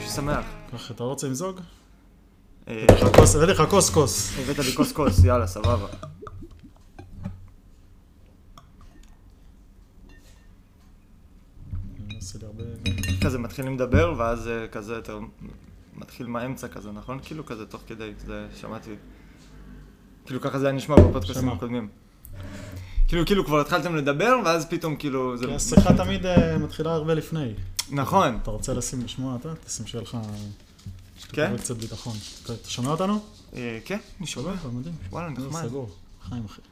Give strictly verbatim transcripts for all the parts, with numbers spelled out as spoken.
שמח. ככה, אתה רוצה למזוג? הבאתי לך כוס כוס. הבאת לי כוס כוס, יאללה, סבבה. כזה מתחילים לדבר, ואז כזה יותר מתחיל מהאמצע כזה, נכון? כאילו כזה תוך כדי, זה שמעתי. כאילו ככה זה היה נשמע בפודקאסטים הקודמים. כאילו, כאילו כבר התחלתם לדבר, ואז פתאום כאילו... כי השיחה תמיד מתחילה הרבה לפני. נכון. אתה רוצה לשים לשמוע, אתה? תשים שיהיה לך... כן? קצת ביטחון. אתה שומע אותנו? כן, אני שומע. מדהים. וואלה, נחמד. סגור. חיים אחי.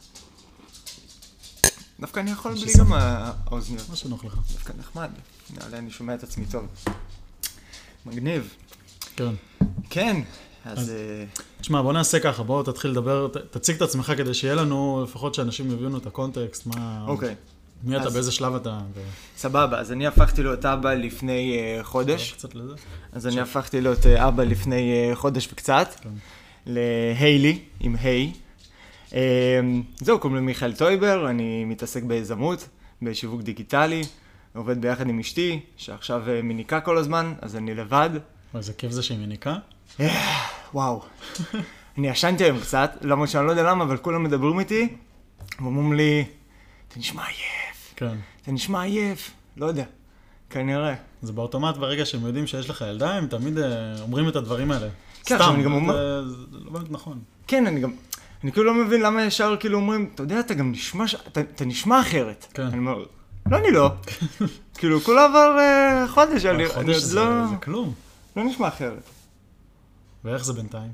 דווקא אני יכול בלי גם האוזניות. מה שנוח לך. דווקא נחמד. נעלה, אני שומע את עצמי טוב. מגניב. כן. כן, אז... תשמע, בוא נעשה ככה, בוא תתחיל לדבר, תציג את עצמך כדי שיהיה לנו, לפחות שאנשים יבינו את הקונטקסט, מה... אוקיי. מי אתה, באיזה שלב אתה? סבבה, אז אני הפכתי להיות אבא לפני חודש. קצת לזה. אז אני הפכתי להיות אבא לפני חודש וקצת. להיילי, עם היי. זהו, קוראים לי מיכאל טויבר, אני מתעסק ביזמות, בשיווק דיגיטלי, עובד ביחד עם אשתי, שעכשיו מניקה כל הזמן, אז אני לבד. איזה כיף זה שהיא מניקה? וואו. אני ישנתי היום קצת, למרות שאני לא יודע למה, אבל כולם מדברים איתי, ואומרים לי, אתה נשמע עייף. כן. אתה נשמע עייף. לא יודע. כנראה. זה באוטומט ברגע שהם יודעים שיש לך ילדה, הם תמיד אומרים את הדברים האלה. כן, סתם, אני גם אומר... זה לא באמת נכון. כן, אני גם... אני כאילו לא מבין למה ישר כאילו אומרים, אתה יודע, אתה גם נשמע... אתה נשמע אחרת. כן. אני אומר, לא, אני לא. כאילו, כולה עבר חודש. חודש זה כלום. לא נשמע אחרת. ואיך זה בינתיים?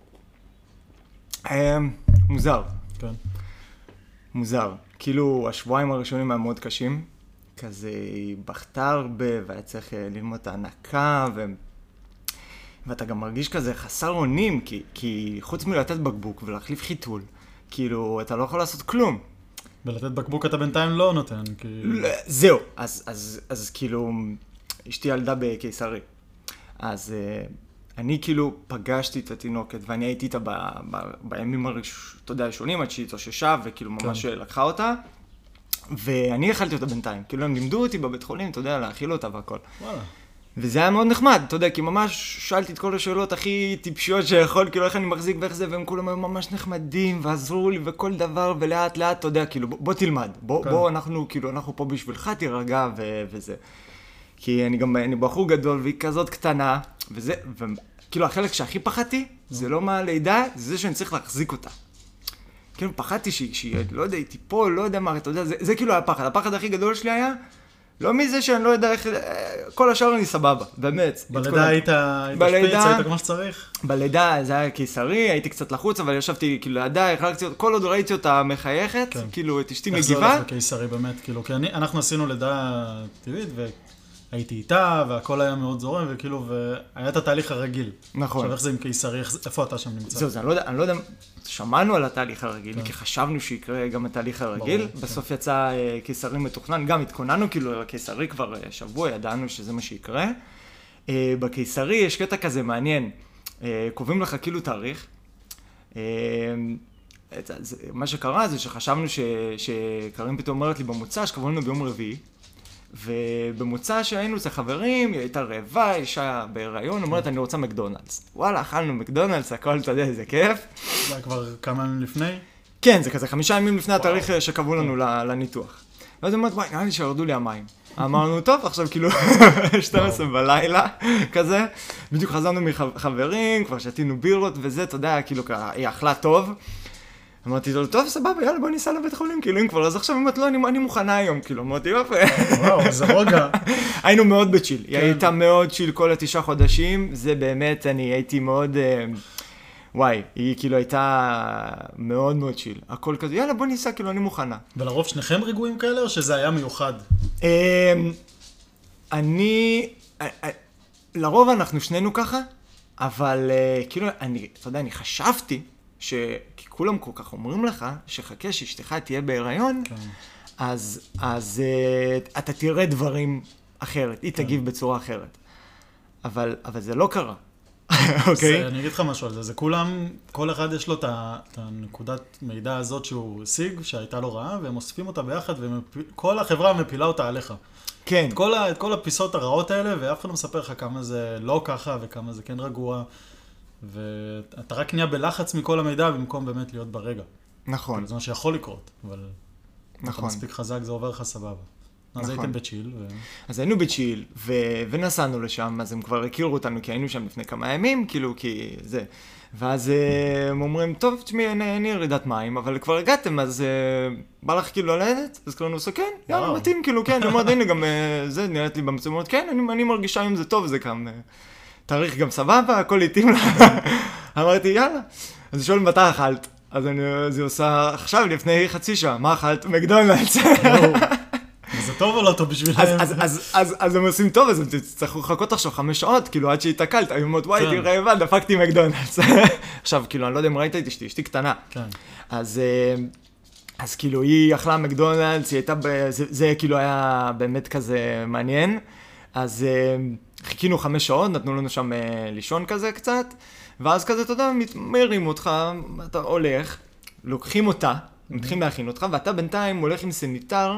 מוזר. כן. מוזר. כאילו, השבועיים הראשונים היו מאוד קשים. כזה בכתה הרבה, והיה צריך ללמוד את ההנקה, ו... ואתה גם מרגיש כזה חסר אונים, כי, כי חוץ מלתת בקבוק ולהחליף חיתול, כאילו, אתה לא יכול לעשות כלום. ולתת בקבוק אתה בינתיים לא נותן, כי... זהו. אז, אז, אז כאילו, אשתי ילדה בקיסרי. אז אני כאילו פגשתי את התינוקת, ואני הייתי איתה ב, ב, בימים הראשונים, עד שהיא התאוששה, וכאילו ממש כן. לקחה אותה. ואני אכלתי אותה בינתיים, כאילו הם לימדו אותי בבית חולים, אתה יודע, להאכיל אותה והכל. וואלה. וזה היה מאוד נחמד, אתה יודע, כי ממש שאלתי את כל השאלות הכי טיפשיות שיכול, כאילו איך אני מחזיק ואיך זה, והם כולם היו ממש נחמדים, ועזרו לי וכל דבר, ולאט לאט, אתה יודע, כאילו, בוא, בוא תלמד, בוא, כן. בוא, אנחנו, כאילו, אנחנו פה בשבילך, תירגע ו- וזה. כי אני גם, אני בחור גדול, והיא כזאת קטנה, וזה, וכאילו, החלק שהכי פחדתי, זה לא מהלידה, זה זה שאני צריך להחזיק אותה. כאילו פחדתי שהיא, שהיא, לא יודע, היא תיפול, לא יודע מה, אתה יודע, זה, זה כאילו היה פחד. הפחד הכי גדול שלי היה, לא מזה שאני לא יודע איך, כל השאר אני סבבה, באמת. בלידה היית, היית שפיץ, היית כמו שצריך? בלידה זה היה קיסרי, הייתי קצת לחוץ, אבל ישבתי כאילו לידה, החלקתי אותה, כל עוד ראיתי אותה מחייכת, כן. כאילו את אשתי מגיבה. איך זה הולך בקיסרי באמת, כאילו, כי אני, אנחנו עשינו לידה טבעית, והייתי איתה, והכל היה מאוד זורם, וכאילו, והיה את התהליך הרגיל. נכון. עכשיו איך זה עם קיסרי, איפה אתה שם נמצא? זהו, זה, אני לא יודע, אני לא יודע, שמענו על התהליך הרגיל, כן. כי חשבנו שיקרה גם התהליך הרגיל, ברור, בסוף כן. יצא uh, קיסרי מתוכנן, גם התכוננו כאילו לקיסרי כבר uh, שבוע, ידענו שזה מה שיקרה. Uh, בקיסרי יש קטע כזה מעניין, uh, קובעים לך כאילו תאריך, uh, את, זה, מה שקרה זה שחשבנו ש, שקרים פתאום אומרת לי במוצא, שקבענו לנו ביום רביעי, ובמוצא שהיינו אצל חברים, היא הייתה רעבה, אישה בהיריון, אומרת אני רוצה מקדונלדס. וואלה, אכלנו מקדונלדס, הכל, אתה יודע, איזה כיף. זה היה כבר כמה ימים לפני? כן, זה כזה חמישה ימים לפני התאריך שקבעו לנו לניתוח. ואז היא אומרת, וואי, נראה לי שירדו לי המים. אמרנו, טוב, עכשיו כאילו שתים עשרה בלילה, כזה. בדיוק חזרנו מחברים, כבר שתינו בירות וזה, אתה יודע, כאילו, היא אכלה טוב. אמרתי לו, טוב, סבבה, יאללה, בוא ניסע לבית חולים, כאילו, אם כבר, אז עכשיו אמרת, לא, אני מוכנה היום, כאילו, אמרתי, יופי. וואו, זה רוגע. היינו מאוד בצ'יל, היא הייתה מאוד צ'יל כל התשעה חודשים, זה באמת, אני הייתי מאוד, וואי, היא כאילו הייתה מאוד מאוד צ'יל, הכל כזה, יאללה, בוא ניסע, כאילו, אני מוכנה. ולרוב שניכם רגועים כאלה, או שזה היה מיוחד? אני, לרוב אנחנו שנינו ככה, אבל כאילו, אני, אתה יודע, אני חשבתי, ש... כי כולם כל כך אומרים לך, שחכה שאשתך תהיה בהיריון, כן. אז, אז uh, אתה תראה דברים אחרת, היא כן. תגיב בצורה אחרת. אבל, אבל זה לא קרה. אוקיי. אני אגיד לך משהו על זה, זה כולם, כל אחד יש לו את הנקודת מידע הזאת שהוא השיג, שהייתה לו רעה, והם אוספים אותה ביחד, וכל החברה מפילה אותה עליך. כן. את כל הפיסות הרעות האלה, ואף אחד לא מספר לך כמה זה לא ככה, וכמה זה כן רגוע, ואתה רק נהיה בלחץ מכל המידע, במקום באמת להיות ברגע. נכון. זה מה שיכול לקרות, אבל... נכון. אתה מספיק חזק, זה עובר לך סבבה. אז הייתם בצ'יל. ו... אז היינו בצ'יל, ו... ונסענו לשם, אז הם כבר הכירו אותנו, כי היינו שם לפני כמה ימים, כאילו, כי זה. ואז הם אומרים, טוב, תשמעי, אין לי ירידת מים, אבל כבר הגעתם, אז בא לך כאילו ללדת? אז כאילו נוסע, כן, יאללה, מתאים, כאילו, כן, אני אומרת, הנה, גם זה, נראית לי במצלמות, כן, אני, אני מרגישה אם זה טוב, זה גם תאריך גם סבבה, הכל איתים לה. אמרתי, יאללה. אז שואל מתי אכלת? אז אני, זה עושה עכשיו, לפני חצי שעה, מה אכלת? מקדונלדס. זה טוב או לא טוב בשבילם? אז, אז, אז, אז הם עושים טוב, אז הם תצטרכו לחכות עכשיו חמש שעות, כאילו עד שהתעכלת, היו אומרות, וואי, הייתי רעבה, דפקתי מקדונלדס. עכשיו, כאילו, אני לא יודע אם ראית את אשתי, אשתי קטנה. אז, אז כאילו, היא אכלה מקדונלדס, היא הייתה, זה, זה כאילו היה באמת כזה מעניין. אז חיכינו חמש שעות, נתנו לנו שם לישון כזה קצת, ואז כזה, אתה יודע, מרים אותך, אתה הולך, לוקחים אותה, מתחילים להכין אותך, ואתה בינתיים הולך עם סניטר,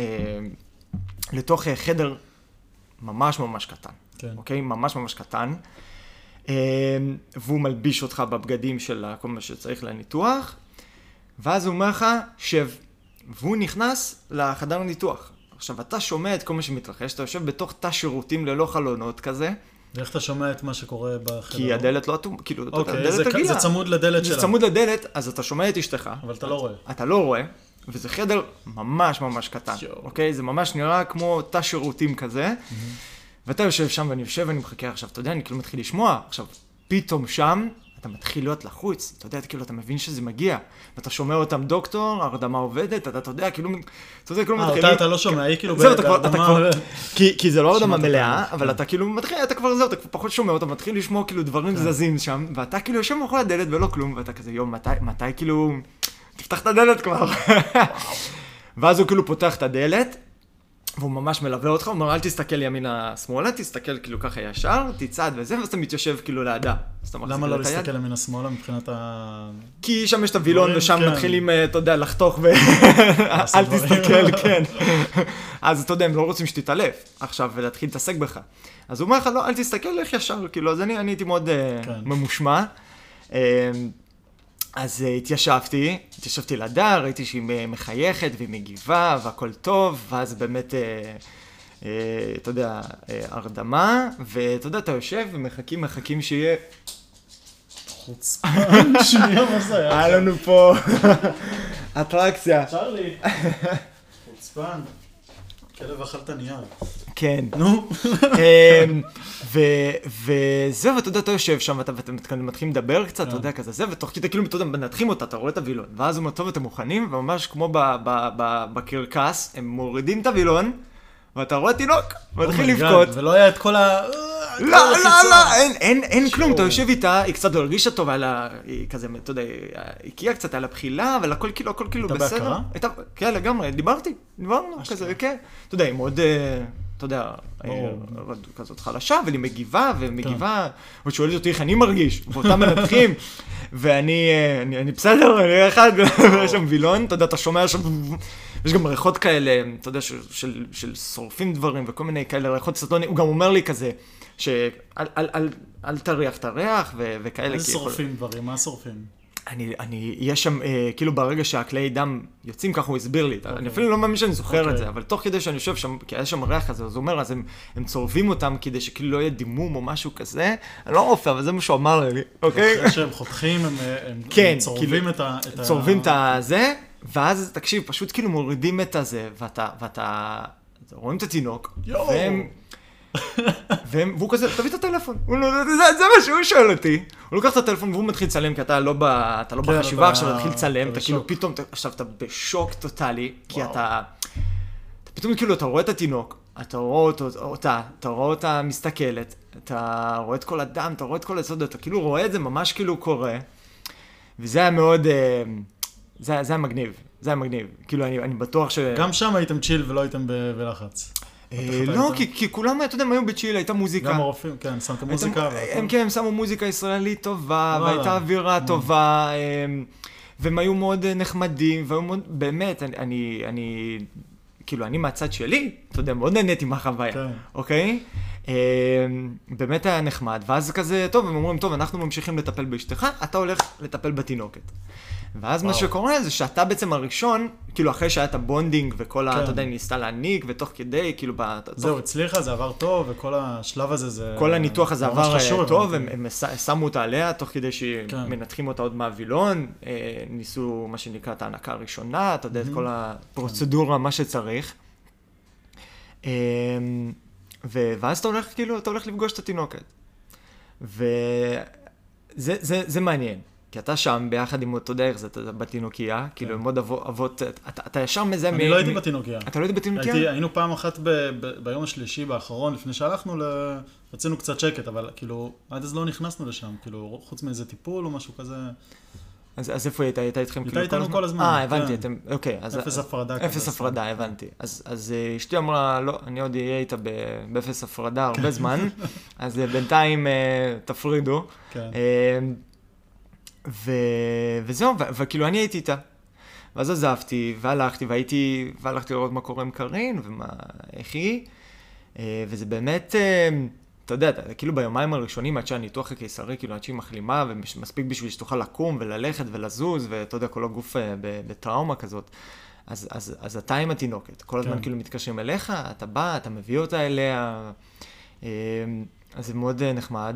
לתוך חדר ממש ממש קטן, אוקיי? ממש ממש קטן, והוא מלביש אותך בבגדים של כל מה שצריך לניתוח, ואז הוא אומר לך, שב, והוא נכנס לחדר הניתוח. עכשיו, אתה שומע את כל מה שמתרחש, אתה יושב בתוך תא שירותים ללא חלונות כזה. ואיך אתה שומע את מה שקורה בחדר? כי הדלת לא אטום, כאילו, אוקיי, זה צמוד לדלת שלה. זה צמוד לדלת, אז אתה שומע את אשתך. אבל אתה לא רואה. אתה לא רואה. וזה חדר ממש ממש קטן, אוקיי? זה ממש נראה כמו תא שירותים כזה, ואתה יושב שם ואני יושב ואני מחכה עכשיו, אתה יודע, אני כאילו מתחיל לשמוע, עכשיו, פתאום שם, אתה מתחיל להיות לחוץ, אתה יודע, כאילו, אתה מבין שזה מגיע, ואתה שומע אותם דוקטור, הרדמה עובדת, אתה יודע, כאילו, אתה יודע, כאילו מתחילים... אה, אתה לא שומע, היא כאילו בהרדמה... כי זה לא הרדמה מלאה, אבל אתה כאילו מתחיל, אתה כבר זהו, אתה פחות שומע אותם, מתחיל לשמוע כאילו דברים זזים שם, ואתה כאילו יושב מאחורי הדלת ולא כלום, ואתה כזה, יום, מתי כאילו... תפתח את הדלת כבר. ואז הוא כאילו פותח את הדלת, והוא ממש מלווה אותך, הוא אומר, אל תסתכל ימינה שמאלה, תסתכל כאילו ככה ישר, תצעד וזה, ואז אתה מתיישב כאילו לידה. למה לא להסתכל ימינה שמאלה מבחינת ה... כי שם יש את הווילון, ושם מתחילים, אתה יודע, לחתוך ו... אל תסתכל, כן. אז אתה יודע, הם לא רוצים שתתעלף עכשיו ולהתחיל להתעסק בך. אז הוא אומר לך, לא, אל תסתכל, לך ישר, כאילו, אז אני הייתי מאוד ממושמע. אז התיישבתי, התיישבתי לדר, ראיתי שהיא מחייכת והיא מגיבה והכל טוב, ואז באמת, אתה יודע, הרדמה, ואתה יודע, אתה יושב ומחכים, מחכים שיהיה... חוצפן, שנייה, מה זה היה? היה לנו פה אטרקציה. צ'רלי, חוצפן, כלב אכלת נייר. כן. נו. וזהו, ואתה יודע, אתה יושב שם, ואתם מתחילים לדבר קצת, אתה יודע, כזה זה, ותוך כדי כאילו, אתה יודע, מנתחים אותה, אתה רואה את הווילון, ואז הוא אומר, טוב, אתם מוכנים, וממש כמו בקרקס, הם מורידים את הווילון, ואתה רואה תינוק, ומתחיל לבכות. ולא היה את כל ה... לא, לא, לא, אין כלום, אתה יושב איתה, היא קצת לא הרגישה טוב, היא כזה, אתה יודע, היא הקיעה קצת על הבחילה, אבל הכל כאילו, הכל כאילו בסדר. הייתה בהכרה? כן, לגמרי, דיברתי, דיברנו, כזה, כן. אתה יודע, היא מאוד... אתה יודע, כזאת חלשה, אבל היא מגיבה, ומגיבה, ושואלת אותי איך אני מרגיש, ואותם מנתחים, ואני, אני בסדר, אני אחד, ויש שם וילון, אתה יודע, אתה שומע שם, יש גם ריחות כאלה, אתה יודע, של שורפים דברים, וכל מיני כאלה ריחות סטונים, הוא גם אומר לי כזה, שאל תריח את הריח, וכאלה. איזה שורפים דברים, מה שורפים? אני, אני, יש שם, אה, כאילו ברגע שהכלי דם יוצאים, ככה הוא הסביר לי, okay. אני אפילו לא מאמין שאני זוכר okay. את זה, אבל תוך כדי שאני יושב שם, כי היה שם ריח כזה, אז הוא אומר, אז הם, הם צורבים אותם כדי שכאילו לא יהיה דימום או משהו כזה, אני לא רופא, אבל זה מה שהוא אמר לי, אוקיי? אחרי שהם חותכים, הם, הם, כן, הם צורבים כאילו, את ה... את צורבים את הזה, ואז תקשיב, פשוט כאילו מורידים את הזה, ואתה, ואתה, רואים את התינוק, והם... והוא כזה, תביא את הטלפון, זה מה שהוא שואל אותי. הוא לוקח את הטלפון והוא מתחיל לצלם, כי אתה לא בחשיבה עכשיו, אתה מתחיל לצלם, אתה כאילו פתאום, עכשיו אתה בשוק טוטלי, כי אתה, פתאום כאילו אתה רואה את התינוק, אתה רואה אותה, אתה רואה אותה מסתכלת, אתה רואה את כל הדם, אתה רואה את כל הסוד, אתה כאילו רואה את זה ממש כאילו קורה, וזה היה מאוד, זה היה מגניב, זה היה מגניב, כאילו אני בטוח ש... גם שם הייתם צ'יל ולא הייתם בלחץ. לא, כי כולם, אתה יודע, הם היו בצ'יל, הייתה מוזיקה. גם הרופאים, כן, שמת מוזיקה. הם כן, הם שמו מוזיקה ישראלית טובה, והייתה אווירה טובה, והם היו מאוד נחמדים, והיו מאוד, באמת, אני, אני, כאילו, אני מהצד שלי, אתה יודע, מאוד נהניתי מהחוויה, אוקיי? באמת היה נחמד, ואז כזה, טוב, הם אומרים, טוב, אנחנו ממשיכים לטפל באשתך, אתה הולך לטפל בתינוקת. ואז מה שקורה זה שאתה בעצם הראשון, כאילו אחרי שהיה את הבונדינג וכל ה... אתה יודע, ניסתה להניק, ותוך כדי, כאילו... זהו, הצליחה, זה עבר טוב, וכל השלב הזה זה... כל הניתוח הזה עבר טוב, הם שמו אותה עליה, תוך כדי שמנתחים אותה עוד מהווילון, ניסו מה שנקרא את ההנקה הראשונה, אתה יודע, את כל הפרוצדורה, מה שצריך. ואז אתה הולך, כאילו, אתה הולך לפגוש את התינוקת. וזה מעניין. כי אתה שם ביחד עם אותו דרך, זה בתינוקייה, כאילו עם עוד אבות, אתה ישר מזה... אני לא הייתי בתינוקייה. אתה לא הייתי בתינוקייה? היינו פעם אחת ביום השלישי באחרון, לפני שהלכנו, רצינו קצת שקט, אבל כאילו, עד אז לא נכנסנו לשם, כאילו, חוץ מאיזה טיפול או משהו כזה. אז איפה היית? הייתה איתכם כאילו כל הזמן? הייתה איתנו כל הזמן. אה, הבנתי, אתם, אוקיי. אפס הפרדה. אפס הפרדה, הבנתי. אז אשתי אמרה, לא, אני עוד אהיה איתה באפס הפרדה הרבה זמן, אז בינתיים תפרידו. כן. ו... וזהו, ו... וכאילו אני הייתי איתה. ואז עזבתי, והלכתי, והייתי, והלכתי לראות מה קורה עם קרין, ומה, איך היא. וזה באמת, אתה יודע, כאילו ביומיים הראשונים, עד שהניתוח הקיסרי, כאילו עד שהיא מחלימה, ומספיק בשביל שתוכל לקום וללכת ולזוז, ואתה יודע, כל הגוף בטראומה כזאת. אז, אז, אז אתה עם התינוקת. כל הזמן כן. כאילו מתקשרים אליך, אתה בא, אתה מביא אותה אליה. אז זה מאוד נחמד.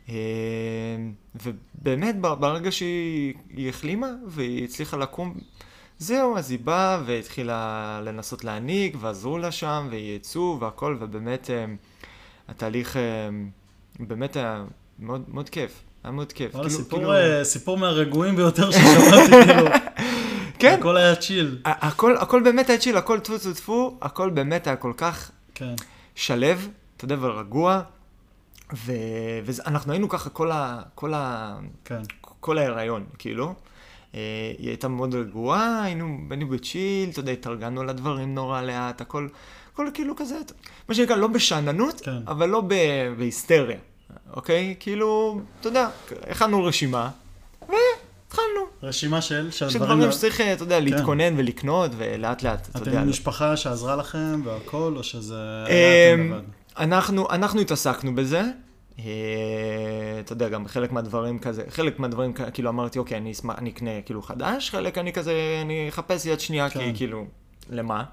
ובאמת ברגע שהיא החלימה והיא הצליחה לקום, זהו, אז היא באה והתחילה לנסות להניק ועזרו לה שם והיא יצאו והכל, ובאמת התהליך באמת היה מאוד, מאוד כיף, היה מאוד כיף. כאילו, סיפור, כאילו... סיפור מהרגועים ביותר ששמעתי, כאילו. כן. הכל היה צ'יל. הכל, הכל באמת היה צ'יל, הכל טפו טפו טפו, הכל באמת היה כל כך כן. שלב, אתה יודע, ורגוע. ואנחנו היינו ככה כל ה... כל ה... כן. כל ההיריון, כאילו. היא הייתה מאוד רגועה, היינו בני בצ'יל, אתה יודע, התארגנו לדברים נורא לאט, הכל, הכל כאילו כזה, מה שנקרא, לא בשעננות, כן. אבל לא בהיסטריה, אוקיי? כאילו, אתה יודע, הכנו רשימה, והתחלנו. רשימה של? של דברים שצריך, אתה יודע, להתכונן ולקנות, ולאט לאט, אתה יודע. אתם משפחה שעזרה לכם והכל, או שזה... אנחנו, אנחנו התעסקנו בזה, אתה יודע, גם חלק מהדברים כזה, חלק מהדברים, כאילו אמרתי, אוקיי, אני אשמח, אני אקנה כאילו חדש, חלק אני כזה, אני אחפש יד שנייה, כי כאילו, למה?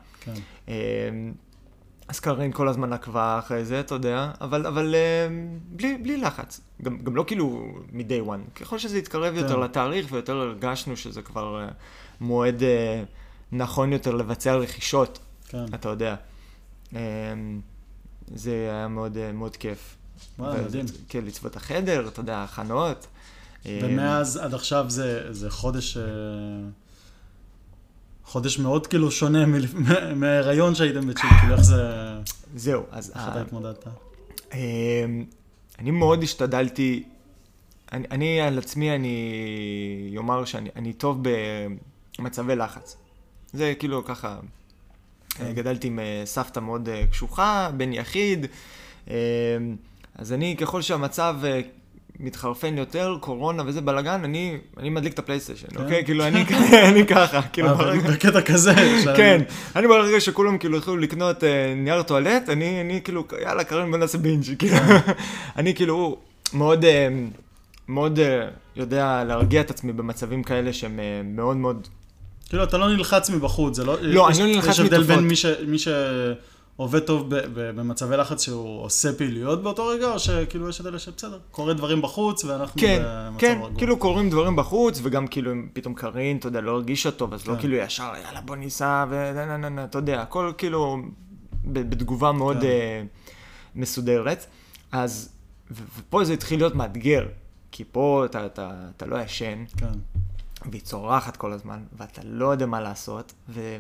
אז קרין כל הזמן עקבה אחרי זה, אתה יודע, אבל, אבל בלי, בלי לחץ, גם, גם לא כאילו מ-day one, ככל שזה יתקרב יותר לתאריך, ויותר הרגשנו שזה כבר מועד נכון יותר לבצע רכישות, אתה יודע. זה היה מאוד, מאוד כיף. וואו, מדהים. כן, לצוות החדר, אתה יודע, הכנות. ומאז עד עכשיו זה, זה חודש, חודש מאוד כאילו שונה מההיריון שהייתם בצ'יל, כאילו איך זה... זהו, אז... איך אתה התמודדת? אני מאוד השתדלתי, אני, אני על עצמי, אני אומר שאני אני טוב במצבי לחץ. זה כאילו ככה... גדלתי עם סבתא מאוד קשוחה, בן יחיד, אז אני ככל שהמצב מתחרפן יותר, קורונה וזה בלגן, אני, אני מדליק את הפלייסטיישן, אוקיי? כאילו אני, אני ככה, כאילו ברגע... בקטע כזה. כן, אני ברגע שכולם כאילו התחילו לקנות נייר טואלט, אני, אני כאילו, יאללה, קרן בוא נעשה בינג', כאילו, אני כאילו מאוד, מאוד יודע להרגיע את עצמי במצבים כאלה שהם מאוד מאוד... כאילו, אתה לא נלחץ מבחוץ, זה לא... לא, אני לא נלחץ מתופעות. יש הבדל בין מי שעובד טוב במצבי לחץ שהוא עושה פעילויות באותו רגע, או שכאילו יש את אלה שבסדר, קורה דברים בחוץ ואנחנו במצב רגוע. כן, כן, כאילו קורים דברים בחוץ, וגם כאילו פתאום קרין, אתה יודע, לא הרגישה טוב, אז לא כאילו ישר, יאללה בוא ניסע, ונננננ, אתה יודע, הכל כאילו בתגובה מאוד מסודרת. אז, ופה זה התחיל להיות מאתגר, כי פה אתה לא ישן. כן. והיא צורחת כל הזמן, ואתה לא יודע מה לעשות, ו...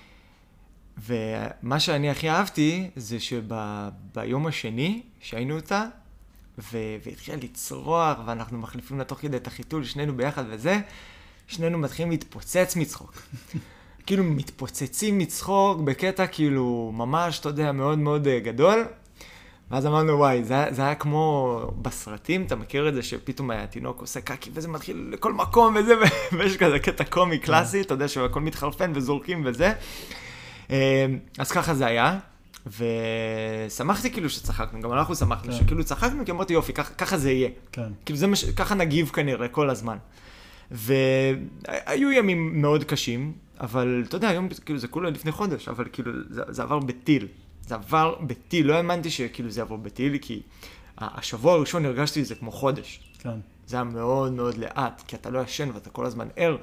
ומה שאני הכי אהבתי, זה שביום השני, שהיינו אותה, ו... והתחילה לצרוח, ואנחנו מחליפים לה תוך כדי את החיתול, שנינו ביחד וזה, שנינו מתחילים להתפוצץ מצחוק. כאילו מתפוצצים מצחוק בקטע כאילו ממש, אתה יודע, מאוד מאוד גדול. ואז אמרנו, וואי, זה, זה היה כמו בסרטים, אתה מכיר את זה שפתאום התינוק עושה קקי וזה מתחיל לכל מקום וזה, ויש כזה קטע קומי קלאסי, אתה יודע שהכל מתחרפן וזורקים וזה. אז ככה זה היה, ושמחתי כאילו שצחקנו, גם אנחנו שמחנו, שכאילו צחקנו, כי אמרתי יופי, ככה זה יהיה. כאילו זה מש... ככה נגיב כנראה כל הזמן. והיו ימים מאוד קשים, אבל אתה יודע, היום כאילו זה כולה לפני חודש, אבל כאילו זה, זה עבר בטיל. זה עבר בטיל, לא האמנתי שכאילו זה עבר בטיל, כי השבוע הראשון הרגשתי את זה כמו חודש. כן. זה היה מאוד מאוד לאט, כי אתה לא ישן ואתה כל הזמן ער.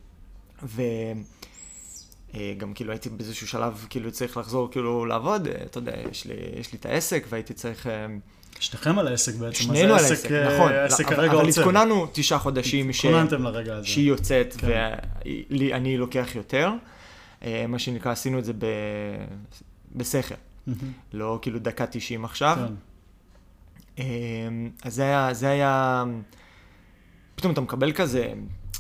וגם כאילו הייתי באיזשהו שלב, כאילו צריך לחזור כאילו לעבוד, אתה יודע, יש לי, יש לי את העסק והייתי צריך... שניכם על העסק בעצם. שנינו על העסק, נכון. העסק אבל, אבל התכוננו תשעה חודשים ש... לרגע הזה. שהיא יוצאת, כן. ואני לוקח יותר. מה שנקרא, עשינו את זה ב... בשכל. לא כאילו דקה תשעים עכשיו. כן. אז זה היה, זה היה... פתאום אתה מקבל כזה...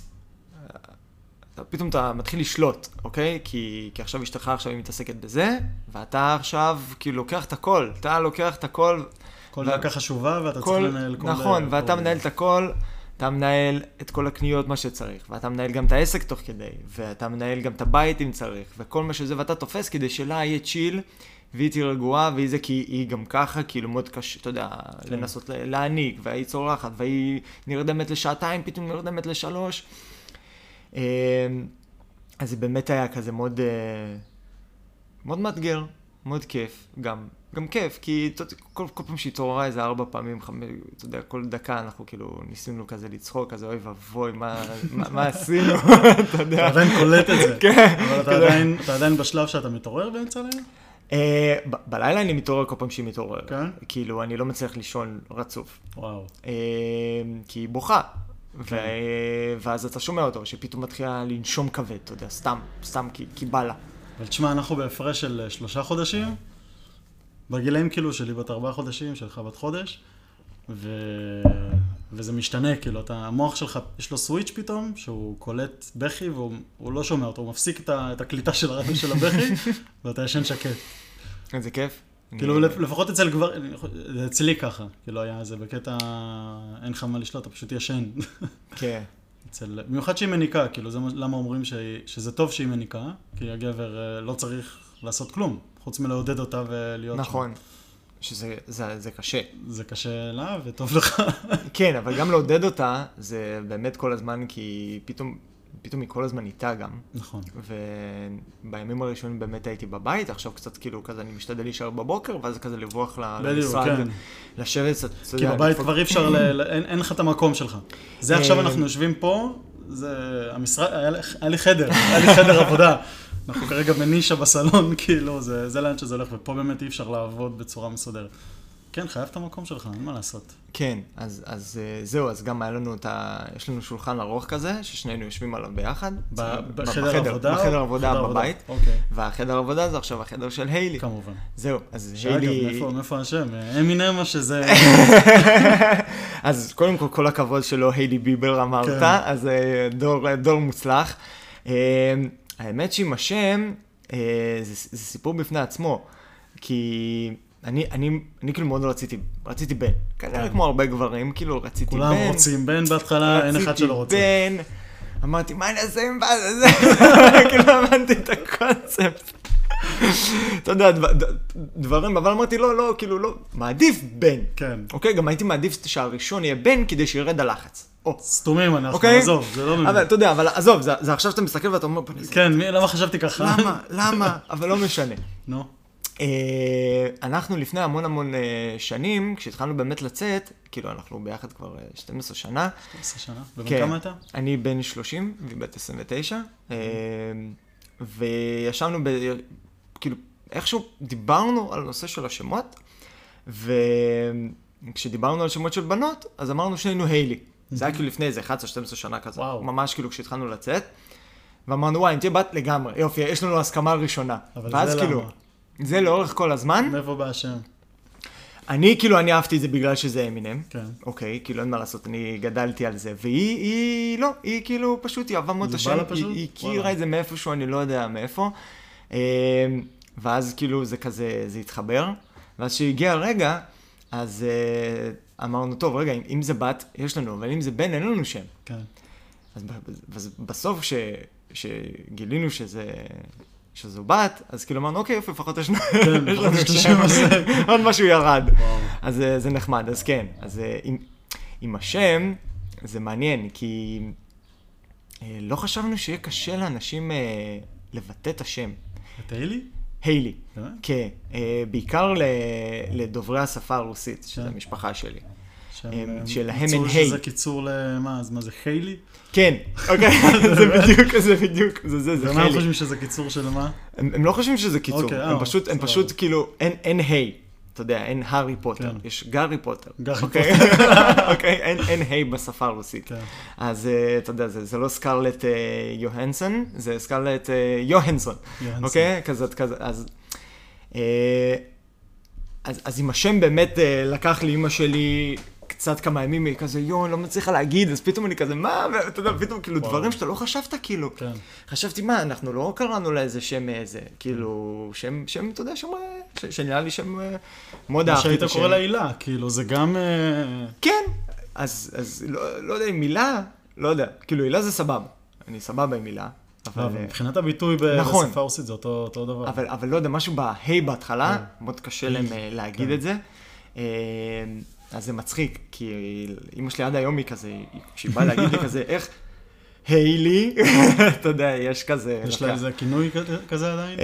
פתאום אתה מתחיל לשלוט, אוקיי? כי, כי עכשיו אשתך עכשיו היא מתעסקת בזה, ואתה עכשיו כאילו לוקח את הכל. אתה לוקח את הכל... כל דקה חשובה, ואתה כל, צריך לנהל כל... נכון, כל ואתה כל... מנהל את הכל, אתה מנהל את כל הקניות מה שצריך, ואתה מנהל גם את העסק תוך כדי, ואתה מנהל גם את הבית אם צריך, וכל מה שזה, ואתה תופס כדי שלה יהיה צ'יל, והיא תהיה רגועה, והיא זה כי היא גם ככה, כאילו מאוד קשה, אתה יודע, כן. לנסות להעניק, והיא צורחת, והיא נרדמת לשעתיים, פתאום נרדמת לשלוש. אז זה באמת היה כזה מאוד, מאוד מאתגר, מאוד כיף, גם. גם כיף, כי כל, כל פעם שהתעוררה איזה ארבע פעמים, חמש, אתה יודע, כל דקה אנחנו כאילו ניסינו כזה לצחוק, כזה אוי ואבוי, מה, מה, מה עשינו, אתה יודע. אתה עדיין קולט את זה. כן. אבל אתה עדיין, אתה עדיין בשלב שאתה מתעורר באמצע לילה? ב- בלילה אני מתעורר כל פעם שהיא מתעוררת. כן? כאילו, אני לא מצליח לישון רצוף. וואו. כי היא בוכה. ו... ואז אתה שומע אותו, שפתאום מתחילה לנשום כבד, אתה יודע, סתם, סתם כי, כי בא לה. אבל תשמע, אנחנו בהפרש של שלושה חודשים, בגילאים כאילו שלי בת ארבעה חודשים, שלך בת חודש, ו... וזה משתנה, כאילו, אתה, המוח שלך, יש לו סוויץ' פתאום, שהוא קולט בכי, והוא לא שומע אותו, הוא מפסיק את, ה... את הקליטה של הרדיו של הבכי, ואתה ישן שקט. איזה כיף. כאילו, אני... לפחות אצל גבר, זה אצלי ככה, כאילו, היה זה בקטע, אין לך מה לשלוט, אתה פשוט ישן. כן. אצל... במיוחד שהיא מניקה, כאילו, זה למה אומרים ש... שזה טוב שהיא מניקה, כי הגבר לא צריך לעשות כלום. חוץ מלעודד אותה ולהיות נכון, שזה זה, זה קשה. זה קשה לה וטוב לך. כן, אבל גם לעודד אותה, זה באמת כל הזמן, כי פתאום, פתאום היא כל הזמן איתה גם. נכון. ובימים הראשונים באמת הייתי בבית, עכשיו קצת כאילו כזה אני משתדל להישאר בבוקר, ואז כזה לברוח למשרד, כן. לשבת. כי בבית כבר אי אפשר, אין לך את המקום שלך. זה עכשיו אנחנו יושבים פה, זה המשרד, היה לי חדר, היה לי חדר עבודה. אנחנו כרגע בנישה בסלון, כאילו, זה, זה לאן שזה הולך, ופה באמת אי אפשר לעבוד בצורה מסודרת. כן, חייב את המקום שלך, אין מה לעשות. כן, אז, אז זהו, אז גם היה לנו את ה... יש לנו שולחן ארוך כזה, ששנינו יושבים עליו ביחד. ב- בחדר עבודה? בחדר עבודה בבית. אוקיי. והחדר עבודה זה עכשיו החדר של היילי. כמובן. זהו, אז היילי... שאגב, מאיפה, מאיפה השם? אמינם או שזה... אז קודם כל, כל הכבוד שלו, היילי ביבר אמרת, כן. אז דור, דור מוצלח. האמת שעם השם, זה, זה סיפור בפני עצמו, כי אני, אני, אני כאילו מאוד רציתי, רציתי בן. כנראה כמו הרבה גברים, כאילו רציתי בן. כולם רוצים בן בהתחלה, אין אחד שלא רוצה. רציתי בן, אמרתי, מה אני אעשה עם בן הזה? כאילו אמרתי את הקונספט. אתה יודע, דברים, אבל אמרתי, לא, לא, כאילו לא, מעדיף בן. כן. אוקיי, גם הייתי מעדיף שהראשון יהיה בן כדי שירד הלחץ. סתומים אנחנו, עזוב, זה לא מבין. אבל אתה יודע, אבל עזוב, זה עכשיו שאתה מסתכל ואתה אומר... כן, למה חשבתי ככה? למה? למה? אבל לא משנה. נו. אנחנו לפני המון המון שנים, כשהתחלנו באמת לצאת, כאילו אנחנו ביחד כבר שתים עשרה שנה. שתים עשרה שנה? ובן כמה אתה? אני בן שלושים ובת עשרים ותשע. וישבנו, כאילו, איכשהו דיברנו על הנושא של השמות, וכשדיברנו על שמות של בנות, אז אמרנו שנינו היילי. זה היה כאילו לפני איזה אחת עשרה שתים עשרה שנה כזה, ממש כאילו כשהתחלנו לצאת, ואמרנו, וואי, אם תהיה בת לגמרי, יופי, יש לנו הסכמה ראשונה. אבל זה למה? זה לאורך כל הזמן. מאיפה בא השם? אני, כאילו, אני אהבתי את זה בגלל שזה אמינם. כן. אוקיי, כאילו, אין מה לעשות, אני גדלתי על זה. והיא, היא, לא, היא כאילו, פשוט, היא אהבה מאוד את השם. היא, היא הכירה את זה מאיפשהו, אני לא יודע מאיפה. ואז, כאילו, זה כזה, זה התחבר. ואז שהגיע הרגע, אז אמרנו, טוב, רגע, אם זה בת, יש לנו, אבל אם זה בן, אין לנו שם. כן. אז בסוף, ש, שגילינו שזה... שזו בת, אז כאילו אמרנו, אוקיי, לפחות יש לנו שם, עוד משהו ירד. אז זה נחמד, אז כן. אז עם השם, זה מעניין, כי לא חשבנו שיהיה קשה לאנשים לבטא את השם. את היילי? היילי, כן. בעיקר לדוברי השפה הרוסית, שזו המשפחה שלי. שלהם אין היי. שזה קיצור למה? אז מה זה חיילי? כן, אוקיי, זה בדיוק, זה בדיוק, זה זה, זה חיילי. ומה הם חושבים שזה קיצור של מה? הם לא חושבים שזה קיצור, הם פשוט, הם פשוט כאילו, אין היי, אתה יודע, אין הארי פוטר, יש גארי פוטר. גארי פוטר. אוקיי, אין היי בשפה הרוסית. אז אתה יודע, זה לא סקרלט יוהנסון, זה סקרלט יוהנסון. אוקיי, כזאת, כזאת, אז... אז עם השם באמת לקח לי אמא שלי קצת כמה ימים כזה, יו, אני לא מצליחה להגיד, אז פתאום אני כזה, מה? ואתה יודע, פתאום כאילו דברים שאתה לא חשבת, כאילו. חשבתי, מה, אנחנו לא קראנו לאיזה שם איזה, כאילו, שם, שם, אתה יודע, שם, שנראה לי שם מאוד אהבתי את השם. מה שהיית קורא להילה, כאילו, זה גם... כן, אז לא יודע, מילה, לא יודע, כאילו, הילה זה סבבה, אני סבבה עם מילה. אבל מבחינת הביטוי בשפה הרוסית זה אותו דבר. אבל לא יודע, משהו בהי בהתחלה, מאוד קשה להם להגיד את זה. אז זה מצחיק, כי אמא שלי עד היום היא כזה, כשהיא באה להגיד לי כזה, איך היילי, אתה יודע, יש כזה... יש לה איזה כינוי כזה עדיין?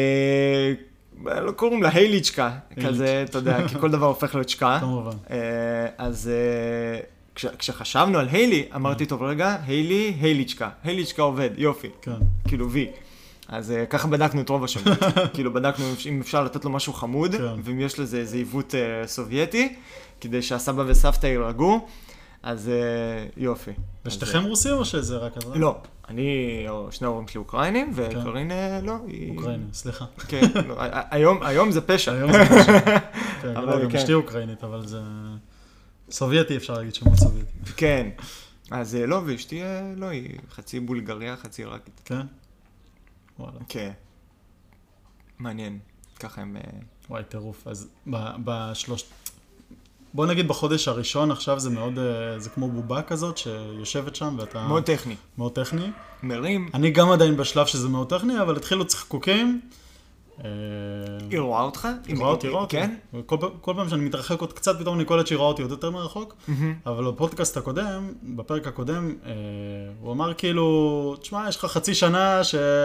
לא קוראים לה הייליצ'קה, כזה, אתה יודע, כי כל דבר הופך להיות צ'קה. כמובן. אז... כשחשבנו על היילי, אמרתי, טוב רגע, היילי, הייליצ'קה. הייליצ'קה עובד, יופי. כן. כאילו וי. אז ככה בדקנו את רוב השמות. כאילו בדקנו אם אפשר לתת לו משהו חמוד, ואם יש לזה איזה עיוות סובייטי, כדי שהסבא וסבתא ירגעו, אז יופי. ושתיכם רוסים או שזה רק... לא. אני, שני ההורים שלי אוקראינים, וקרין לא. אוקראינים, סליחה. כן, היום זה פשע. היום זה פשע. כן, גם אשתי אוקראינית, אבל זה... סובייטי אפשר להגיד שמות סובייטי. כן. אז לא, ואשתי לא, היא חצי בולגריה, חצי עיראקית. כן? וואלה. כן. מעניין. ככה הם... וואי, טירוף. אז בשלוש... בוא נגיד בחודש הראשון, עכשיו זה מאוד, זה כמו בובה כזאת שיושבת שם ואתה... מאוד טכני. מאוד טכני. מרים. אני גם עדיין בשלב שזה מאוד טכני, אבל התחילו צחקוקים. היא רואה אותך? היא רואה אותי, רואה אותי. כן? כל פעם שאני מתרחק עוד קצת, פתאום אני קולט שהיא רואה אותי עוד יותר מרחוק. אבל בפודקאסט הקודם, בפרק הקודם, הוא אמר כאילו, תשמע, יש לך חצי שנה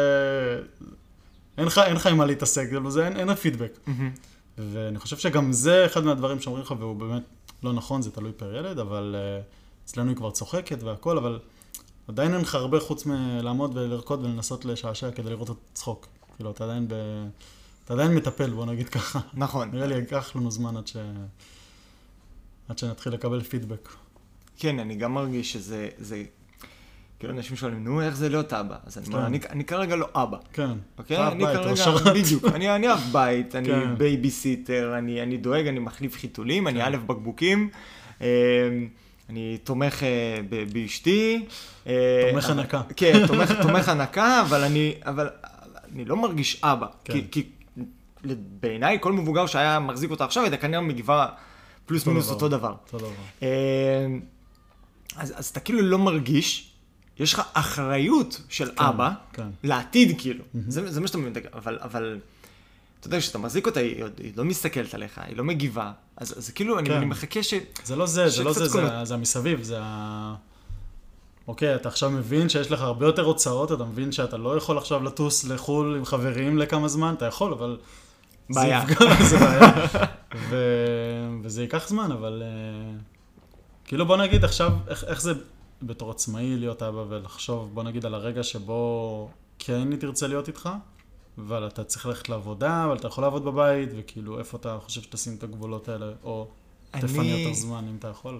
שאין לך עם מה להתעסק, אין הפידבק. ואני חושב שגם זה אחד מהדברים שאומרים לך, והוא באמת לא נכון, זה תלוי פר ילד, אבל אצלנו היא כבר צוחקת והכל, אבל עדיין אין לך הרבה חוץ מלעמוד ולרקוד ולנסות לשעשע כדי לראות את צחוק. כאילו, אתה עדיין, ב... אתה עדיין מטפל, בוא נגיד ככה. נכון. נראה לי, ייקח לנו זמן עד, ש... עד שנתחיל לקבל פידבק. כן, אני גם מרגיש שזה, זה... כאילו, אנשים שואלים, נו, איך זה להיות אבא? אז אני אומר, אני, אני כרגע לא אבא. כן. אוקיי? אני בית, כרגע, בדיוק. אני, אני אב בית, אני כן. בייביסיטר, אני, אני דואג, אני מחליף חיתולים, כן. אני א' בקבוקים. אני תומך באשתי. תומך הנקה. כן, תומך, תומך הנקה, אבל אני, אבל... אני לא מרגיש אבא, כן. כי, כי בעיניי כל מבוגר שהיה מחזיק אותה עכשיו, הייתה כנראה מגיבה פלוס מינוס אותו דבר. אותו דבר. אז, אז אתה כאילו לא מרגיש, יש לך אחריות של כן, אבא, כן. לעתיד כאילו, mm-hmm. זה, זה מה שאתה מבין, אבל, אבל אתה יודע, כשאתה מחזיק אותה, היא, היא לא מסתכלת עליך, היא לא מגיבה, אז, אז כאילו כן. אני, אני מחכה ש... זה לא זה, זה לא זה, זה, זה המסביב, זה ה... אוקיי, אתה עכשיו מבין שיש לך הרבה יותר הוצאות, אתה מבין שאתה לא יכול עכשיו לטוס לחול עם חברים לכמה זמן, אתה יכול, אבל... בעיה. זה בעיה. ו... וזה ייקח זמן, אבל... כאילו בוא נגיד עכשיו, איך, איך זה בתור עצמאי להיות אבא ולחשוב, בוא נגיד על הרגע שבו כן היא תרצה להיות איתך, אבל אתה צריך ללכת לעבודה, אבל אתה יכול לעבוד בבית, וכאילו איפה אתה חושב שתשים את הגבולות האלה, או אני... תפנה יותר זמן אם אתה יכול.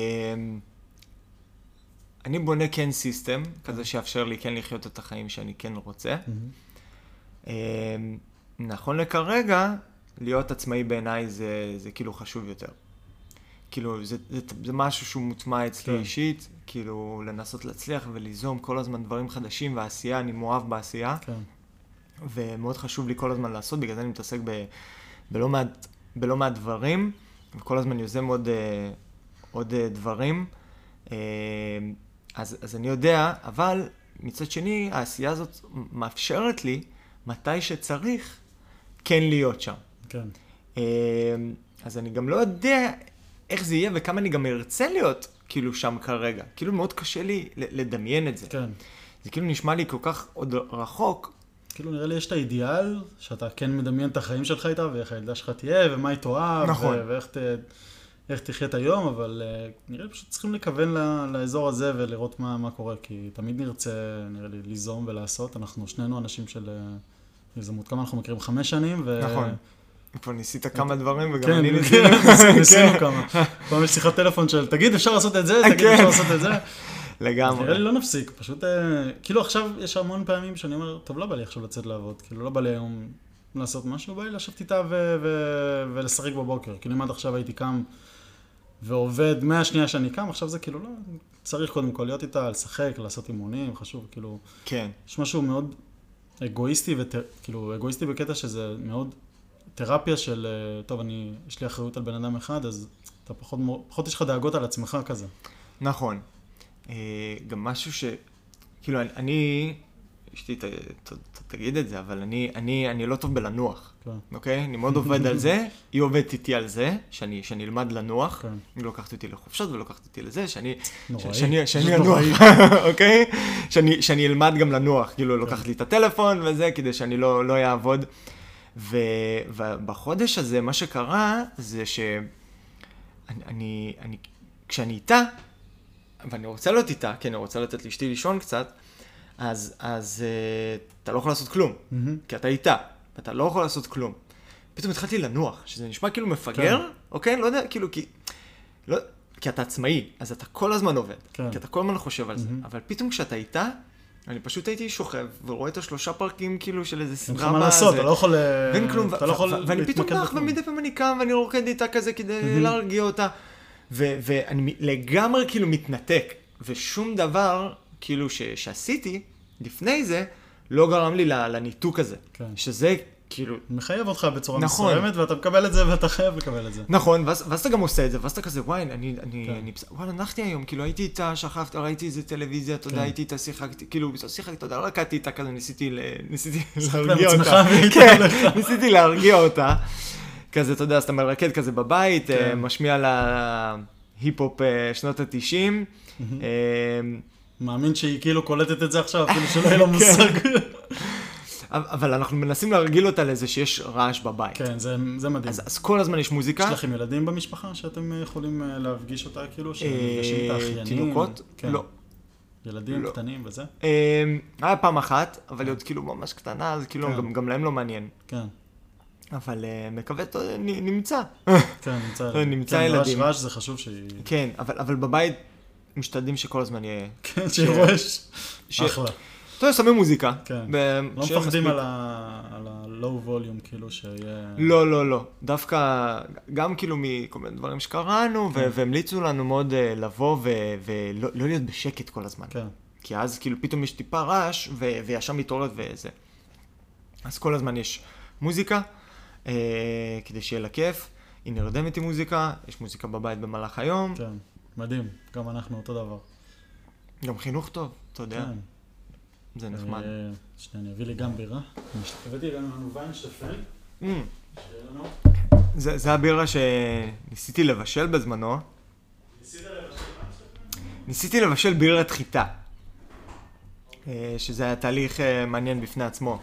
אני בונה כן סיסטם, כזה שיאפשר לי כן לחיות את החיים שאני כן רוצה. נכון לכרגע, להיות עצמאי בעיניי זה, זה כאילו חשוב יותר. כאילו, זה, זה, זה משהו שהוא מוטמע אצלי כן. אישית, כאילו, לנסות להצליח וליזום כל הזמן דברים חדשים, והעשייה, אני מאוהב בעשייה, כן. ומאוד חשוב לי כל הזמן לעשות, בגלל זה אני מתעסק ב, בלא מעט, בלא מעט דברים, וכל הזמן יוזם עוד, אה, עוד אה, דברים. אה, אז, אז אני יודע, אבל מצד שני, העשייה הזאת מאפשרת לי, מתי שצריך, כן להיות שם. כן. אה, אז אני גם לא יודע איך זה יהיה וכמה אני גם ארצה להיות כאילו שם כרגע. כאילו מאוד קשה לי לדמיין את זה. כן. זה כאילו נשמע לי כל כך עוד רחוק. כאילו נראה לי יש את האידיאל, שאתה כן מדמיין את החיים שלך איתה, ואיך הילדה שלך תהיה, ומה היא תאהב, נכון. ו- ואיך ת... איך תחיה את היום, אבל uh, נראה לי פשוט צריכים לכוון ל- לאזור הזה ולראות מה, מה קורה, כי תמיד נרצה, נראה לי, ליזום ולעשות. אנחנו שנינו אנשים של uh, יזמות, כמה אנחנו מכירים חמש שנים, ו... נכון. כבר ניסית כמה דברים וגם כן, אני ניסיתי. כן, ניסינו כמה. פעם יש שיחת טלפון של, תגיד, אפשר לעשות את זה? תגיד, אפשר לעשות את זה? לגמרי. נראה לי לא נפסיק, פשוט, כאילו עכשיו יש המון פעמים שאני אומר, טוב, לא בא לי עכשיו לצאת לעבוד, כאילו לא בא לי היום לעשות משהו, בא לי לשבת איתה ולשחק בבוקר, כאילו אם עד עכשיו הייתי קם ועובד מהשנייה שאני קם, עכשיו זה כאילו לא, צריך קודם כל להיות איתה, לשחק, לעשות אימונים, חשוב, כאילו, כן. יש משהו מאוד אגואיסטי, כאילו אגואיסטי בקטע שזה מאוד תרפיה של, טוב, אני, יש לי אחריות על בן אדם אחד, אז אתה פחות, פחות יש לך דאגות על עצמך כזה. נכון. גם משהו ש... כאילו, אני... אשתי, תגיד את זה, אבל אני, אני, אני לא טוב בלנוח. כן. אוקיי? אני מאוד עובד על זה, היא עובדת איתי על זה, שאני, שאני אלמד לנוח. כן. היא לוקחת אותי לחופשות ולוקחת אותי לזה, שאני... נוראי. שאני, שאני אנוח, אוקיי? שאני, שאני אלמד גם לנוח, כאילו, לוקחת לי את הטלפון וזה, כדי שאני לא, לא אעבוד. ו, ובחודש הזה, מה שקרה, זה ש... אני, אני, אני, כשאני איתה, ואני רוצה להיות איתה, כי אני רוצה לתת לאשתי לישון קצת, אז, אז uh, אתה לא יכול לעשות כלום, Mm-hmm. כי אתה איתה, ואתה לא יכול לעשות כלום. פתאום התחלתי לנוח, שזה נשמע כאילו מפגר, כן. אוקיי? לא יודע, כאילו, כי, לא, כי אתה עצמאי, אז אתה כל הזמן עובד, כן. כי אתה כל הזמן חושב על זה, Mm-hmm. אבל פתאום כשאתה איתה, אני פשוט הייתי שוכב, ורואה את השלושה פרקים כאילו של איזה אין לך סדרה. מה לעשות, אתה לא יכול ואין כלום, אתה לא יכול ואני פתאום להתמקד נח, בכלום. ומדי פעם אני קם, ואני רוקד איתה כזה כדי להרגיע אותה, ו- ואני לגמרי כאילו מתנתק, ושום דבר כאילו ש- שעשיתי לפני זה, לא גרם לי לניתוק הזה. כן. שזה כאילו... מחייב אותך בצורה נכון. מסוימת, ואתה מקבל את זה, ואתה חייב לקבל את זה. נכון, ואז, ואז אתה גם עושה את זה, ואז אתה כזה, וואי, אני, אני, כן. אני, וואלה, נחתי היום, כאילו הייתי איתה, שכבתי, ראיתי איזה טלוויזיה, אתה יודע, כן. הייתי איתה, שיחקתי, כאילו, שיחקתי, אתה יודע, רקדתי איתה כזה, ניסיתי, ל- ניסיתי שחקת להרגיע עם עצמך אותה. והיית כן, הולך. ניסיתי להרגיע אותה. כזה, אתה יודע, אז אתה מרקד כזה בבית, כן. אה, משמיע לה היפ-הופ אה, שנות ה-תשעים. אה, מאמין שהיא כאילו קולטת את זה עכשיו, אפילו שלא יהיה לו מושג. אבל אנחנו מנסים להרגיל אותה לזה שיש רעש בבית. כן, זה זה מדהים. אז, אז כל הזמן יש מוזיקה. יש לכם ילדים במשפחה שאתם יכולים אה, להפגיש אותה, כאילו, שנפגשים איתה אחיינים? תינוקות? כן. לא. ילדים לא. קטנים וזה? אה, היה פעם אחת, אבל היא עוד כאילו ממש קטנה, אז כאילו כן. גם, גם להם לא מעניין. כן. אבל אה, מקווה, ת- נ- נמצא. כן, נמצא לא, נמצא כן, רעש- ילדים. רעש זה חשוב שהיא... כן, אבל, אבל בבית משתדלים שכל הזמן יהיה... כן, שהיא רועש. ש- אחלה. אתה יודע, שמים מוזיקה. כן. ב- לא שיהיה מפחדים מספיק. על ה- על ה-low volume, כאילו, שיהיה... לא, לא, לא. דווקא, גם כאילו מכל מיני דברים שקראנו, ו- והמליצו לנו מאוד אה, לבוא ו- ולא לא להיות בשקט כל הזמן. כן. כי אז כאילו פתאום יש טיפה רעש, ו- וישר מתעוררת וזה. אז כל הזמן יש מוזיקה, אה, כדי שיהיה לה כיף. היא נרדמת עם מוזיקה, יש מוזיקה בבית במהלך היום. כן, מדהים. גם אנחנו אותו דבר. גם חינוך טוב, אתה יודע. כן. זה נחמד. אה, שנייה, אני אביא לי גם בירה. הבאתי לנו ויינשטפל. Mm. שיהיה לנו. זה, זה הבירה שניסיתי לבשל בזמנו. ניסית לבשל? ניסיתי לבשל בירת חיטה. אה, שזה היה תהליך אה, מעניין בפני עצמו.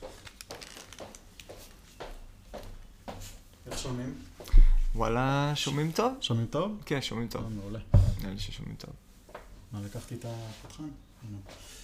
איך שומעים? וואלה, שומעים טוב? שומעים טוב? כן, שומעים טוב. טוב, מעולה. נראה לי ששומעים טוב. מה, לקחתי את הפותחן? הנה.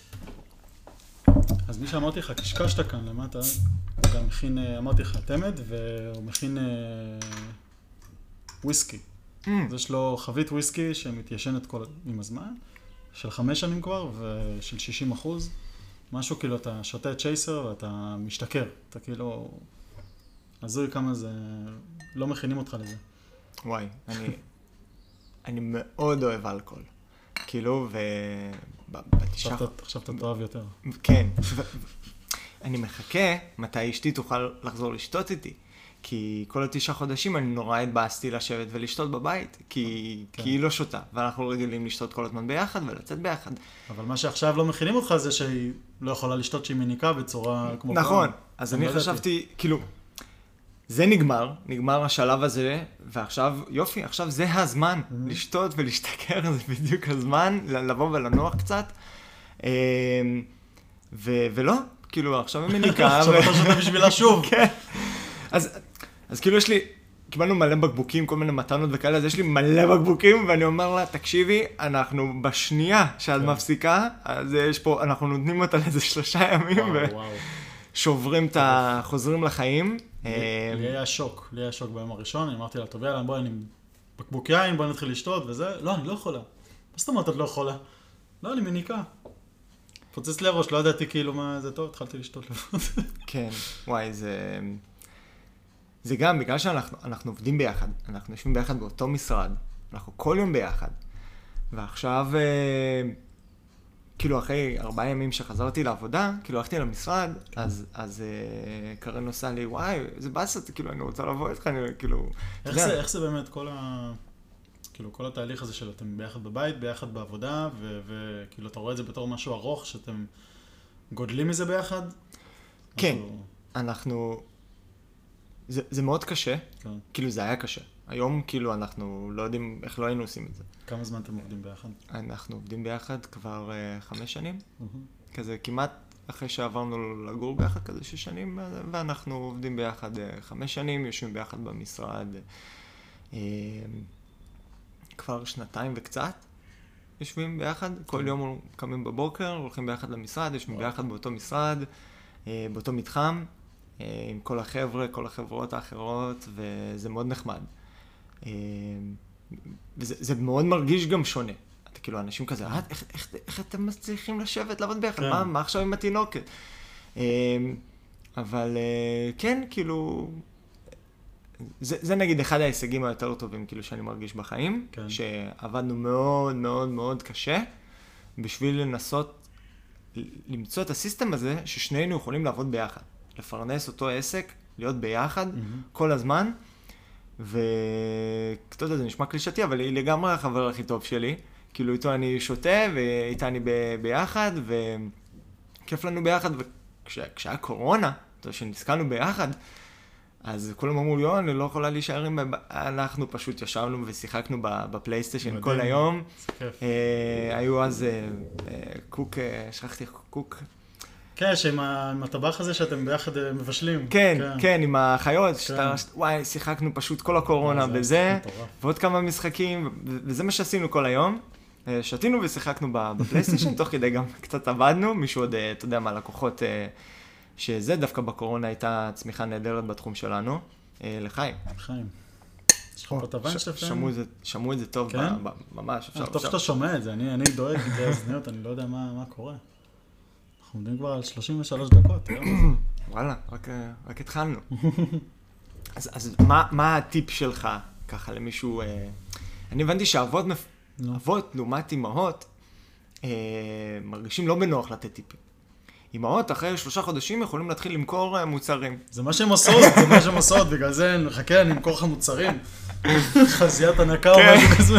אז מי שאמרתי לך, קשקשת כאן למטה, הוא גם מכין, אה, אמרתי לך, תמד, והוא מכין אה, וויסקי. Mm. אז יש לו חבית וויסקי שמתיישנת כל עם הזמן, של חמש שנים כבר, ושל שישים אחוז. משהו כאילו, אתה שותה צ'ייסר ואתה משתכר. אתה כאילו... הזוי כמה זה, לא מכינים אותך לזה. וואי, אני, אני מאוד אוהב אלכוהול. כאילו, ובתשעה... עכשיו אתה תאהב יותר. כן. אני מחכה מתי אשתי תוכל לחזור לשתות איתי. כי כל התשעה חודשים אני נורא התבאסתי לשבת ולשתות בבית, כי, כן. כי היא לא שותה, ואנחנו רגילים לשתות כל הזמן ביחד ולצאת ביחד. אבל מה שעכשיו לא מכינים אותך זה שהיא לא יכולה לשתות שהיא מניקה בצורה כמו... נכון, פעם. אז אני לא חשבתי, דעתי. כאילו, זה נגמר, נגמר השלב הזה, ועכשיו, יופי, עכשיו זה הזמן mm-hmm. לשתות ולהשתכר, זה בדיוק הזמן לבוא ולנוח קצת, ו- ולא, כאילו, עכשיו היא מניקה. עכשיו אתה שותה בשבילה שוב. כן. אז, אז כאילו יש לי, קיבלנו מלא בקבוקים, כל מיני מתנות וכאלה, אז יש לי מלא בקבוקים, ואני אומר לה, תקשיבי, אנחנו בשנייה שאת כן. מפסיקה, אז יש פה, אנחנו נותנים אותה לאיזה שלושה ימים, ושוברים את ה... חוזרים לחיים. לי היה שוק, לי היה שוק ביום הראשון, אני אמרתי לה, טוב יאללה, בואי, אני בקבוק יין, בואי נתחיל לשתות וזה, לא, אני לא יכולה. מה זאת אומרת, את לא יכולה? לא, אני מניקה. פוצץ לי הראש, לא ידעתי כאילו מה זה טוב, התחלתי לשתות לבד. כן, וואי, זה... זה גם בגלל שאנחנו אנחנו עובדים ביחד, אנחנו יושבים ביחד באותו משרד, אנחנו כל יום ביחד. ועכשיו, אה, כאילו אחרי ארבעה ימים שחזרתי לעבודה, כאילו הלכתי למשרד, כן. אז, אז אה, קרן עושה לי, וואי, זה באסת, כאילו אני רוצה לבוא איתך, אני כאילו... איך זה, איך זה באמת כל ה... כאילו כל התהליך הזה של אתם ביחד בבית, ביחד בעבודה, וכאילו אתה רואה את זה בתור משהו ארוך, שאתם גודלים מזה ביחד? כן, אנחנו... זה, זה מאוד קשה, כן. כאילו זה היה קשה. היום כאילו אנחנו לא יודעים איך לא היינו עושים את זה. כמה זמן אתם עובדים ביחד? אנחנו עובדים ביחד כבר uh, חמש שנים, Mm-hmm. כזה כמעט אחרי שעברנו לגור ביחד כזה שש שנים, ואנחנו עובדים ביחד uh, חמש שנים, יושבים ביחד במשרד uh, כבר שנתיים וקצת. יושבים ביחד, כל יום קמים בבוקר, הולכים ביחד למשרד, יושבים ביחד באותו משרד, uh, באותו מתחם. עם כל החבר'ה, כל החברות האחרות, וזה מאוד נחמד. וזה זה מאוד מרגיש גם שונה. אתה כאילו, אנשים כזה, איך, איך, איך, איך אתם מצליחים לשבת, לעבוד ביחד? כן. מה, מה עכשיו עם התינוקת? אבל כן, כאילו, זה, זה נגיד אחד ההישגים היותר טובים, כאילו, שאני מרגיש בחיים, כן. שעבדנו מאוד מאוד מאוד קשה, בשביל לנסות למצוא את הסיסטם הזה, ששנינו יכולים לעבוד ביחד. לפרנס אותו עסק, להיות ביחד mm-hmm. כל הזמן, ואתה יודע, זה נשמע קלישתי, אבל היא לגמרי החבר הכי טוב שלי, כאילו איתו אני שותה, ואיתה אני ב- ביחד, וכיף לנו ביחד, וכשהיה קורונה, שנזכרנו ביחד, אז כולם אמרו לי, אני לא יכולה להישאר עם... אנחנו פשוט ישבנו ושיחקנו בפלייסטיישן כל היום. היו אז קוק, שכחתי קוק. כן, שעם הטבח הזה שאתם ביחד מבשלים. כן, כן, עם החיות, וואי, שיחקנו פשוט כל הקורונה בזה, ועוד כמה משחקים, וזה מה שעשינו כל היום. שתינו ושיחקנו בפלייסטיישן, תוך כדי גם קצת עבדנו, מישהו עוד, אתה יודע מה, לקוחות... שזה דווקא בקורונה הייתה צמיחה נהדרת בתחום שלנו, לחיים. לחיים. יש לך פה את הוואן שלכם? שמעו את זה טוב, ממש. טוב שאתה שומע את זה, אני דואג באזניות, אני לא יודע מה קורה. אנחנו עומדים כבר על שלושים ושלוש דקות. וואלה, רק התחלנו. אז מה הטיפ שלך, ככה למישהו, אני הבנתי שאבות לעומת אמהות, מרגישים לא בנוח לתת טיפים. אמהות אחרי שלושה חודשים יכולים להתחיל למכור מוצרים. זה מה שהן עושות, זה מה שהן עושות, בגלל זה נחכה, אני אמכור לך מוצרים. חזיית הנקה או משהו כזה.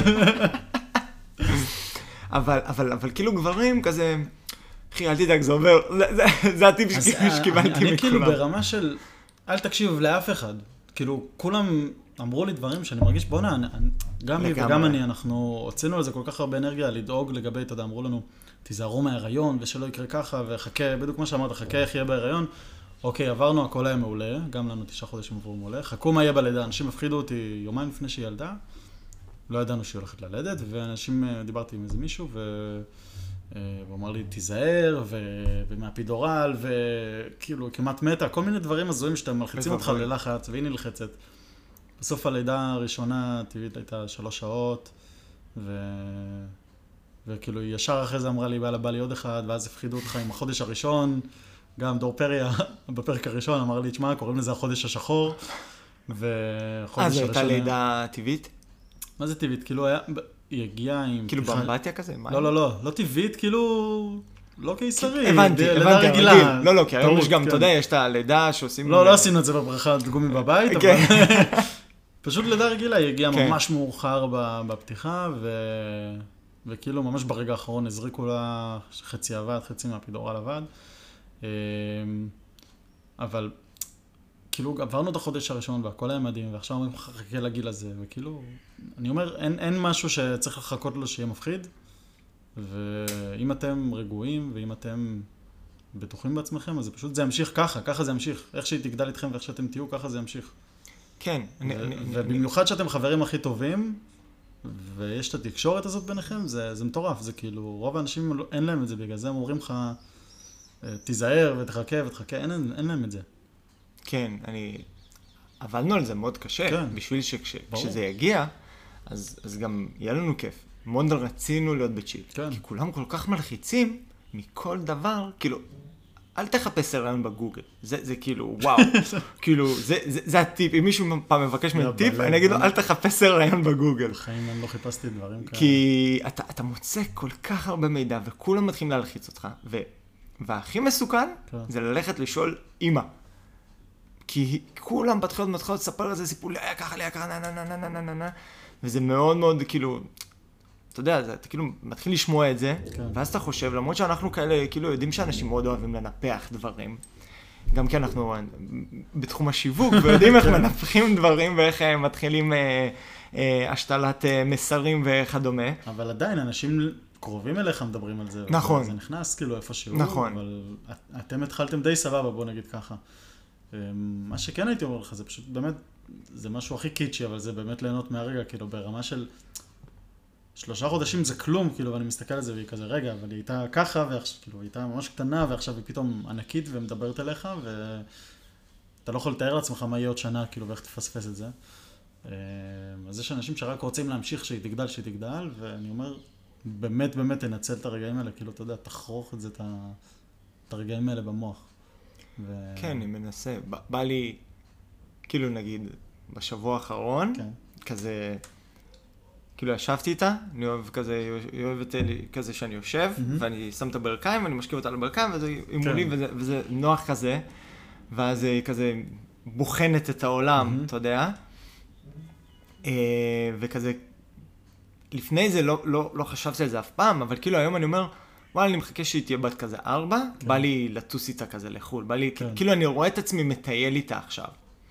אבל, אבל, אבל כאילו גברים כזה, אחי, אל תדאג, זה עובר, זה הטיפ שקיבלתי מכולם. אני כאילו ברמה של, אל תקשיב לאף אחד. כאילו, כולם אמרו לי דברים שאני מרגיש, בוא'נה, גם לי וגם אני, אנחנו הוצאנו על זה כל כך הרבה אנרגיה לדאוג לגבי, אתה יודע, אמרו לנו, תיזהרו מההיריון ושלא יקרה ככה, וחכה, בדיוק כמו שאמרת, חכה איך יהיה בהיריון. אוקיי, עברנו, הכל היה מעולה, גם לנו תשעה חודשים עברו מעולה. חכו מה יהיה בלידה, אנשים הפחידו אותי יומיים לפני שהיא ילדה, לא ידענו שהיא הולכת ללדת, ואנשים, דיברתי עם איזה מישהו, והוא אמר לי, תיזהר, ומהפידורל, וכאילו, כמעט מתה, כל מיני דברים הזויים שאתם מלחיצים אותך ללחץ, והיא נלחצת. בסוף הלידה הראשונה, טבעית הייתה שלוש שעות, ו... וכאילו ישר אחרי זה אמרה לי, בא לה, בא לי עוד אחד, ואז הפחידו אותך עם החודש הראשון, גם דור פריה, בפרק הראשון, אמר לי, תשמע, קוראים לזה החודש השחור, וחודש אה, זו הראשון... הייתה לידה טבעית? מה זה טבעית? כאילו היה... היא הגיעה עם... כאילו באמבטיה כזה? לא, לא, לא, לא טבעית, כאילו... לא קיסרי. הבנתי, לידה הבנתי, רגילה. רגיל. לא, לא, כי היום טעות, יש גם, כן. אתה יודע, יש את הלידה שעושים... לא, לא עשינו את זה בבריכת גומי בבית, אבל... כן. פשוט לידה רגילה, היא הגיעה כן. ממש מאוחר ב- בפתיחה, ו... וכאילו ממש ברגע האחרון הזריקו לה חצי עבד, חצי מהפידורל עבד. אמ, אבל כאילו עברנו את החודש הראשון והכל היה מדהים, ועכשיו אומרים חכה לגיל הזה, וכאילו, אני אומר, אין, אין משהו שצריך לחכות לו שיהיה מפחיד, ואם אתם רגועים, ואם אתם בטוחים בעצמכם, אז זה פשוט, זה ימשיך ככה, ככה זה ימשיך. איך שהיא תגדל איתכם ואיך שאתם תהיו, ככה זה ימשיך. כן. אני- ו- אני- אני- ובמיוחד שאתם חברים הכי טובים, ויש את התקשורת הזאת ביניכם, זה, זה מטורף, זה כאילו, רוב האנשים לא- אין להם את זה, בגלל זה הם אומרים לך, "אה, תיזהר ותחכה ותחכה, אין, אין להם את זה. כן, אני... עבדנו על זה מאוד קשה, כן. בשביל שכשזה יגיע, אז, אז גם יהיה לנו כיף. מאוד רצינו להיות בצ'יל. כן. כי כולם כל כך מלחיצים מכל דבר, כאילו, אל תחפש הרעיון בגוגל. זה, זה כאילו, וואו. כאילו, זה, זה, זה הטיפ. אם מישהו פעם מבקש ממני לא, טיפ, בלב, אני אגיד לו, אני- אל תחפש הרעיון בגוגל. בחיים אני לא חיפשתי דברים כאלה. כי אתה, אתה מוצא כל כך הרבה מידע, וכולם מתחילים להלחיץ אותך. ו, והכי מסוכן, כן. זה ללכת לשאול אמא. כי כולם בתחילת מתחילות לספר איזה סיפור, לי היה ככה, לי היה ככה, נה נה נה נה נה נה נה נה, וזה מאוד מאוד כאילו, אתה יודע, זה- אתה כאילו מתחיל לשמוע את זה, כן. ואז אתה חושב, למרות שאנחנו כאלה, כאילו יודעים שאנשים מאוד אוהבים לנפח דברים, גם כי אנחנו בתחום השיווק, ויודעים איך מנפחים דברים, ואיך אה, מתחילים אה, אה, השתלת אה, מסרים וכדומה. אבל עדיין, אנשים קרובים אליך מדברים על זה. נכון. זה נכנס כאילו איפשהו. נכון. אבל את- אתם התחלתם די סבבה, בוא נגיד ככה. אמ, מה שכן הייתי אומר לך, זה פשוט באמת, זה משהו הכי קיצ'י, אבל זה באמת ליהנות מהרגע, כאילו ברמה של שלושה חודשים זה כלום, כאילו, ואני מסתכל על זה והיא כזה, רגע, אבל היא הייתה ככה, ועכשיו, כאילו, היא הייתה ממש קטנה, ועכשיו היא פתאום ענקית ומדברת אליך, ואתה לא יכול לתאר לעצמך מה יהיה עוד שנה, כאילו, ואיך תפספס את זה. אמ, אז יש אנשים שרק רוצים להמשיך שהיא תגדל, שהיא תגדל, ואני אומר, באמת, באמת תנצל את הרגעים האלה, כאילו, אתה יודע, תחרוך את זה, את ה- את הרגעים האלה במוח. ו... כן, אני מנסה. בא, בא לי, כאילו נגיד, בשבוע האחרון, כן. כזה, כאילו ישבתי איתה, אני אוהב כזה, היא אוהבת לי כזה שאני יושב, מהמם. ואני שם את הברכיים, ואני משכיב אותה על הברכיים, וזה היא כן. מולי, וזה, וזה נוח כזה, ואז היא כזה בוחנת את העולם, מהמם. אתה יודע? אה, וכזה, לפני זה לא, לא, לא חשבתי על זה אף פעם, אבל כאילו היום אני אומר, וואלה, אני מחכה שהיא תהיה בת כזה ארבע, כן. בא לי לטוס איתה כזה לחול, בא לי, כן. כאילו אני רואה את עצמי מטייל איתה עכשיו.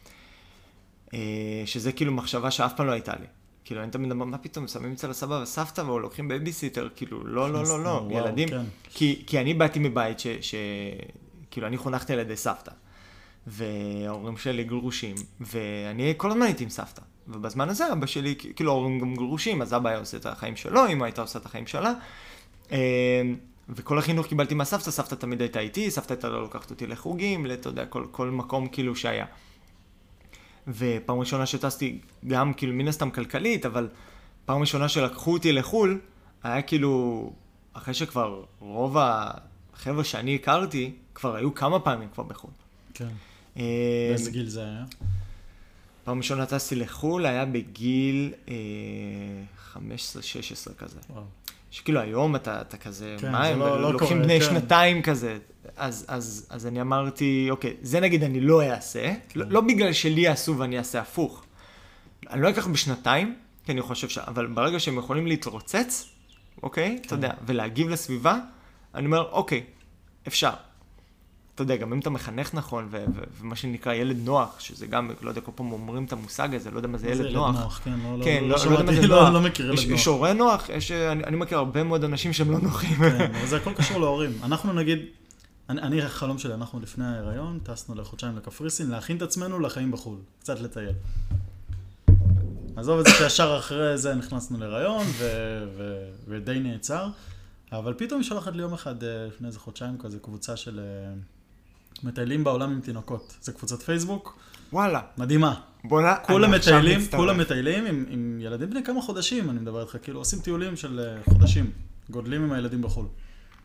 אה, שזה כאילו מחשבה שאף פעם לא הייתה לי. כאילו, אני תמיד אומר, מה פתאום, שמים אצל הסבא וסבתא, או לוקחים בייביסיטר, כאילו, לא, לא, לא, לא, וואו, ילדים. כן. כי, כי אני באתי מבית ש, ש... כאילו, אני חונכתי על ידי סבתא. וההורים שלי גרושים, ואני כל הזמן הייתי עם סבתא. ובזמן הזה אבא שלי, כאילו, ההורים גם גרושים, אז אבא היה עושה את החיים שלו, אמא הייתה עושה את החיים שלה. אה, וכל החינוך קיבלתי מהסבתא, סבתא תמיד הייתה איתי, סבתא הייתה לא לוקחת אותי לחוגים, אתה יודע, כל, כל מקום כאילו שהיה. ופעם ראשונה שטסתי, גם כאילו מן הסתם כלכלית, אבל פעם ראשונה שלקחו אותי לחול, היה כאילו, אחרי שכבר רוב החבר'ה שאני הכרתי, כבר היו כמה פעמים כבר בחול. כן. אה, באיזה גיל זה היה? פעם ראשונה טסתי לחול, היה בגיל אה, חמש עשרה שש עשרה כזה. וואו. שכאילו היום אתה, אתה כזה, כן, מה זה הם, לא- לא לוקחים קורה, בני כן. שנתיים כזה. אז, אז, אז אני אמרתי, אוקיי, זה נגיד אני לא אעשה, לא, לא בגלל שלי יעשו ואני אעשה הפוך. אני לא אקח בשנתיים, כי אני חושב ש... אבל ברגע שהם יכולים להתרוצץ, אוקיי, אתה יודע, ולהגיב לסביבה, אני אומר, אוקיי, אפשר. אתה יודע, גם אם אתה מחנך נכון, ו- ו- ומה שנקרא ילד נוח, שזה גם, לא יודע, כל פעם אומרים את המושג הזה, לא יודע מה זה ילד נוח. כן, לא, כן, לא, לא, לא, לא יודע מה שמעתי, זה לא, נוח. לא מכיר ילד יש, נוח. יש הורה נוח, יש, אני, אני מכיר הרבה מאוד אנשים שהם לא נוחים. כן, זה הכל קשור להורים. אנחנו נגיד, אני, אני החלום שלי, אנחנו לפני ההיריון, טסנו לחודשיים לקפריסין, להכין את עצמנו לחיים בחו"ל, קצת לטייל. עזוב את זה שישר אחרי זה נכנסנו להיריון, ו- ו- ודי נעצר, אבל פתאום היא שולחת לי יום אחד, אה, לפני איזה חודשיים כזה, קבוצה של אה, מטיילים בעולם עם תינוקות. זה קבוצת פייסבוק, וואלה, מדהימה. בוא'נה, כולם אני עכשיו מטיילים, מצטרף. כולם מטיילים עם, עם ילדים בני כמה חודשים, אני מדבר איתך, כאילו עושים טיולים של אה, חודשים, גודלים עם הילדים בחו"ל.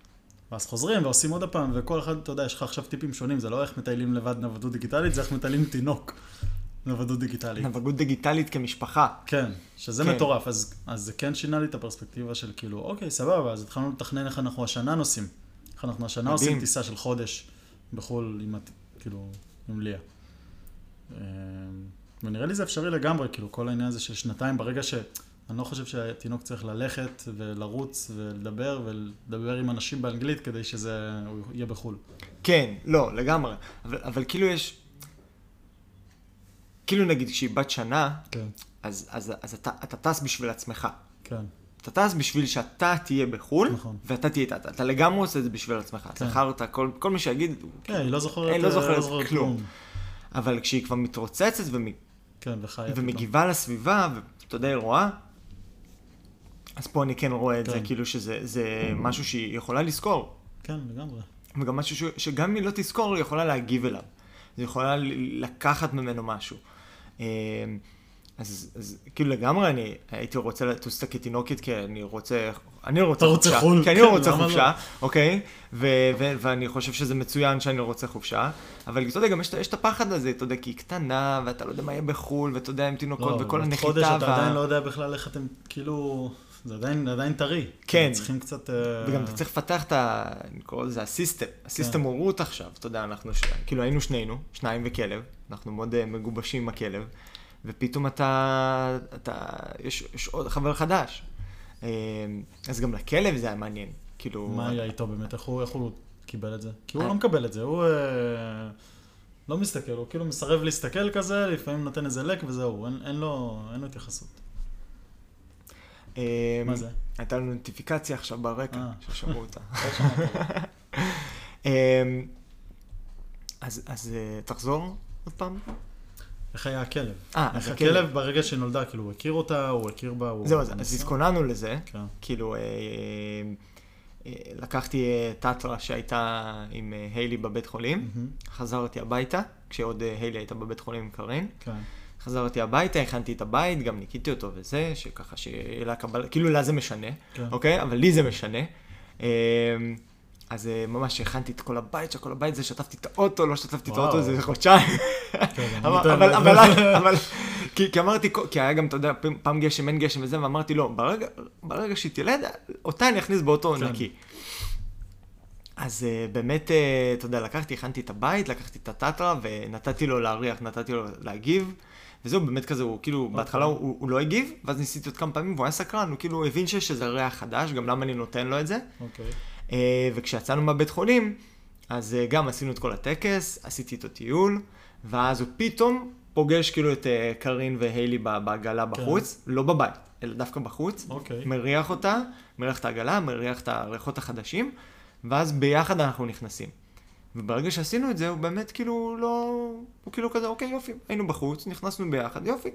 ואז חוזרים ועושים עוד הפעם, וכל אחד, אתה יודע, יש לך עכשיו טיפים שונים, זה לא איך מטיילים לבד נוודות דיגיטלית, זה איך מטיילים תינוק נוודות דיגיטלית. נוודות דיגיטלית כמשפחה. כן, שזה כן. מטורף, אז, אז זה כן שינה לי את הפרספקטיבה של כאילו, אוקיי, סבבה, אז התחלנו לתכנן איך אנחנו השנה נוסעים. איך אנחנו השנה מדהים. עושים טיסה של חודש בחול עם, הת- כאילו, עם ליה. אמ, ונראה לי זה אפשרי לגמרי, כאילו, כל העניין הזה של שנתיים, ברגע ש... אני לא חושב שהתינוק צריך ללכת ולרוץ ולדבר ולדבר עם אנשים באנגלית כדי שזה הוא יהיה בחול. כן, לא, לגמרי. אבל, אבל כאילו יש... כאילו נגיד כשהיא בת שנה, כן. אז, אז, אז אתה, אתה טס בשביל עצמך. כן. אתה טס בשביל שאתה תהיה בחול, נכון. ואתה תהיה, אתה, אתה לגמרי עושה את זה בשביל עצמך. כן. זכרת, כל, כל מי שיגיד... כן, היא לא זוכרת, היא לא זוכרת זוכרת כלום. אבל כשהיא כבר מתרוצצת ומ... כן, וחיה. ומגיבה לסביבה, ואתה יודע, היא רואה, אז פה אני כן רואה את כן. זה, כאילו שזה זה משהו שהיא יכולה לזכור. כן, לגמרי. וגם משהו ש, שגם אם היא לא תזכור, היא יכולה להגיב אליו. היא יכולה ל- לקחת ממנו משהו. אה, אז, אז כאילו לגמרי אני הייתי רוצה לטוס אותה כתינוקת, כי אני רוצה, אני רוצה אתה רוצה חופשה. חול? כי אני כן, רוצה למה חופשה, אוקיי? ו- ו- ואני חושב שזה מצוין שאני רוצה חופשה. אבל אתה יודע, גם יש, יש את הפחד הזה, אתה יודע, כי היא קטנה, ואתה לא יודע מה יהיה בחול, ואתה יודע, עם תינוקות, לא, וכל בת הנחיתה. חודש אתה וה... עדיין לא יודע בכלל איך אתם, כאילו, זה עדיין, עדיין טרי. כן. צריכים קצת... וגם אתה צריך לפתח את ה... אני קורא לזה הסיסטם. הסיסטם הורות עכשיו, אתה יודע, אנחנו, ש... כאילו היינו שנינו, שניים וכלב, אנחנו מאוד uh, מגובשים עם הכלב, ופתאום אתה, אתה, יש, יש עוד חבר חדש. Uh, אז גם לכלב זה היה מעניין, כאילו... מה היה איתו באמת? איך הוא, איך הוא קיבל את זה? כי הוא אה. לא מקבל את זה, הוא אה, לא מסתכל, הוא כאילו מסרב להסתכל כזה, לפעמים נותן איזה לק וזהו, אין, אין לו, אין לו התייחסות. Uh, מה זה? הייתה לנו נוטיפיקציה עכשיו ברקע, אה. ששמעו אותה. לא שמעתי. Um, אז, אז uh, תחזור עוד פעם. איך היה הכלב? אה, איך אז הכלב ברגע שנולדה, כאילו הוא הכיר אותה, הוא הכיר בה, הוא... זהו, אז, הוא אז ניסה? התכוננו לזה, כן. כאילו, אה, אה, לקחתי אה, טאטרה שהייתה עם אה, היילי בבית חולים, מהמם. חזרתי הביתה, כשעוד אה, היילי הייתה בבית חולים עם קרין, כן. חזרתי הביתה, הכנתי את הבית, גם ניקיתי אותו וזה, שככה שיהיה לה קבל, כאילו לה זה משנה, כן. אוקיי? אבל לי זה משנה. אה, אז אה, ממש הכנתי את כל הבית, שכל הבית זה, שטפתי את האוטו, לא שטפתי את וואו. האוטו, זה חודשיים. כן, אני אבל, מתאר. אבל, אבל, אבל, כי, כי אמרתי, כי היה גם, אתה יודע, פעם גשם, אין גשם וזה, ואמרתי, לא, ברגע, ברגע שהיא תלד, אותה אני אכניס באותו כן. נקי. אז uh, באמת, uh, אתה יודע, לקחתי, הכנתי את הבית, לקחתי את הטאטרה, ונתתי לו להריח, נתתי לו להגיב, וזהו, באמת כזה, הוא כאילו, okay. בהתחלה הוא, הוא לא הגיב, ואז ניסיתי עוד כמה פעמים, והוא היה סקרן, הוא כאילו הבין שיש איזה ריח חדש, גם למה אני נותן לו את זה. אוקיי. Uh, וכשיצאנו מהבית חולים, אז uh, גם עשינו את כל הטקס, עשיתי איתו טיול, ואז הוא פתאום פוגש כאילו את uh, קרין והיילי בעגלה בחוץ, לא בבית, אלא דווקא בחוץ, אוקיי. מריח אותה, מריח את העגלה, מריח את הריחות החדשים, ואז ביחד אנחנו נכנסים. וברגע שעשינו את זה, הוא באמת כאילו לא... הוא כאילו כזה, אוקיי, יופי, היינו בחוץ, נכנסנו ביחד, יופי.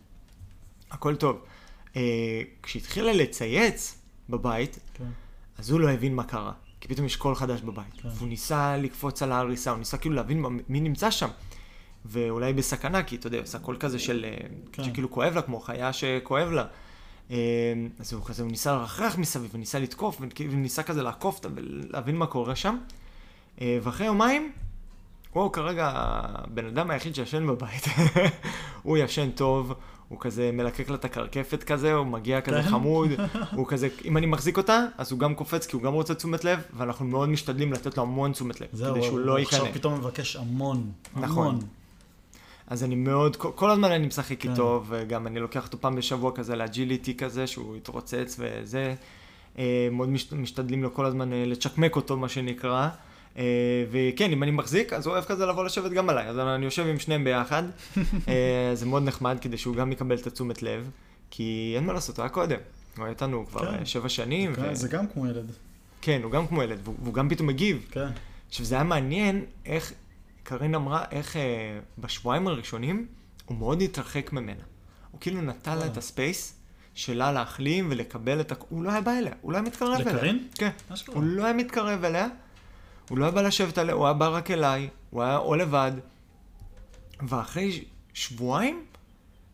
הכל טוב. אה, כשהתחילה לצייץ בבית, כן. אז הוא לא הבין מה קרה. כי פתאום יש קול חדש בבית. כן. והוא ניסה לקפוץ על ההריסה, הוא ניסה כאילו להבין מה- מי נמצא שם. ואולי בסכנה, כי אתה יודע, עושה קול כזה של... אה, כן. שכאילו כואב לה, כמו חיה שכואב לה. אה, אז הוא כזה, הוא ניסה לרחרח מסביב, וניסה לתקוף, וניסה כזה לעקוף אותה ולהבין מה קורה שם. אה, ואחרי יומיים, הוא כרגע הבן אדם היחיד שישן בבית. הוא ישן טוב, הוא כזה מלקק לה את הקרקפת כזה, הוא מגיע כזה כן. חמוד, הוא כזה, אם אני מחזיק אותה, אז הוא גם קופץ, כי הוא גם רוצה תשומת לב, ואנחנו מאוד משתדלים לתת לו המון תשומת לב, זהו, כדי שהוא הוא לא עכשיו ייכנס. פתאום מבקש המון. נכון. המון. אז אני מאוד, כל, כל הזמן אני משחק כן. איתו, וגם אני לוקח אותו פעם בשבוע כזה לאג'יליטי כזה, שהוא יתרוצץ וזה. אה, מאוד מש, משתדלים לו כל הזמן אה, לצ'קמק אותו, מה שנקרא. אה, וכן, אם אני מחזיק, אז הוא אוהב כזה לבוא לשבת גם עליי. אז אני יושב עם שניהם ביחד. אה, זה מאוד נחמד כדי שהוא גם יקבל את התשומת לב, כי אין מה לעשות, הוא היה קודם. הוא היה איתנו כבר כן. אה, שבע שנים. כן, ו... זה גם כמו ילד. כן, הוא גם כמו ילד, והוא, והוא גם פתאום מגיב. כן. עכשיו, זה היה מעניין איך, קרין אמרה, איך אה, בשבועיים הראשונים הוא מאוד התרחק ממנה. הוא כאילו נתן לה אה. את הספייס שלה להחלים ולקבל את הכ... הוא לא היה בא אליה, הוא לא היה מתקרב אליה. לקרין? כן. אשכרה. הוא לא היה מתקרב אליה, הוא לא היה בא לשבת עליה, הוא היה בא רק אליי, הוא היה או לבד. ואחרי ש- שבועיים,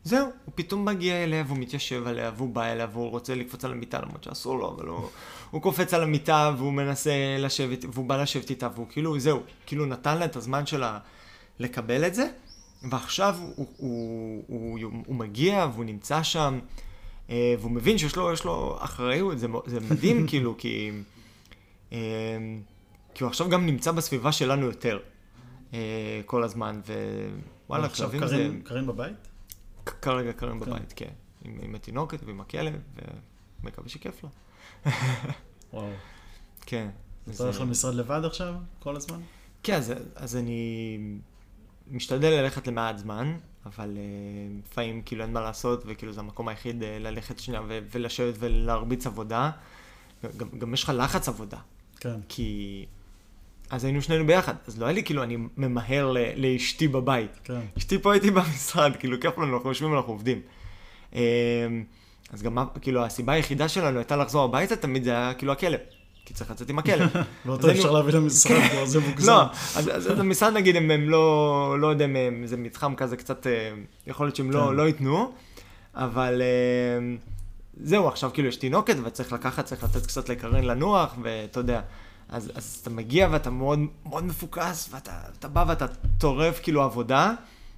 זהו, הוא פתאום מגיע אליה, והוא מתיישב עליה, והוא בא אליה, והוא רוצה לקפוץ על המיטה, למרות שאסור לו, אבל הוא, הוא קופץ על המיטה, והוא מנסה לשבת, והוא בא לשבת איתה, והוא כאילו, זהו, כאילו נתן לה את הזמן שלה לקבל את זה, ועכשיו הוא, הוא, הוא, הוא, הוא מגיע, והוא נמצא שם, והוא מבין שיש לו, יש לו אחריות, זה, זה מדהים, כאילו, כי, כי הוא עכשיו גם נמצא בסביבה שלנו יותר, כל הזמן, ווואלה, עכשיו קרין, קרין בבית? כרגע קרין בבית, כן. עם, עם התינוקת ועם הכלב, ומקווה שכיף לו. וואו. כן. אתה הולך למשרד לבד עכשיו, כל הזמן? כן, אז, אז אני משתדל ללכת למעט זמן, אבל uh, לפעמים כאילו אין מה לעשות, וכאילו זה המקום היחיד uh, ללכת שנייה ו- ולשבת ולהרביץ עבודה. גם, גם יש לך לחץ עבודה. כן. כי... אז היינו שנינו ביחד, אז לא היה לי כאילו אני ממהר ל- לאשתי בבית. כן. אשתי פה הייתי במשרד, כאילו כיף לנו, אנחנו יושבים ואנחנו עובדים. Um, אז גם כאילו הסיבה היחידה שלנו הייתה לחזור הביתה, תמיד זה היה כאילו הכלב. כי צריך לצאת עם הכלב. ואותו אפשר להביא למשרד, כבר זה מוגזם. לא, אז המשרד נגיד, הם לא, לא יודע, זה מתחם כזה קצת, יכול להיות שהם לא ייתנו, אבל זהו, עכשיו כאילו יש תינוקת, וצריך לקחת, צריך לתת קצת לקרין לנוח, ואתה יודע, אז אתה מגיע ואתה מאוד מאוד מפוקס, ואתה בא ואתה טורף כאילו עבודה,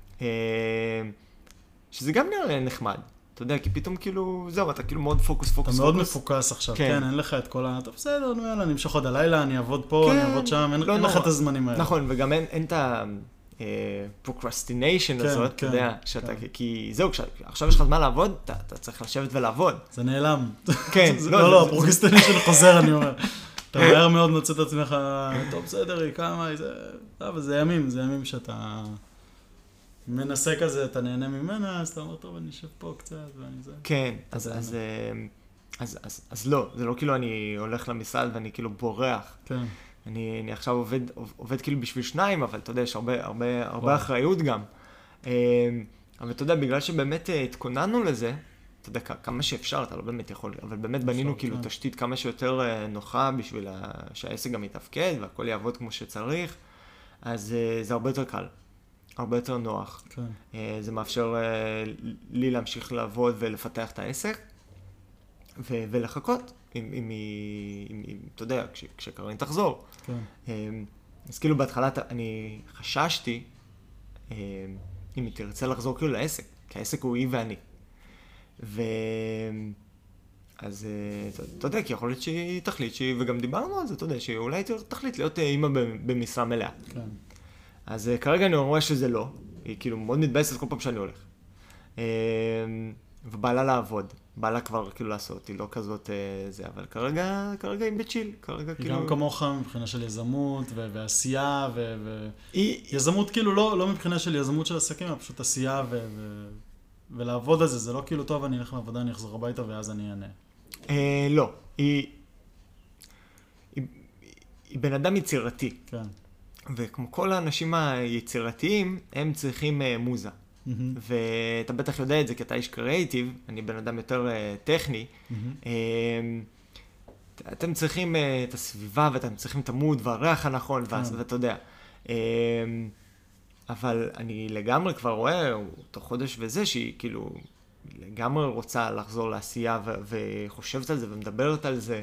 שזה גם נראה נחמד. אתה יודע, כי פתאום כאילו, זהו, אתה כאילו מאוד פוקוס, פוקוס, אתה מאוד מפוקס עכשיו, כן, אין לך את כל ה... טוב, בסדר, נו יאללה, אני אמשוך עוד הלילה, אני אעבוד פה, אני אעבוד שם, אין לך את הזמנים האלה. נכון, וגם אין את ה-procrastination הזאת, אתה יודע, כי זהו, עכשיו יש לך זמן לעבוד, אתה צריך לשבת ולעבוד. זה נעלם. כן. לא, לא, ה-procrastination חוזר, אני אומר. אתה מהר מאוד מוצא את עצמך, טוב, בסדר, כמה, אבל זה ימים, זה ימים שאתה... מנסה כזה, אתה נהנה ממנה, אז אתה אומר, טוב, אני אשב פה קצת, ואני זה. כן, אז, אז, אז, אז, אז לא, זה לא כאילו אני הולך למשרד ואני כאילו בורח. כן. אני, אני עכשיו עובד, עובד כאילו בשביל שניים, אבל אתה יודע, יש הרבה, הרבה, הרבה אחריות גם. אבל אתה יודע, בגלל שבאמת התכוננו לזה, אתה יודע, כמה שאפשר, אתה לא באמת יכול, אבל באמת בנינו כאילו תשתית כמה שיותר נוחה בשביל שהעסק גם יתפקד, והכל יעבוד כמו שצריך, אז זה הרבה יותר קל. הרבה יותר נוח. כן. זה מאפשר לי להמשיך לעבוד ולפתח את העסק, ו- ולחכות, אם, אם, אם, אם, אתה יודע, כש- כשקרין תחזור. כן. אז כאילו בהתחלה אני חששתי, אם היא תרצה לחזור כאילו לעסק, כי העסק הוא היא ואני. ו... אז אתה יודע, כי יכול להיות שהיא תחליט, שהיא, וגם דיברנו על זה, אתה יודע, שאולי תחליט להיות אימא במשרה מלאה. כן. אז כרגע אני רואה שזה לא, היא כאילו מאוד מתבאסת כל פעם שאני הולך. ובא לה לעבוד, בא לה כבר כאילו לעשות, היא לא כזאת זה, אבל כרגע, כרגע היא בצ'יל, כרגע כאילו... היא גם כמוך מבחינה של יזמות ועשייה ויזמות כאילו לא מבחינה של יזמות של עסקים, אלא פשוט עשייה ולעבוד על זה, זה לא כאילו טוב, אני אלך לעבודה, אני אחזור הביתה ואז אני אענה. לא, היא בן אדם יצירתי. כן. וכמו כל האנשים היצירתיים, הם צריכים מוזה. Mm-hmm. ואתה בטח יודע את זה, כי אתה איש קריאיטיב, אני בן אדם יותר טכני. Mm-hmm. אתם צריכים את הסביבה, ואתם צריכים את המוד והריח הנכון, כן. ואתה יודע. אבל אני לגמרי כבר רואה, תוך חודש וזה, שהיא כאילו לגמרי רוצה לחזור לעשייה, וחושבת על זה ומדברת על זה.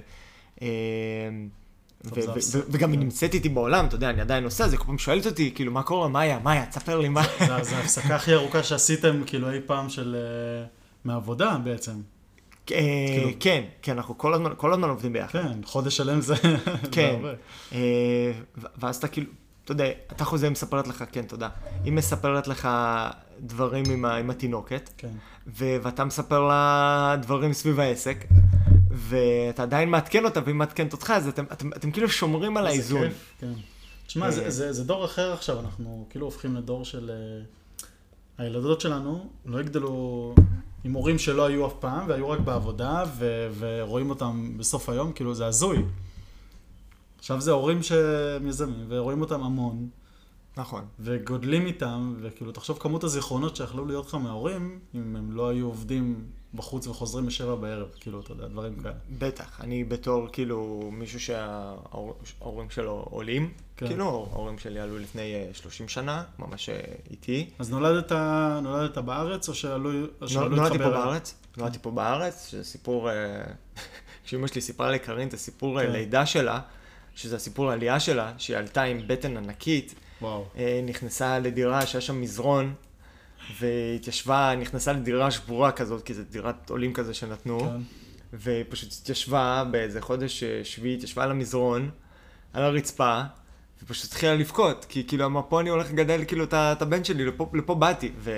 וגם היא נמצאת איתי בעולם, אתה יודע, אני עדיין עושה, זה כל פעם שואלת אותי, כאילו, מה קורה, מאיה, מאיה, תספר לי מה. זה ההפסקה הכי ארוכה שעשיתם, כאילו, אי פעם של... מעבודה בעצם. כן, כן, אנחנו כל הזמן עובדים ביחד. כן, חודש שלם זה הרבה. ואז אתה כאילו, אתה יודע, אתה חוזה, היא מספרת לך, כן, תודה. היא מספרת לך דברים עם התינוקת, ואתה מספר לה דברים סביב העסק. ואתה עדיין מעדכן אותה, והיא מעדכנת אותך, אז אתם, אתם, אתם כאילו שומרים על האיזון. זה כיף, כן. תשמע, זה, זה, זה דור אחר עכשיו, אנחנו כאילו הופכים לדור של... הילדות שלנו לא יגדלו עם הורים שלא היו אף פעם, והיו רק בעבודה, ו, ורואים אותם בסוף היום, כאילו זה הזוי. עכשיו זה הורים שמזמים, ורואים אותם המון. נכון. וגודלים איתם, וכאילו תחשוב כמות הזיכרונות שיכלו להיות לך מההורים, אם הם לא היו עובדים בחוץ וחוזרים בשבע בערב, כאילו, אתה יודע, דברים כאלה. בטח, אני בתור כאילו מישהו שההורים שלו עולים, כן. כאילו ההורים שלי עלו לפני אה, שלושים שנה, ממש אה, איתי. אז נולדת, נולדת בארץ או שעלו, או שעלו נולדתי איתך פה בארץ? בארץ, נולדתי פה בארץ, שזה סיפור, אה, כשאמא שלי סיפרה לקרין את הסיפור כן. לידה שלה, שזה הסיפור העלייה שלה, שהיא עלתה עם בטן ענקית, וואו. אה, נכנסה לדירה שהיה שם מזרון, והתיישבה, נכנסה לדירה שבורה כזאת, כי זו דירת עולים כזה שנתנו, כן. ופשוט התיישבה באיזה חודש שביעי, התיישבה על המזרון, על הרצפה, ופשוט התחילה לבכות, כי כאילו אמרה, פה אני הולך לגדל כאילו את ה- את הבן שלי, לפה, לפה באתי, ו...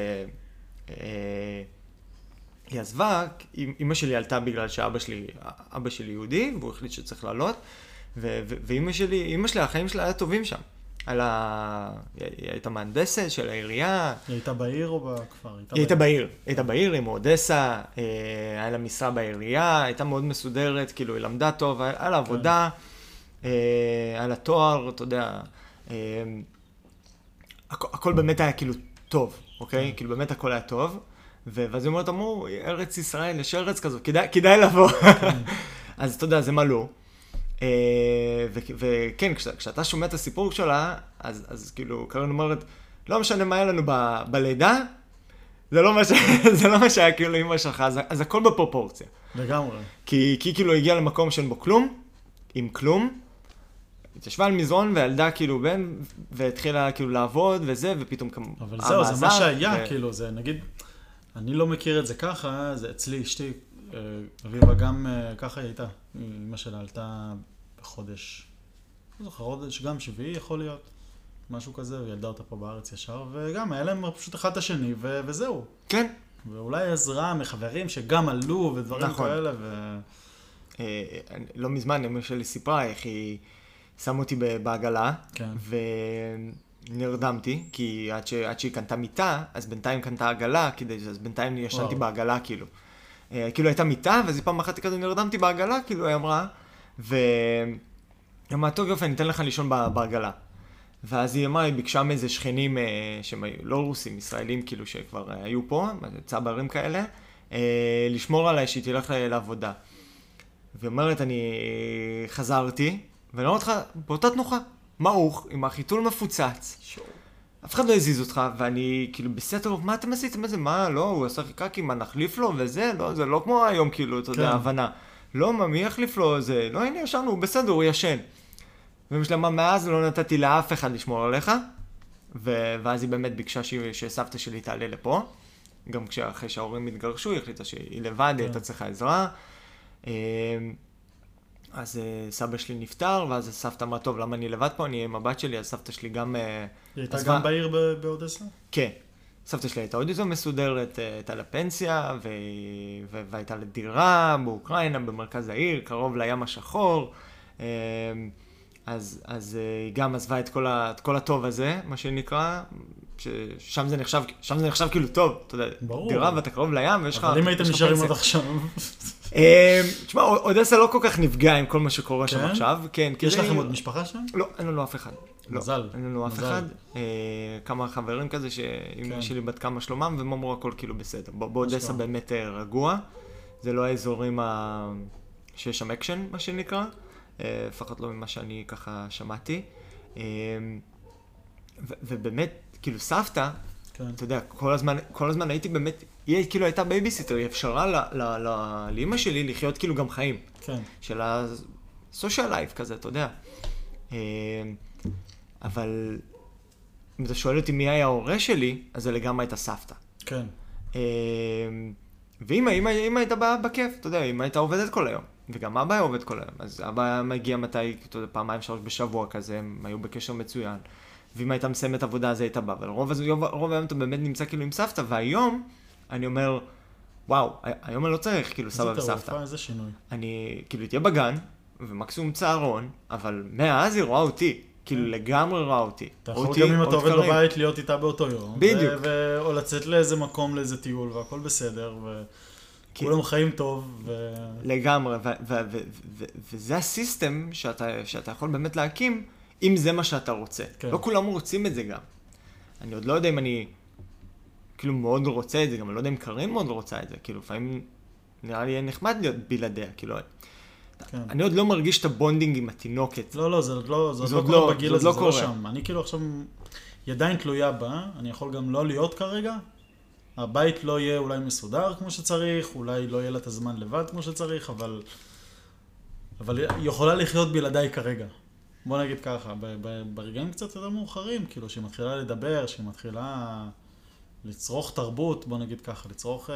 אה, היא עזבה, אמא שלי עלתה בגלל שאבא שלי, אבא שלי יהודי, והוא החליט שצריך לעלות, ו- ו- ואמא שלי, אמא שלי, החיים שלה היה טובים שם. על ה... היא הייתה מהנדסת של העירייה. היא הייתה בעיר או בכפר? היא הייתה בעיר. היא הייתה בעיר, היא מאודסה, אה, היה לה משרה בעירייה, הייתה מאוד מסודרת, כאילו היא למדה טוב, היה לה עבודה, אה, היה לה תואר, אתה יודע, אה, הכ- הכל באמת היה כאילו טוב, אוקיי? כאילו באמת הכל היה טוב. ו- ואז היא אומרת, אמרו, ארץ ישראל, יש ארץ כזאת, כדאי, כדאי לבוא. אז אתה יודע, זה מה לא. אה, ו- וכן, כשאתה, כשאתה שומע את הסיפור שלה, אז, אז כאילו, קרן אומרת, לא משנה מה היה לנו ב- בלידה, זה לא מה, ש... זה לא מה שהיה כאילו אמא שלך, אז, אז הכל בפרופורציה. לגמרי. כי, כי כאילו הגיעה למקום שאין בו כלום, עם כלום, התיישבה על מזרון וילדה כאילו בן, והתחילה כאילו לעבוד וזה, ופתאום כמו... אבל זהו, זה מה שהיה, כאילו, זה נגיד, אני לא מכיר את זה ככה, זה אצלי, אשתי, אה, אביבה גם אה, ככה היא הייתה. אמא שלה עלתה בחודש, לא זוכר, חודש גם שביעי יכול להיות, משהו כזה, וילדה אותה פה בארץ ישר, וגם היה להם פשוט אחד את השני, ו- וזהו. כן. ואולי עזרה מחברים שגם עלו ודברים נכון. כאלה, ו... אה, לא מזמן, אמא שלי סיפרה איך היא שמה אותי ב- בעגלה, כן. ונרדמתי, כי עד, ש... עד שהיא קנתה מיטה, אז בינתיים קנתה עגלה, כדי... אז בינתיים ישנתי וואו. בעגלה, כאילו. אה, כאילו הייתה מיטה, ואז היא פעם אחת כזה נרדמתי בעגלה, כאילו היא אמרה, והיא אמרה, טוב יופי, אני אתן לך לישון ב- בעגלה. ואז היא אמרה, היא ביקשה מאיזה שכנים אה, שהם היו- לא רוסים, ישראלים, כאילו שכבר אה, היו פה, צברים כאלה, אה, לשמור עליי שהיא תלך ל- לעבודה. והיא אומרת, אני חזרתי, ואני אומר לך, באותה תנוחה, מעוך, עם החיתול מפוצץ. אף אחד לא הזיז אותך, ואני כאילו בסתר, מה אתם עשיתם בזה? מה, לא, הוא עשה חיקקי, מה נחליף לו וזה? לא, זה לא כמו היום, כאילו, אתה יודע, כן. הבנה. לא, מה, מי יחליף לו זה? לא, הנה, ישנו, הוא בסדר, הוא ישן. ואמא שלי אמרה, מאז לא נתתי לאף אחד לשמור עליך, ו- ואז היא באמת ביקשה ש- שסבתא שלי תעלה לפה. גם כשאחרי שההורים התגרשו, היא החליטה שהיא לבד, היא הייתה צריכה עזרה. אה, אז אה, סבא שלי נפטר, ואז סבתא אמרה, טוב, למה אני לבד פה? אני עם הבת שלי, אז סבתא שלי גם... אה, היא הייתה עזבה. גם בעיר ב- באודסה? כן. סבתא שלי הייתה עוד יותר מסודרת, אה, הייתה לפנסיה, ו... ו... והייתה לדירה באוקראינה, במרכז העיר, קרוב לים השחור. אה, אז, אז אה, היא גם עזבה את כל, ה... את כל הטוב הזה, מה שנקרא, ששם זה נחשב, שם זה נחשב כאילו טוב, אתה יודע, ברור. דירה ואתה קרוב לים ויש לך... אבל אם הייתם יש לך נשארים פנסיה. עד עכשיו... אה, תשמע, אודסה לא כל כך נפגע עם כל מה שקורה שם כן? עכשיו. כן, כי יש זה- לכם עוד משפחה שם? לא, אין לנו אף אחד. לא, מזל. אין לנו אף מזל. אחד. אה, כמה חברים כזה שאמא כן. שלי בת כמה שלומם, והם אמרו הכל כאילו בסדר. ב- באודסה אשכרה. באמת אה, רגוע. זה לא האזורים ה... שיש שם אקשן, מה שנקרא. אה, לפחות לא ממה שאני ככה שמעתי. אה, ו- ובאמת, כאילו סבתא, כן. אתה יודע, כל הזמן, כל הזמן הייתי באמת, היא כאילו הייתה בייביסיטר, היא אפשרה ל- ל- ל- לאמא שלי לחיות כאילו גם חיים. כן. של הסושיאל לייף כזה, אתה יודע. אה, אבל אם אתה שואל אותי מי היה ההורה שלי, אז זה לגמרי הייתה סבתא. כן. אה, ואמא, אמא, אמא הייתה באה בכיף, אתה יודע, אמא הייתה עובדת כל היום. וגם אבא היה עובד כל היום. אז אבא היה מגיע מתי, אתה יודע, פעמיים שלוש בשבוע כזה, הם היו בקשר מצוין. ואמא הייתה מסיימת עבודה, אז הייתה באה. אבל רוב, רוב, רוב היום אתה באמת נמצא כאילו עם סבתא, והיום אני אומר, וואו, היום אני לא צריך כאילו סבא איזה וסבתא. טירוף, איזה שינוי. אני, כאילו, תהיה בגן, ומקסימום צהרון, אבל מאז היא רואה אותי, כאילו, לגמרי רואה אותי. אתה יכול אותי, גם אם אתה עוד עובד קרים. בבית להיות איתה באותו יום. בדיוק. ו- ו- או לצאת לאיזה מקום, לאיזה טיול, והכל בסדר, וכולם חיים טוב, ו... לגמרי, ו- ו- ו- ו- וזה הסיסטם שאתה, שאתה יכול באמת להקים, אם זה מה שאתה רוצה. כן. לא כולם רוצים את זה גם. אני עוד לא יודע אם אני, כאילו, מאוד רוצה את זה, גם אני לא יודע אם קרין מאוד רוצה את זה. כאילו, לפעמים נראה לי נחמד להיות בלעדיה, כאילו. כן. אני עוד לא מרגיש את הבונדינג עם התינוקת. לא, לא, זה עוד לא, זה עוד זה לא עוד קורה לא- בגיל זה הזה, עוד זה לא לא קורה. שם. אני כאילו עכשיו, היא עדיין תלויה בה, אני יכול גם לא להיות כרגע. הבית לא יהיה אולי מסודר כמו שצריך, אולי לא יהיה לה את הזמן לבד כמו שצריך, אבל, אבל היא יכולה לחיות בלעדיי כרגע. בוא נגיד ככה, ב- ב- ברגעים קצת יותר מאוחרים, כאילו שהיא מתחילה לדבר, שהיא מתחילה לצרוך תרבות, בוא נגיד ככה, לצרוך אה,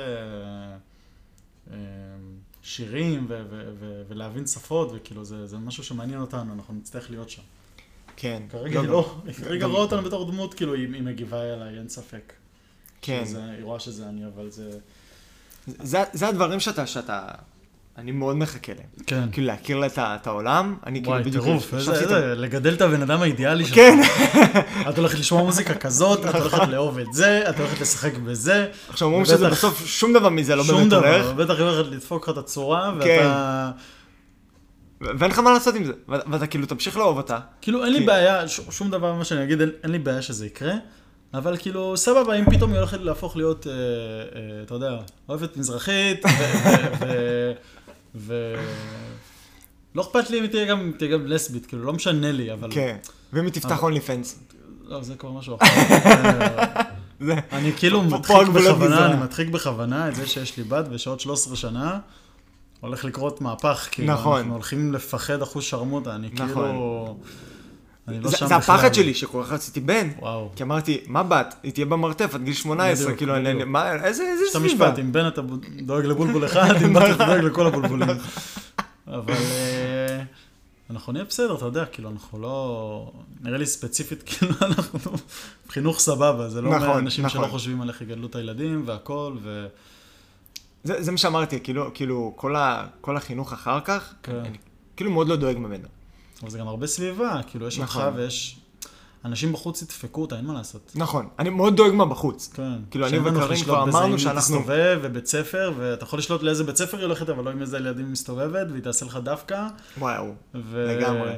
אה, שירים ו- ו- ו- ולהבין שפות, וכאילו זה, זה משהו שמעניין אותנו, אנחנו נצטרך להיות שם. כן. כרגע היא לא, היא כרגע גם- רואה אותנו בתור דמות, כאילו היא, היא מגיבה אליי, אין ספק. כן. שזה, היא רואה שזה אני, אבל זה... זה, זה הדברים שאתה, שאתה, אני מאוד מחכה להם. כן. כאילו להכיר לה את ה- את העולם, אני כאילו וואי, בדיוק... טירוף, איזה, ישבתי איתם- איזה, לגדל את הבן אדם האידיאלי שלך. כן. את הולכת לשמוע מוזיקה כזאת, את הולכת לאהוב את זה, את הולכת לשחק בזה. עכשיו אומרים שזה ובטח- בסוף שום דבר מזה לא שום באמת דבר, הולך, בטח היא הולכת לדפוק לך את הצורה, כן. ואתה... ואין לך מה לעשות עם זה, ו- ואתה כאילו תמשיך לאהוב אותה. כאילו אין לי כן. בעיה, ש- שום דבר מה שאני אגיד, אין, אין לי בעיה שזה יקרה, אבל כאילו סבבה, אם פתאום היא הולכת להפוך להיות, אה, אה, אתה יודע, אוהבת מזרחית, ו... ו, ו, ו לא אכפת לי אם היא תהיה גם, תהיה גם לסבית, כאילו לא משנה לי, אבל... כן. ואם היא תפתח אונלי פנס. לא, זה כבר משהו אחר. אה, זה... אני כאילו פה- פה מדחיק הגבולות בכוונה, גזרה. אני מדחיק בכוונה את זה שיש לי בת ושעוד שלוש עשרה שנה הולך לקרות מהפך, כאילו נכון. אנחנו הולכים לפחד אחוז שרמוטה, אני נכון. כאילו... אני לא זה, שם זה בכלל. הפחד שלי, שכל כך רציתי בן. וואו. כי אמרתי, מה בת? היא תהיה במרתף עד גיל שמונה עשרה, בדיוק, כאילו, אני- בדיוק. מה, איזה איזה יש את סביבה? המשפט, עם בן אתה דואג לבולבול אחד, עם בת אתה דואג לכל הבולבולים. אבל אה, אנחנו נהיה בסדר, אתה יודע, כאילו אנחנו לא... נראה לי ספציפית, כאילו אנחנו חינוך סבבה, זה לא נכון, אנשים שלא נכון. חושבים על איך יגדלו את הילדים והכל, ו... זה, זה מה שאמרתי, כאילו, כאילו, כל, ה, כל החינוך אחר כך, כן. אני כאילו מאוד לא דואג ממנו. אבל זה גם הרבה סביבה, כאילו יש אותך נכון. ויש... אנשים בחוץ ידפקו אותה, אין מה לעשות. נכון, אני מאוד דואג מה בחוץ. כן. כאילו, אני שאין לנו איך וקרים לשלוט כבר בזה, אמרנו אם היא שאנחנו... תסתובב ובית ספר, ואתה יכול לשלוט לאיזה בית ספר היא הולכת, אבל לא עם איזה ילדים היא מסתובבת, והיא תעשה לך דווקא. וואו, ו... לגמרי.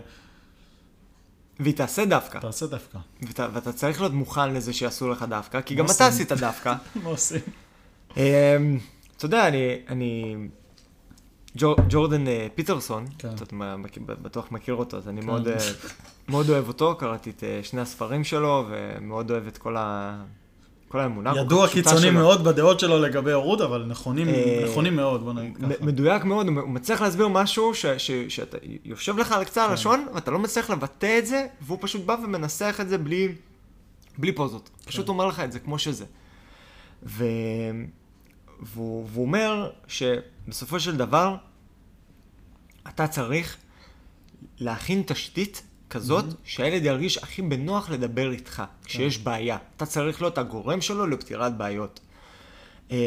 והיא תעשה דווקא. תעשה דווקא. ואתה, ואתה צריך להיות מוכן לזה שיעשו לך דווקא, כי מה גם אתה עושים? עשית דווקא. מה עושים? אמ, אתה יודע, אני, אני, ג'ור- ג'ורדן אה, פיטרסון, כן. אתה מה- מכיר- בטוח מכיר אותו, אז אני כן. מאוד, אה, מאוד אוהב אותו, קראתי את אה, שני הספרים שלו, ומאוד אוהב את כל ה... כל האמונה. כל ידוע כך פשוטה קיצוני שלו. מאוד בדעות שלו לגבי הורות, אבל נכונים, אה, נכונים מאוד, בוא נגיד ככה. מ- מדויק מאוד, הוא מצליח להסביר משהו ש- ש- שאתה יושב לך על קצה כן. הלשון, ואתה לא מצליח לבטא את זה, והוא פשוט בא ומנסח את זה בלי, בלי פוזות. פשוט כן. אומר לך את זה כמו שזה. ו... והוא, והוא אומר שבסופו של דבר, אתה צריך להכין תשתית כזאת, שהילד ירגיש הכי בנוח לדבר איתך, כשיש בעיה. אתה צריך להיות הגורם שלו לפתירת בעיות. אמ,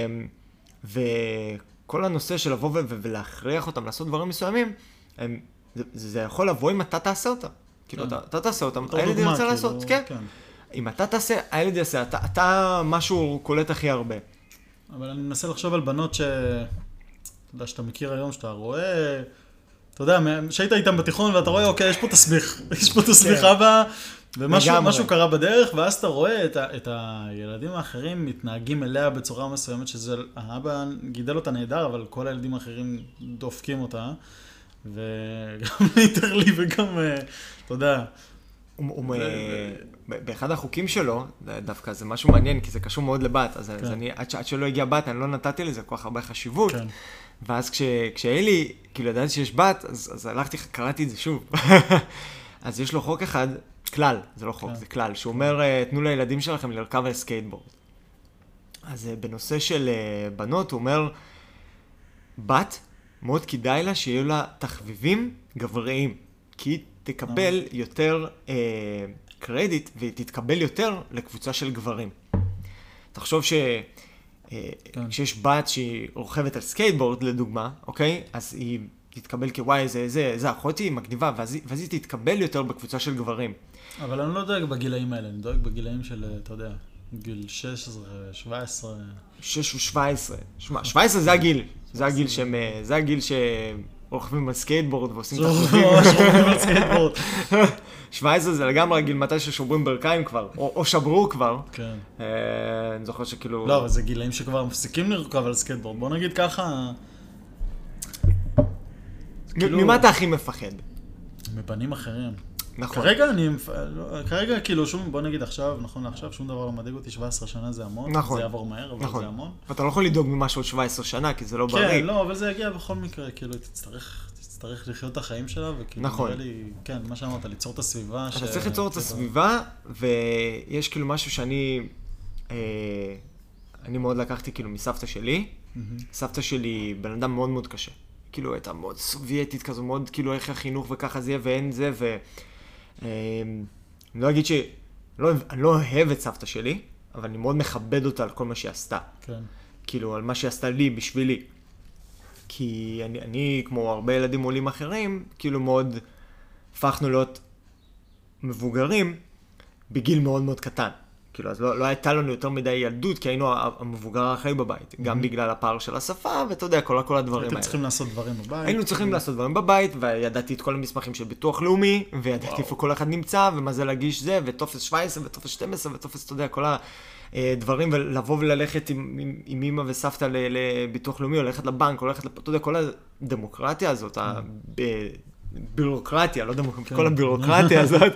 וכל הנושא של לבוא ו- ולהכריח אותם לעשות דברים מסוימים, הם, זה, זה יכול לבוא אם אתה תעשה אותם. כאילו, כן. אתה, אתה תעשה אותם, בתור הילד דוגמה, ירצה כאילו, לעשות, כן. כן. אם אתה תעשה, הילד יעשה, אתה, אתה משהו קולט הכי הרבה. אבל אני מנסה לחשוב על בנות ש... אתה יודע, שאתה מכיר היום, שאתה רואה... אתה יודע, שהיית איתם בתיכון ואתה רואה, אוקיי, יש פה תסביך. יש פה תסביך אבא, ומשהו לגמרי. משהו קרה בדרך, ואז אתה רואה את, ה, את הילדים האחרים מתנהגים אליה בצורה מסוימת, שזה... האבא גידל אותה נהדר, אבל כל הילדים האחרים דופקים אותה. וגם ליטרלי וגם, אה, אתה יודע... הוא, הוא, אה, ב- באחד החוקים שלו, זה דווקא זה משהו מעניין, כי זה קשור מאוד לבת, אז, אז אני, עד, ש- עד שלא הגיע בת, אני לא נתתי לזה כל כך הרבה חשיבות. כן. ואז כש, כשהיה לי, כאילו ידעתי שיש בת, אז, אז הלכתי, קראתי את זה שוב. אז יש לו חוק אחד, כלל, זה לא חוק, כן. זה כלל, שהוא אומר, אה, תנו לילדים שלכם לרכב על סקייטבורד. אז אה, בנושא של אה, בנות, הוא אומר, בת, מאוד כדאי לה שיהיו לה תחביבים גבריים, כי היא תקבל יותר אה, קרדיט, והיא תתקבל יותר לקבוצה של גברים. תחשוב ש... אה, כן. כשיש בת שהיא רוכבת על סקייטבורד, לדוגמה, אוקיי? אז היא תתקבל כוואי, זה, זה, זה אחותי, היא מגניבה, ואז, היא- ואז היא תתקבל יותר בקבוצה של גברים. אבל אני לא דואג בגילאים האלה, אני דואג בגילאים של, אתה יודע, גיל שש עשרה, שבע עשרה. שש ושבע עשרה. שמע, שבע עשרה זה הגיל. זה הגיל שהם, אה, זה הגיל ש... רוכבים על סקייטבורד ועושים תחלובים. רוכבים על סקייטבורד. שבע עשרה זה לגמרי גיל מתי ששוברים ברכיים כבר, או, או שברו כבר. כן. אה, אני זוכר שכאילו... לא, אבל זה גילאים שכבר מפסיקים לרכוב על סקייטבורד. בוא נגיד ככה... כאילו... ממה אתה הכי מפחד? מפנים אחרים. נכון. כרגע אני... כרגע כאילו שום... בוא נגיד עכשיו, נכון לעכשיו, שום דבר לא מדאיג אותי, שבע עשרה שנה זה המון. נכון. זה יעבור מהר, אבל נכון. זה המון. ואתה לא יכול לדאוג ממשהו עוד שבע עשרה שנה, כי זה לא כן, בריא. כן, לא, אבל זה יגיע בכל מקרה, כאילו, תצטרך... צריך לחיות את החיים שלה, וכאילו נכון. נראה לי, כן, מה שאמרת, ליצור את הסביבה. אתה ש... צריך ליצור את הסביבה, ויש כאילו משהו שאני, אה, אני מאוד לקחתי כאילו מסבתא שלי. Mm-hmm. סבתא שלי בן אדם מאוד מאוד קשה. כאילו הייתה מאוד סובייטית כזו, מאוד כאילו איך החינוך וככה זה יהיה ואין זה, ו... אה, אני לא אגיד ש... לא, אני לא אוהב את סבתא שלי, אבל אני מאוד מכבד אותה על כל מה שהיא עשתה. כן. כאילו על מה שהיא עשתה לי, בשבילי. כי אני, אני, כמו הרבה ילדים עולים אחרים, כאילו מאוד הפכנו להיות מבוגרים בגיל מאוד מאוד קטן. כאילו, אז לא, לא הייתה לנו יותר מדי ילדות, כי היינו המבוגר האחראי בבית. Mm-hmm. גם בגלל הפער של השפה, ואתה יודע, כל, כל הדברים האלה. הייתם צריכים לעשות דברים בבית. היינו צריכים לעשות דברים בבית, וידעתי את כל המסמכים של ביטוח לאומי, וידעתי איפה כל אחד נמצא, ומה זה להגיש זה, וטופס שבע עשרה, וטופס שתים עשרה, וטופס, אתה יודע, כל ה... דברים, ולבוא וללכת עם, עם, עם אמא וסבתא לביטוח לאומי, או ללכת לבנק, או ללכת, אתה יודע, כל הדמוקרטיה הזאת, הבירוקרטיה, לא דמוקרטיה, כל הבירוקרטיה הזאת,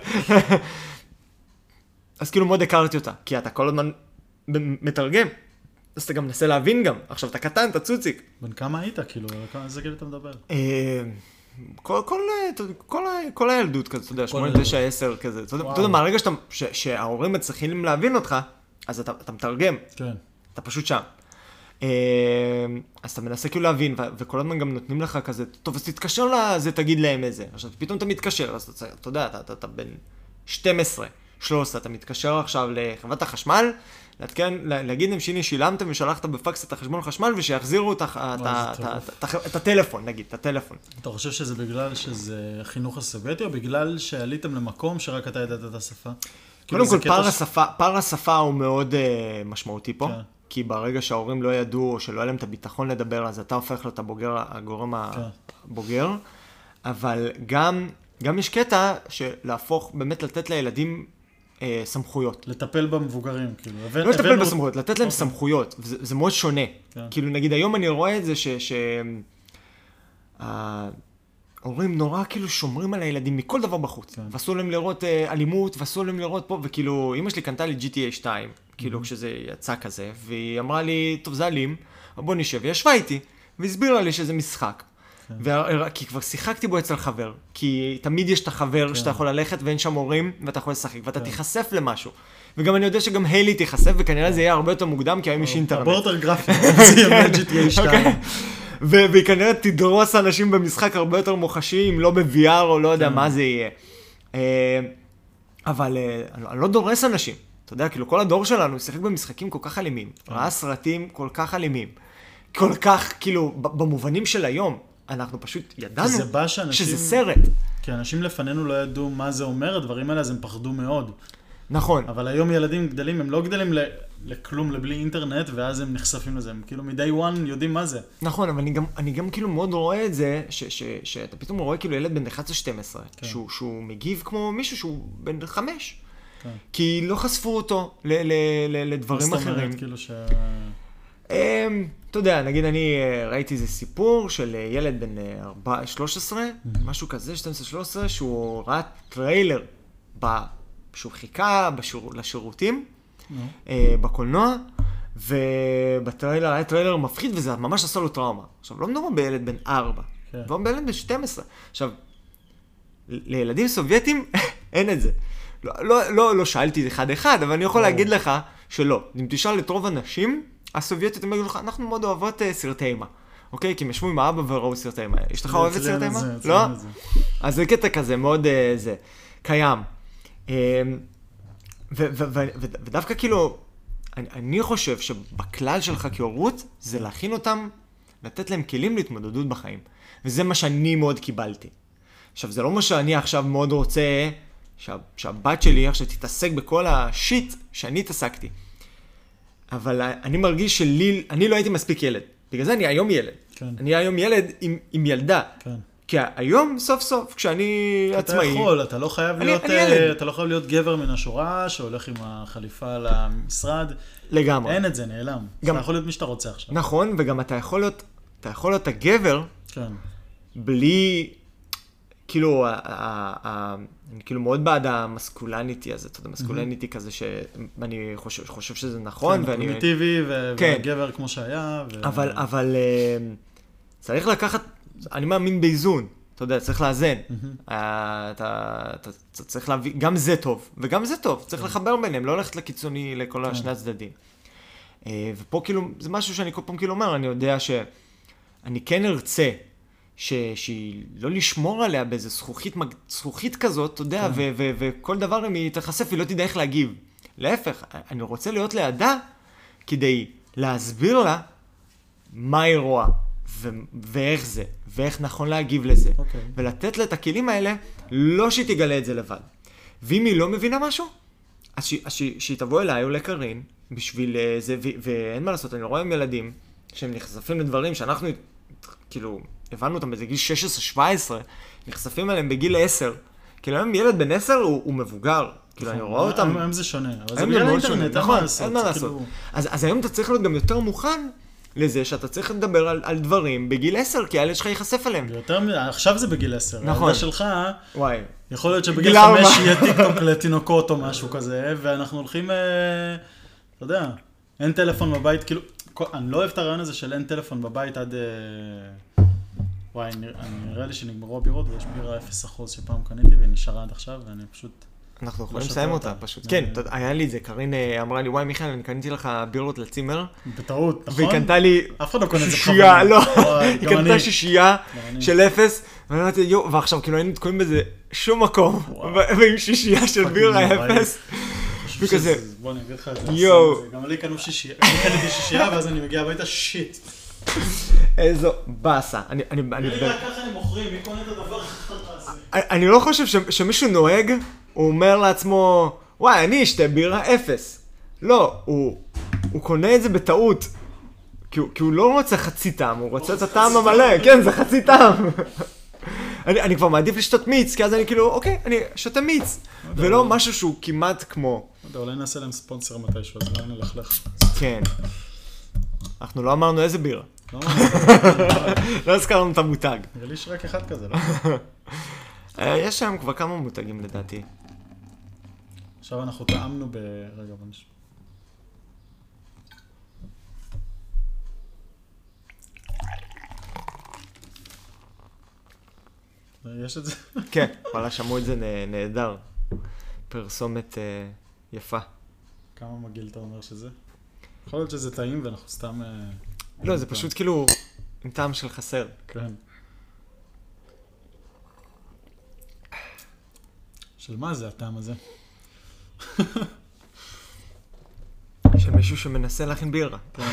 אז כאילו מאוד הכרתי אותה, כי אתה כל הזמן מתרגם, אז אתה גם מנסה להבין גם, עכשיו אתה קטן, אתה צוציק. בן כמה היית, כאילו, איזה גיל אתה מדבר? כל, כל, כל, כל הילדות כזה, אתה יודע, שמונה, תשע, עשר כזה, אתה יודע, מהרגע שההורים מצליחים להבין אותך, אז אתה, אתה מתרגם, כן. אתה פשוט שם. אז אתה מנסה כאילו להבין, וכל הזמן גם נותנים לך כזה, טוב, אז תתקשר לזה, תגיד להם איזה. עכשיו, פתאום אתה מתקשר, אז אתה, אתה יודע, אתה, אתה, אתה בן שתים עשרה, שלוש עשרה, אתה מתקשר עכשיו לחברת החשמל, להתקן, להגיד להם שהנה שילמתם ושלחת בפקס את החשבון החשמל, ושיחזירו אותך, את הטלפון, נגיד, את הטלפון. אתה חושב שזה בגלל שזה חינוך הסובייטי, או בגלל שעליתם למקום שרק אתה ידעת את השפה? קודם כל, פער השפה, פער השפה הוא מאוד uh, משמעותי פה, כן. כי ברגע שההורים לא ידעו, או שלא היה להם את הביטחון לדבר, אז אתה הופך להיות הבוגר, הגורם כן. הבוגר, אבל גם, גם יש קטע שלהפוך, באמת לתת לילדים uh, סמכויות. לטפל במבוגרים, כאילו. לא לטפל הבאנו... בסמכויות, לתת להם okay. סמכויות, וזה זה מאוד שונה. כן. כאילו, נגיד, היום אני רואה את זה ש... ש... Uh, ההורים נורא כאילו שומרים על הילדים מכל דבר בחוץ. כן. ועשו להם לראות אה, אלימות, ועשו להם לראות פה, וכאילו, אמא שלי קנתה לי ג'י טי איי שתיים, כאילו, mm-hmm. כשזה יצא כזה, והיא אמרה לי, טוב, זה אלים, בוא נשב, והיא ישבה איתי, והסבירה לי שזה משחק. כן. וה... כי כבר שיחקתי בו אצל חבר, כי תמיד יש את החבר כן. שאתה יכול ללכת, ואין שם הורים, ואתה יכול לשחק, ואתה כן. תיחשף למשהו. וגם אני יודע שגם היילי תיחשף, וכנראה זה יהיה הרבה יותר מוקדם, כי היום יש אינטרנט. הרבה יותר גרפי, זה יהיה ג'י טי איי שתיים. והיא כנראה תדרוס אנשים במשחק הרבה יותר מוחשיים, לא ב-וי אר או לא יודע מה זה יהיה. אבל אני לא דורס אנשים. אתה יודע, כאילו כל הדור שלנו שיחק במשחקים כל כך אלימים. ראה סרטים כל כך אלימים. כל כך, כאילו, במובנים של היום, אנחנו פשוט ידענו שזה סרט. כי אנשים לפנינו לא ידעו מה זה אומר, הדברים האלה, אז הם פחדו מאוד. נכון. אבל היום ילדים גדלים, הם לא גדלים לכלום, לבלי אינטרנט, ואז הם נחשפים לזה. הם כאילו מ-day one יודעים מה זה. נכון, אבל אני גם, אני גם כאילו מאוד רואה את זה, ש, ש, שאתה פתאום רואה כאילו ילד בן אחת עשרה שתים עשרה, כן. שהוא, שהוא מגיב כמו מישהו שהוא בן חמש. כן. כי לא חשפו אותו ל, ל, ל, לדברים אחרים. זאת אומרת, כאילו ש... אתה יודע, נגיד אני ראיתי איזה סיפור של ילד בן שלוש עשרה, משהו כזה, שתים עשרה שלוש עשרה, שהוא ראה טריילר ב... שהוא חיכה בשיר... לשירותים, no. אה, בקולנוע, ובטריילר היה טריילר מפחיד, וזה ממש עשה לו טראומה. עכשיו, לא מדובר בילד בן ארבע, okay. לא בילד בן שתים עשרה. עכשיו, לילדים סובייטים אין את זה. לא, לא, לא, לא שאלתי אחד אחד, אבל אני יכול no. להגיד לך שלא. אם תשאל את רוב הנשים, הסובייטית, הם יגידו לך, אנחנו מאוד אוהבות uh, סרטי אימה. אוקיי? כי הם ישבו עם האבא וראו סרטי אימה. יש לך אוהבת סרטי אימה? לא? אז זה קטע כזה, מאוד uh, זה. קיים. ודווקא כאילו, אני חושב שבכלל של חקירות זה להכין אותם, לתת להם כלים להתמודדות בחיים. וזה מה שאני מאוד קיבלתי. עכשיו, זה לא מה שאני עכשיו מאוד רוצה, שהבת שלי עכשיו תתעסק בכל השיט שאני התעסקתי. אבל אני מרגיש שלי, אני לא הייתי מספיק ילד. בגלל זה אני היום ילד. כן. אני היום ילד עם, עם ילדה. כן. כי היום, סוף סוף, כשאני עצמאי... אתה יכול, אתה לא חייב אני, להיות, אני ילד. אתה לא חייב להיות גבר מן השורה, שהולך עם החליפה למשרד. לגמרי. אין את זה, נעלם. גם... אתה יכול להיות מי שאתה רוצה עכשיו. נכון, וגם אתה יכול להיות, אתה יכול להיות הגבר, כן. בלי, כאילו, ה, ה, ה, אני כאילו מאוד בעד המסקולניטי הזה, אתה יודע, מסקולניטי כזה שאני חושב, חושב שזה נכון, כן, ואני... פרימיטיבי, ו... כן. והגבר כמו שהיה. ו... אבל, אבל, צריך לקחת, אני מאמין באיזון, אתה יודע, צריך לאזן. אתה, אתה, אתה צריך להביא, גם זה טוב, וגם זה טוב, צריך לחבר ביניהם, לא ללכת לקיצוני לכל השני הצדדים. ופה כאילו, זה משהו שאני כל פעם כאילו אומר, אני יודע שאני כן ארצה, ש... שהיא לא לשמור עליה באיזה זכוכית, מג... זכוכית כזאת, אתה יודע, ו... ו... וכל דבר אם היא תחשף, היא לא תדע איך להגיב. להפך, אני רוצה להיות לידה כדי להסביר לה מה היא רואה, ו... ואיך זה, ואיך נכון להגיב לזה. Okay. ולתת לה את הכלים האלה, לא שהיא תגלה את זה לבד. ואם היא לא מבינה משהו, אז שהיא, שהיא, שהיא תבוא אליי או לקרין, בשביל זה, ו... ואין מה לעשות, אני רואה עם ילדים שהם נחשפים לדברים שאנחנו, כאילו, הבנו אותם בזה גיל שש עשרה שבע עשרה, נחשפים עליהם בגיל עשר. כאילו, היום ילד בן עשר הוא, הוא מבוגר. כאילו, אני רואה אותם... היום זה שונה. אבל זה היום בגלל מאוד שונה, האינטרנט, נכון, אין מה לעשות. אין מה לעשות. כאילו... אז, אז היום אתה צריך להיות גם יותר מוכן לזה שאתה צריך לדבר על, על דברים בגיל עשר, כי הילד שלך ייחשף עליהם. יותר, עכשיו זה בגיל עשר. נכון. הילדה שלך, וואי. יכול להיות שבגיל חמש יהיה טיקטוק לתינוקות או משהו כזה, ואנחנו הולכים, אה, אתה יודע, אין טלפון בבית, כאילו, אני לא אוהב את הרעיון הזה של אין טלפון בבית עד... אה, וואי, נראה לי שנגמרו הבירות, ויש בירה אפס אחוז שפעם קניתי, והיא נשארה עד עכשיו, ואני פשוט... אנחנו יכולים לסיים אותה, פשוט. כן, היה לי את זה, קרין אמרה לי, וואי מיכאל, אני קניתי לך בירות לצימר. בטעות, נכון? והיא קנתה לי אף אחד לא קונה את זה שישייה, לא, היא קנתה שישייה של אפס, ואני אמרתי, יו, ועכשיו כאילו היינו תקועים בזה שום מקום, ועם שישייה של בירה אפס. וכזה. בוא אני אגיד לך את זה. יו. גם לי קנו שישייה, אני קניתי שישייה, ואז אני מגיע הביתה, שיט. איזו באסה. אני, אני, אני... רק ככה הם מוכרים, מי קונה את הדבר הזה? אני לא חושב שמישהו נוהג, הוא אומר לעצמו, וואי, אני אשתה בירה אפס. לא, הוא, הוא קונה את זה בטעות. כי הוא, כי הוא לא רוצה חצי טעם, הוא רוצה את הטעם המלא. כן, זה חצי טעם. אני, אני כבר מעדיף לשתות מיץ, כי אז אני כאילו, אוקיי, אני שותה מיץ. ולא משהו שהוא כמעט כמו... אולי נעשה להם ספונסר מתישהו, אז לא נלכלך. כן. אנחנו לא אמרנו איזה בירה. לא הזכרנו את המותג. נראה לי שרק אחד כזה, לא? יש שם כבר כמה מותגים לדעתי. עכשיו אנחנו טעמנו ב... רגע, בוא נשמע. יש את זה? כן, וואלה, שמעו את זה נהדר. פרסומת יפה. כמה מגיל אתה אומר שזה? יכול להיות שזה טעים ואנחנו סתם... לא, זה פשוט כאילו עם טעם של חסר. כן. של מה זה הטעם הזה? של מישהו שמנסה להכין בירה. כן.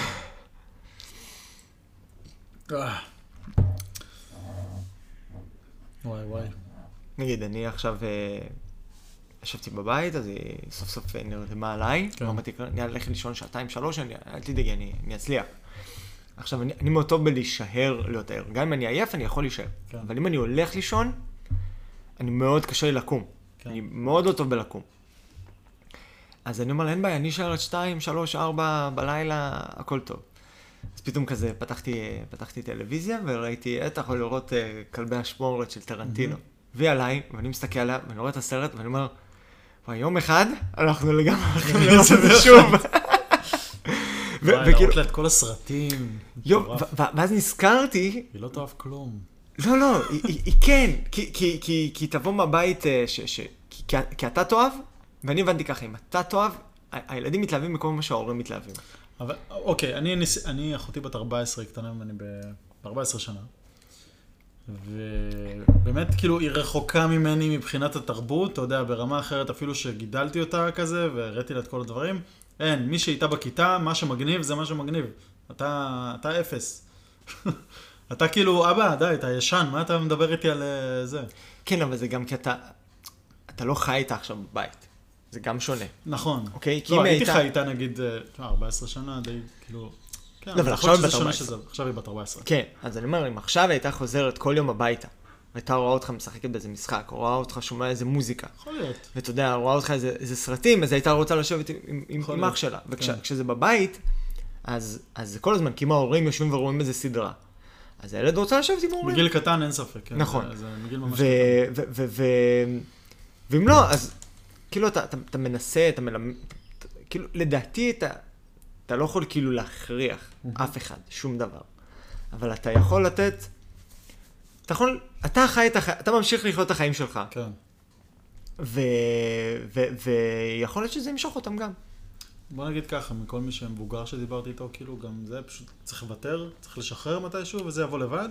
וואי וואי. נגיד, אני עכשיו ישבתי בבית, אז היא סוף סוף נרדמה עליי. אמרתי, אני הולך לישון שעתיים, שלוש, אל תדאגי, אני אצליח. עכשיו, אני מאוד טוב בלהישאר להיות ער. גם אם אני עייף, אני יכול להישאר. אבל אם אני הולך לישון, אני מאוד קשה לי לקום. אני מאוד לא טוב בלקום. אז אני אומר, אין בעיה, אני אשאר עד שתיים, שלוש, ארבע בלילה, הכל טוב. אז פתאום כזה פתחתי, פתחתי טלוויזיה, וראיתי, אתה יכול לראות כלבי השמורת של טרנטינו. והיא עליי, ואני מסתכל עליה, ואני רואה את הסרט, ואני אומר, וואי, יום אחד, אנחנו לגמרי הולכים לראות את זה שוב. וואי, להראות לה את כל הסרטים. ואז נזכרתי... היא לא תאהב כלום. לא, לא, היא כן, כי תבוא מהבית, כי אתה תאהב, ואני הבנתי ככה, אם אתה תאהב, הילדים מתלהבים מכל מה שההורים מתלהבים. אבל, אוקיי, אני, אני, אחותי בת ארבע עשרה, קטנה ממני ב-ארבע עשרה שנה. ובאמת, כאילו, היא רחוקה ממני מבחינת התרבות, אתה יודע, ברמה אחרת, אפילו שגידלתי אותה כזה, והראיתי לה את כל הדברים. אין, מי שאיתה בכיתה, מה שמגניב, זה מה שמגניב. אתה, אתה אפס. אתה כאילו, אבא, די, אתה ישן, מה אתה מדבר איתי על זה? כן, אבל זה גם כי אתה, אתה לא חי איתה עכשיו בבית. זה גם שונה. נכון. אוקיי? לא, הייתי חי איתה, נגיד, ארבע עשרה שנה, די, כאילו, כן, אבל אבל עכשיו עכשיו היא שזה בת שונה ארבע שזה, עכשיו היא בת ארבע עשרה. כן, אז אני אומר, אם עכשיו הייתה חוזרת כל יום הביתה, והייתה רואה אותך משחקת באיזה משחק, או רואה אותך שומע איזה מוזיקה, יכול להיות. ואתה יודע, רואה אותך איזה, איזה סרטים, אז הייתה רוצה לשבת עם, עם, יכול עם להיות. אח שלה. כן. וכשזה בבית, אז, אז זה כל הזמן, כי אם ההורים יושבים ורואים איזה סדרה, אז הילד רוצה לשבת עם ההורים. מגיל קטן אין ספק. כן. נכון. זה, זה מגיל ממש ו- קטן. ו- ו- ו- ואם לא, אז כאילו אתה, אתה, אתה מנסה, אתה מלמד, כאילו לדעתי אתה, אתה לא יכול כאילו להכריח אף אחד, שום דבר. אבל אתה יכול לתת, אתה יכול, אתה חי את החיים, אתה ממשיך לחיות את החיים שלך. כן. ו- ו- ויכול להיות שזה ימשוך אותם גם. בוא נגיד ככה, מכל מי שמבוגר שדיברתי איתו, כאילו גם זה פשוט צריך לוותר, צריך לשחרר מתישהו וזה יבוא לבד.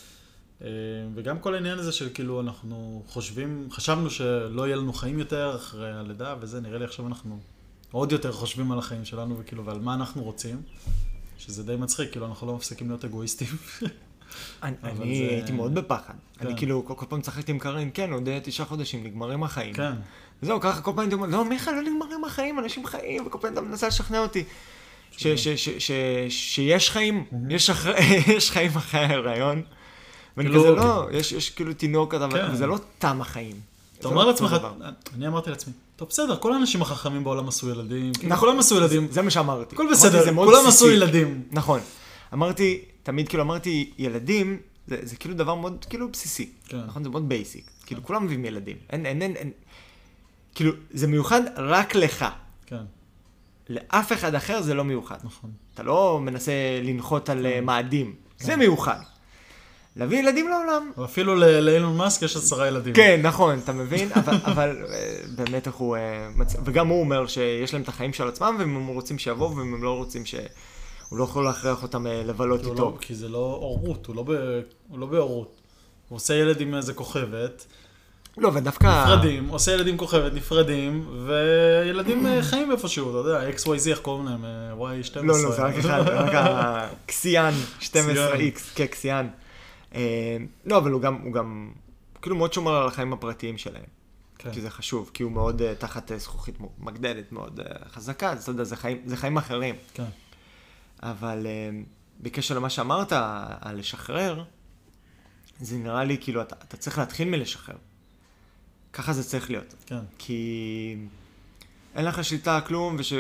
וגם כל העניין הזה של כאילו אנחנו חושבים, חשבנו שלא יהיה לנו חיים יותר אחרי הלידה וזה, נראה לי עכשיו אנחנו עוד יותר חושבים על החיים שלנו וכאילו ועל מה אנחנו רוצים, שזה די מצחיק, כאילו אנחנו לא מפסיקים להיות אגואיסטים. אני, אני זה- הייתי מאוד בפחד. כן. אני כאילו כל, כל פעם צחקתי עם קרין, כן, עוד תשעה חודשים, נגמרים החיים. כן. וזהו, ככה כל פעם הייתי אומר, לא, מיכה, לא נגמרים החיים, אנשים חיים, וכל פעם אתה מנסה לשכנע אותי. ש- ש- ש- ש- שיש חיים, יש אחרי- יש חיים אחרי ההיריון. ואני כאילו, כזה לא, יש יש כאילו תינוק כזה, כן. וזה לא תם החיים. אתה זה אומר לא לעצמך, אותו דבר. אני אמרתי לעצמי, טוב בסדר, כל האנשים החכמים בעולם עשו ילדים, כאילו, נכון. כולם עשו ילדים, זה מה שאמרתי. הכל אמרתי, בסדר, זה מאוד כולם בסיסי. עשו ילדים. נכון. אמרתי, תמיד כאילו אמרתי, ילדים, זה, זה כאילו דבר מאוד כאילו בסיסי. כן. נכון? זה מאוד בייסיק. כאילו כולם מביאים ילדים. אין, אין, אין, אין. כאילו, זה מיוחד רק לך. כן, לאף אחד אחר זה לא מיוחד. נכון. אתה לא מנסה לנחות על אה, מאדים. זה מיוחד. להביא ילדים לעולם. ואפילו ל- לאילון מאסק יש עשרה ילדים. כן, נכון, אתה מבין? אבל, אבל אה, באמת איך הוא... אה, מצ... וגם הוא אומר שיש להם את החיים של עצמם, ואם הם רוצים שיבואו, ואם הם לא רוצים ש... הוא לא יכול להכריח אותם אה, לבלות כי הוא איתו. לא- כי זה לא הורות, הוא לא ב- הוא לא בהורות. הוא עושה ילד עם איזה כוכבת, לא, ודווקא... נפרדים, עושה ילד עם כוכבת, נפרדים, וילדים אה, חיים איפשהו, אתה יודע, אקס וואי זי, איך קוראים להם? אה, וואי שתים עשרה. לא, לא, זה רק אחד, רק הקסיאן, שתים עשרה איקס, כן, קסיאן. אה, לא, אבל הוא גם, הוא גם, כאילו מאוד שומר על החיים הפרטיים שלהם. כן. כי זה חשוב, כי הוא מאוד אה, תחת אה, זכוכית מגדלת, מאוד אה, חזקה, אז אתה יודע, זה חיים, זה חיים אחרים. כן. אבל אה, בקשר למה שאמרת, על לשחרר, זה נראה לי כאילו, אתה, אתה צריך להתחיל מלשחרר. ככה זה צריך להיות. כן. כי אין לך שליטה על כלום, וש...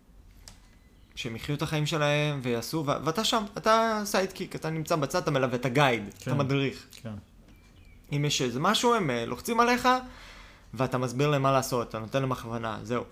שהם יחיו את החיים שלהם ויעשו, ו... ואתה שם, אתה סיידקיק, אתה נמצא בצד, אתה מלווה את הגייד, כן. אתה מדריך. כן. אם יש איזה משהו, הם אה, לוחצים עליך, ואתה מסביר להם מה לעשות, אתה נותן להם הכוונה, זהו.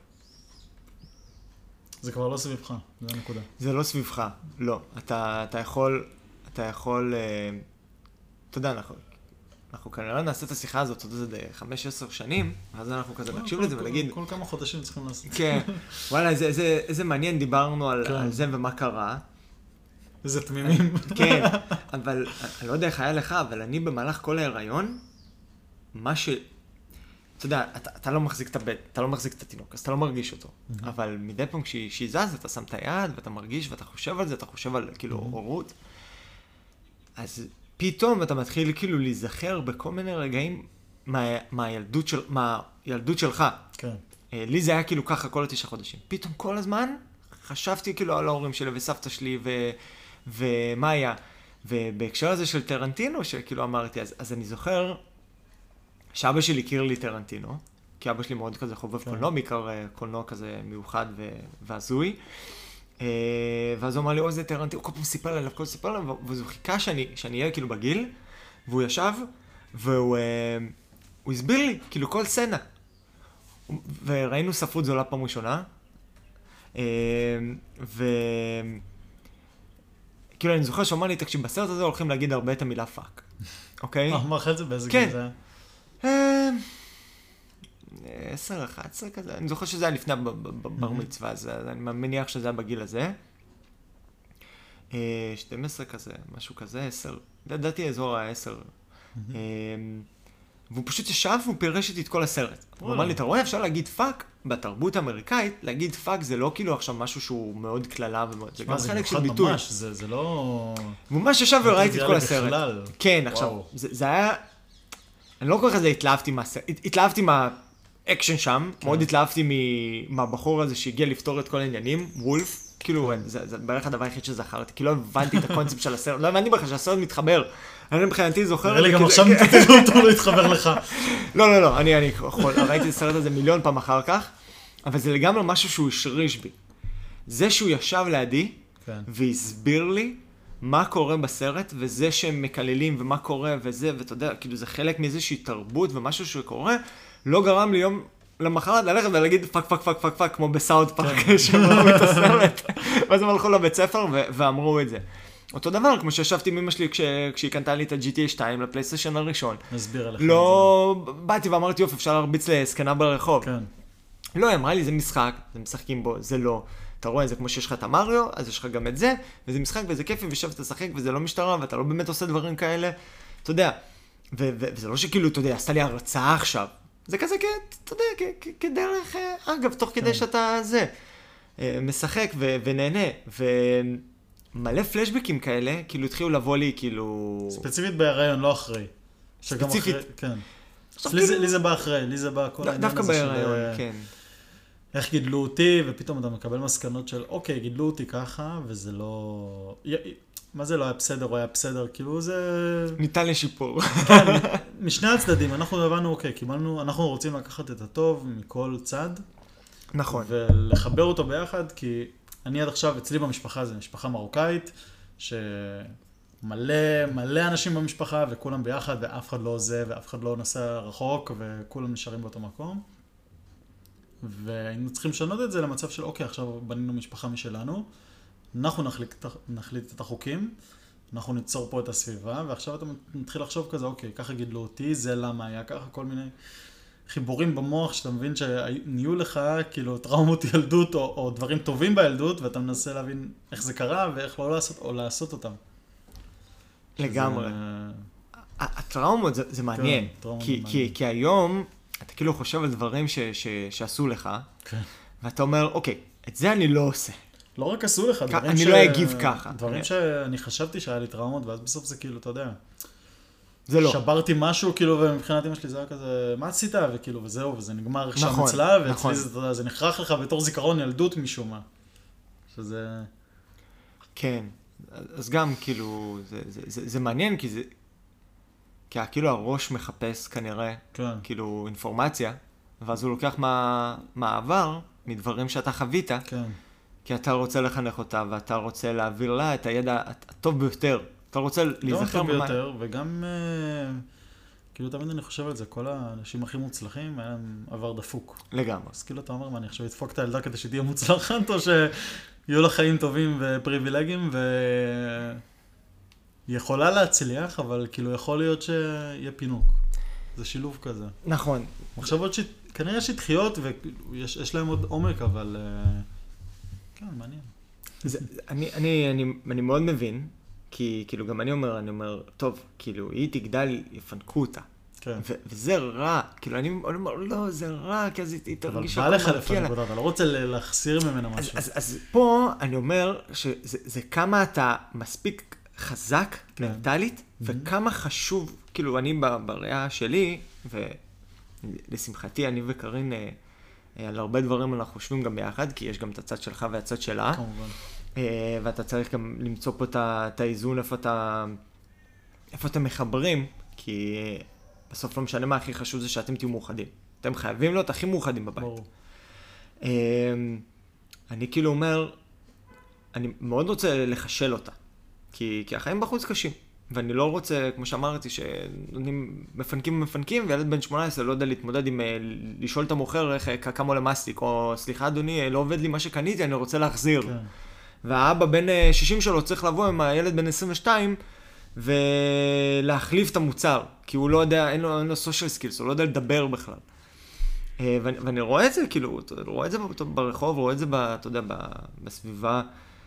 זה כבר לא סביבך, זה הנקודה. זה לא סביבך, לא. אתה, אתה יכול, אתה יכול, אה, אתה יודע, אנחנו, אנחנו כנראה נעשה את השיחה הזאת עוד איזה חמש עשר שנים, ואז אנחנו כזה נקשיב כל- לזה כל- ונגיד, כל כמה חודשים צריכים לעשות. כן, וואלה, איזה, איזה, איזה מעניין, דיברנו על, כן. על זה ומה קרה. איזה תמימים. כן, אבל אני לא יודע איך היה לך, אבל אני במהלך כל ההיריון, מה ש... אתה יודע, אתה, אתה לא מחזיק את הבט, אתה לא מחזיק את התינוק, אז אתה לא מרגיש אותו. אבל מדי פעם כשהיא כשהיא זז, אתה שם את היד, ואתה מרגיש, ואתה חושב על זה, אתה חושב על כאילו הורות. אז פתאום אתה מתחיל כאילו להיזכר בכל מיני רגעים מה, מהילדות, של, מהילדות שלך. כן. אה, לי זה היה כאילו ככה כל התשעה חודשים. פתאום כל הזמן חשבתי כאילו על ההורים שלי וסבתא שלי ו... ומה היה. ובהקשר הזה של טרנטינו, שכאילו אמרתי, אז, אז אני זוכר שאבא שלי הכיר לי טרנטינו, כי אבא שלי מאוד כזה חובב כן. קולנוע, בעיקר אה, קולנוע כזה מיוחד ו... והזוי. אה, ואז הוא אמר לי, אוי זה טרנטינו, כל פעם סיפר עליו, כל פעם סיפר עליו, וזו חיכה שאני, שאני אהיה כאילו בגיל, והוא ישב, והוא אה, הוא הסביר לי, כאילו כל סצנה. וראינו ספרות זולה פעם ראשונה, אה, ו... כאילו אני זוכר שאומר לי, תקשיב, בסרט הזה הולכים להגיד הרבה את המילה פאק, אוקיי? מה, אמר לך את זה באיזה כן. גיל זה? אה, עשר, אחת עשרה כזה, אני זוכר שזה היה לפני הבר מצווה, אז אני מניח שזה היה בגיל הזה. אה, שתים עשרה כזה, משהו כזה, עשר, לדעתי אזור ה-עשר. אה, והוא פשוט ישב והוא פירש איתי את כל הסרט. הוא אמר לי, אתה רואה, אפשר להגיד פאק, בתרבות האמריקאית, להגיד פאק זה לא כאילו עכשיו משהו שהוא מאוד כללה ומאוד, זה גם זה חלק של מיוחד ביטוי. ממש, זה זה לא... והוא ממש ישב וראיתי את כל טריוויאלי הסרט. בכלל. כן, עכשיו, וואו. זה זה היה... אני לא כל כך התלהבתי מהסרט, התלהבתי מהאקשן שם, מאוד התלהבתי מהבחור הזה שהגיע לפתור את כל העניינים, וולף, כאילו, זה, זה בערך הדבר היחיד שזכרתי, כי לא הבנתי את הקונספט של הסרט, לא הבנתי בכלל שהסרט מתחבר. אני מבחינתי זוכר... נראה לי גם עכשיו נתתו אותו לא יתחבר לך. לא, לא, לא, אני, אני יכול, ראיתי את הסרט הזה מיליון פעם אחר כך, אבל זה לגמרי משהו שהוא השריש בי. זה שהוא ישב לידי, כן. והסביר לי מה קורה בסרט, וזה שהם מקללים, ומה קורה, וזה, ואתה יודע, כאילו זה חלק מאיזושהי תרבות, ומשהו שקורה, לא גרם לי יום למחרת ללכת ולהגיד פאק, פאק, פאק, פאק, פאק, כמו בסאוט פארק, שאמרו את הסרט. ואז הם הלכו לבית ספר ואמרו את זה. אותו דבר, כמו שישבתי עם אמא שלי כשהיא קנתה לי את ה-ג'י טי איי שתיים לפלייסטיישן הראשון. נסביר עליך. לא, באתי ואמרתי, יופי, אפשר להרביץ לזקנה ברחוב. כן. לא, היא אמרה לי, זה משחק, זה משחקים בו, זה לא. אתה רואה, זה כמו שיש לך את המריו, אז יש לך גם את זה, וזה משחק וזה כיפי, ושבת לשחק, וזה לא משטרה, ואתה לא באמת עושה דברים כאלה. אתה יודע, וזה לא שכאילו, אתה יודע, עשתה לי הרצאה עכשיו. זה כזה, אתה יודע, כדרך, אגב, תוך כדי שאתה זה, משחק ונהנה, ומלא פלשבקים כאלה, כאילו התחילו לבוא לי, כאילו... ספציפית בהיריון, לא אחרי. ספציפית. כן. לי זה בא אחרי, לי זה בא כל העניין הזה של... דווקא בהיריון, כן. איך גידלו אותי, ופתאום אתה מקבל מסקנות של, אוקיי, גידלו אותי ככה, וזה לא... מה זה לא היה בסדר או היה בסדר? כאילו זה... ניתן לשיפור. כן, משני הצדדים, אנחנו הבנו, אוקיי, קיבלנו, אנחנו רוצים לקחת את הטוב מכל צד. נכון. ולחבר אותו ביחד, כי אני עד עכשיו, אצלי במשפחה, זה משפחה מרוקאית, שמלא, מלא אנשים במשפחה, וכולם ביחד, ואף אחד לא עוזב, ואף אחד לא נוסע רחוק, וכולם נשארים באותו מקום. והיינו צריכים לשנות את זה למצב של, אוקיי, עכשיו בנינו משפחה משלנו, אנחנו נחליט, נחליט את החוקים, אנחנו ניצור פה את הסביבה, ועכשיו אתה מתחיל לחשוב כזה, אוקיי, ככה גידלו אותי, זה למה היה ככה, כל מיני חיבורים במוח שאתה מבין שנהיו לך, כאילו, טראומות ילדות, או, או דברים טובים בילדות, ואתה מנסה להבין איך זה קרה, ואיך לא לעשות, או לעשות אותם. לגמרי. הטראומות זה, זה מעניין, כי, כי, כי היום אתה כאילו חושב על דברים ש, ש, שעשו לך, ואתה אומר, אוקיי, את זה אני לא עושה. לא רק עשו לך, דברים אני ש... לא אגיב ככה. דברים שאני חשבתי שהיה לי טראומות, ואז בסוף זה כאילו, אתה יודע, זה לא. שברתי משהו, כאילו, ומבחינת אמא שלי זה היה כזה, מה עשית? וכאילו, וזהו, וזה נגמר עכשיו נכון, אצלה, ואצלי נכון. זה, אתה יודע, זה נחרח לך בתור זיכרון ילדות משום מה. שזה... כן, אז גם, כאילו, זה, זה, זה, זה מעניין, כי זה... כי כאילו הראש מחפש כנראה, כן. כאילו, אינפורמציה, ואז הוא לוקח מה, מהעבר, מדברים שאתה חווית, כן. כי אתה רוצה לחנך אותה, ואתה רוצה להעביר לה את הידע הטוב ביותר. אתה רוצה להיזכר... גם טוב ביותר, וגם, כאילו, תמיד אני חושב על זה, כל האנשים הכי מוצלחים, היה להם עבר דפוק. לגמרי. אז כאילו, אתה אומר, מה, אני עכשיו אדפוק את הילדה כדי שתהיה מוצלחת, או שיהיו לה חיים טובים ופריבילגיים, ויכולה להצליח, אבל כאילו, יכול להיות שיהיה פינוק. זה שילוב כזה. נכון. מחשבות שכנראה שטחיות, ויש להם עוד עומק, אבל... כן, מעניין. זה, אני, אני, אני, אני מאוד מבין, כי כאילו גם אני אומר, אני אומר, טוב, כאילו, היא תגדל, יפנקו אותה. כן. ו- וזה רע, כאילו, אני אומר, לא, זה רע, כי אז היא תרגיש... אבל בא לך לפנק אותה, אתה לא רוצה להחסיר ממנה משהו. אז, אז, אז פה אני אומר שזה זה כמה אתה מספיק חזק, כן. מנטלית, mm-hmm. וכמה חשוב, כאילו, אני בראייה שלי, ולשמחתי, אני וקרין... על הרבה דברים אנחנו חושבים גם ביחד, כי יש גם את הצד שלך והצד שלה. כמובן. ואתה צריך גם למצוא פה את האיזון, איפה אתה, איפה אתם מחברים, כי בסוף לא משנה מה הכי חשוב זה שאתם תהיו מאוחדים. אתם חייבים להיות הכי מאוחדים בבית. ברור. אני כאילו אומר, אני מאוד רוצה לחשל אותה, כי, כי החיים בחוץ קשים. ואני לא רוצה, כמו שאמרתי, שנותנים מפנקים ומפנקים, וילד בן שמונה עשרה לא יודע להתמודד עם לשאול את המוכר איך כמה עולה מסטיק, או סליחה אדוני, לא עובד לי מה שקניתי, אני רוצה להחזיר. כן. והאבא בן שישים שלו צריך לבוא עם הילד בן עשרים ושתיים, ולהחליף את המוצר, כי הוא לא יודע, אין לו, אין לו social skills, הוא לא יודע לדבר בכלל. ואני, ואני רואה את זה, כאילו, רואה את זה ברחוב, רואה את זה, אתה יודע, בסביבה.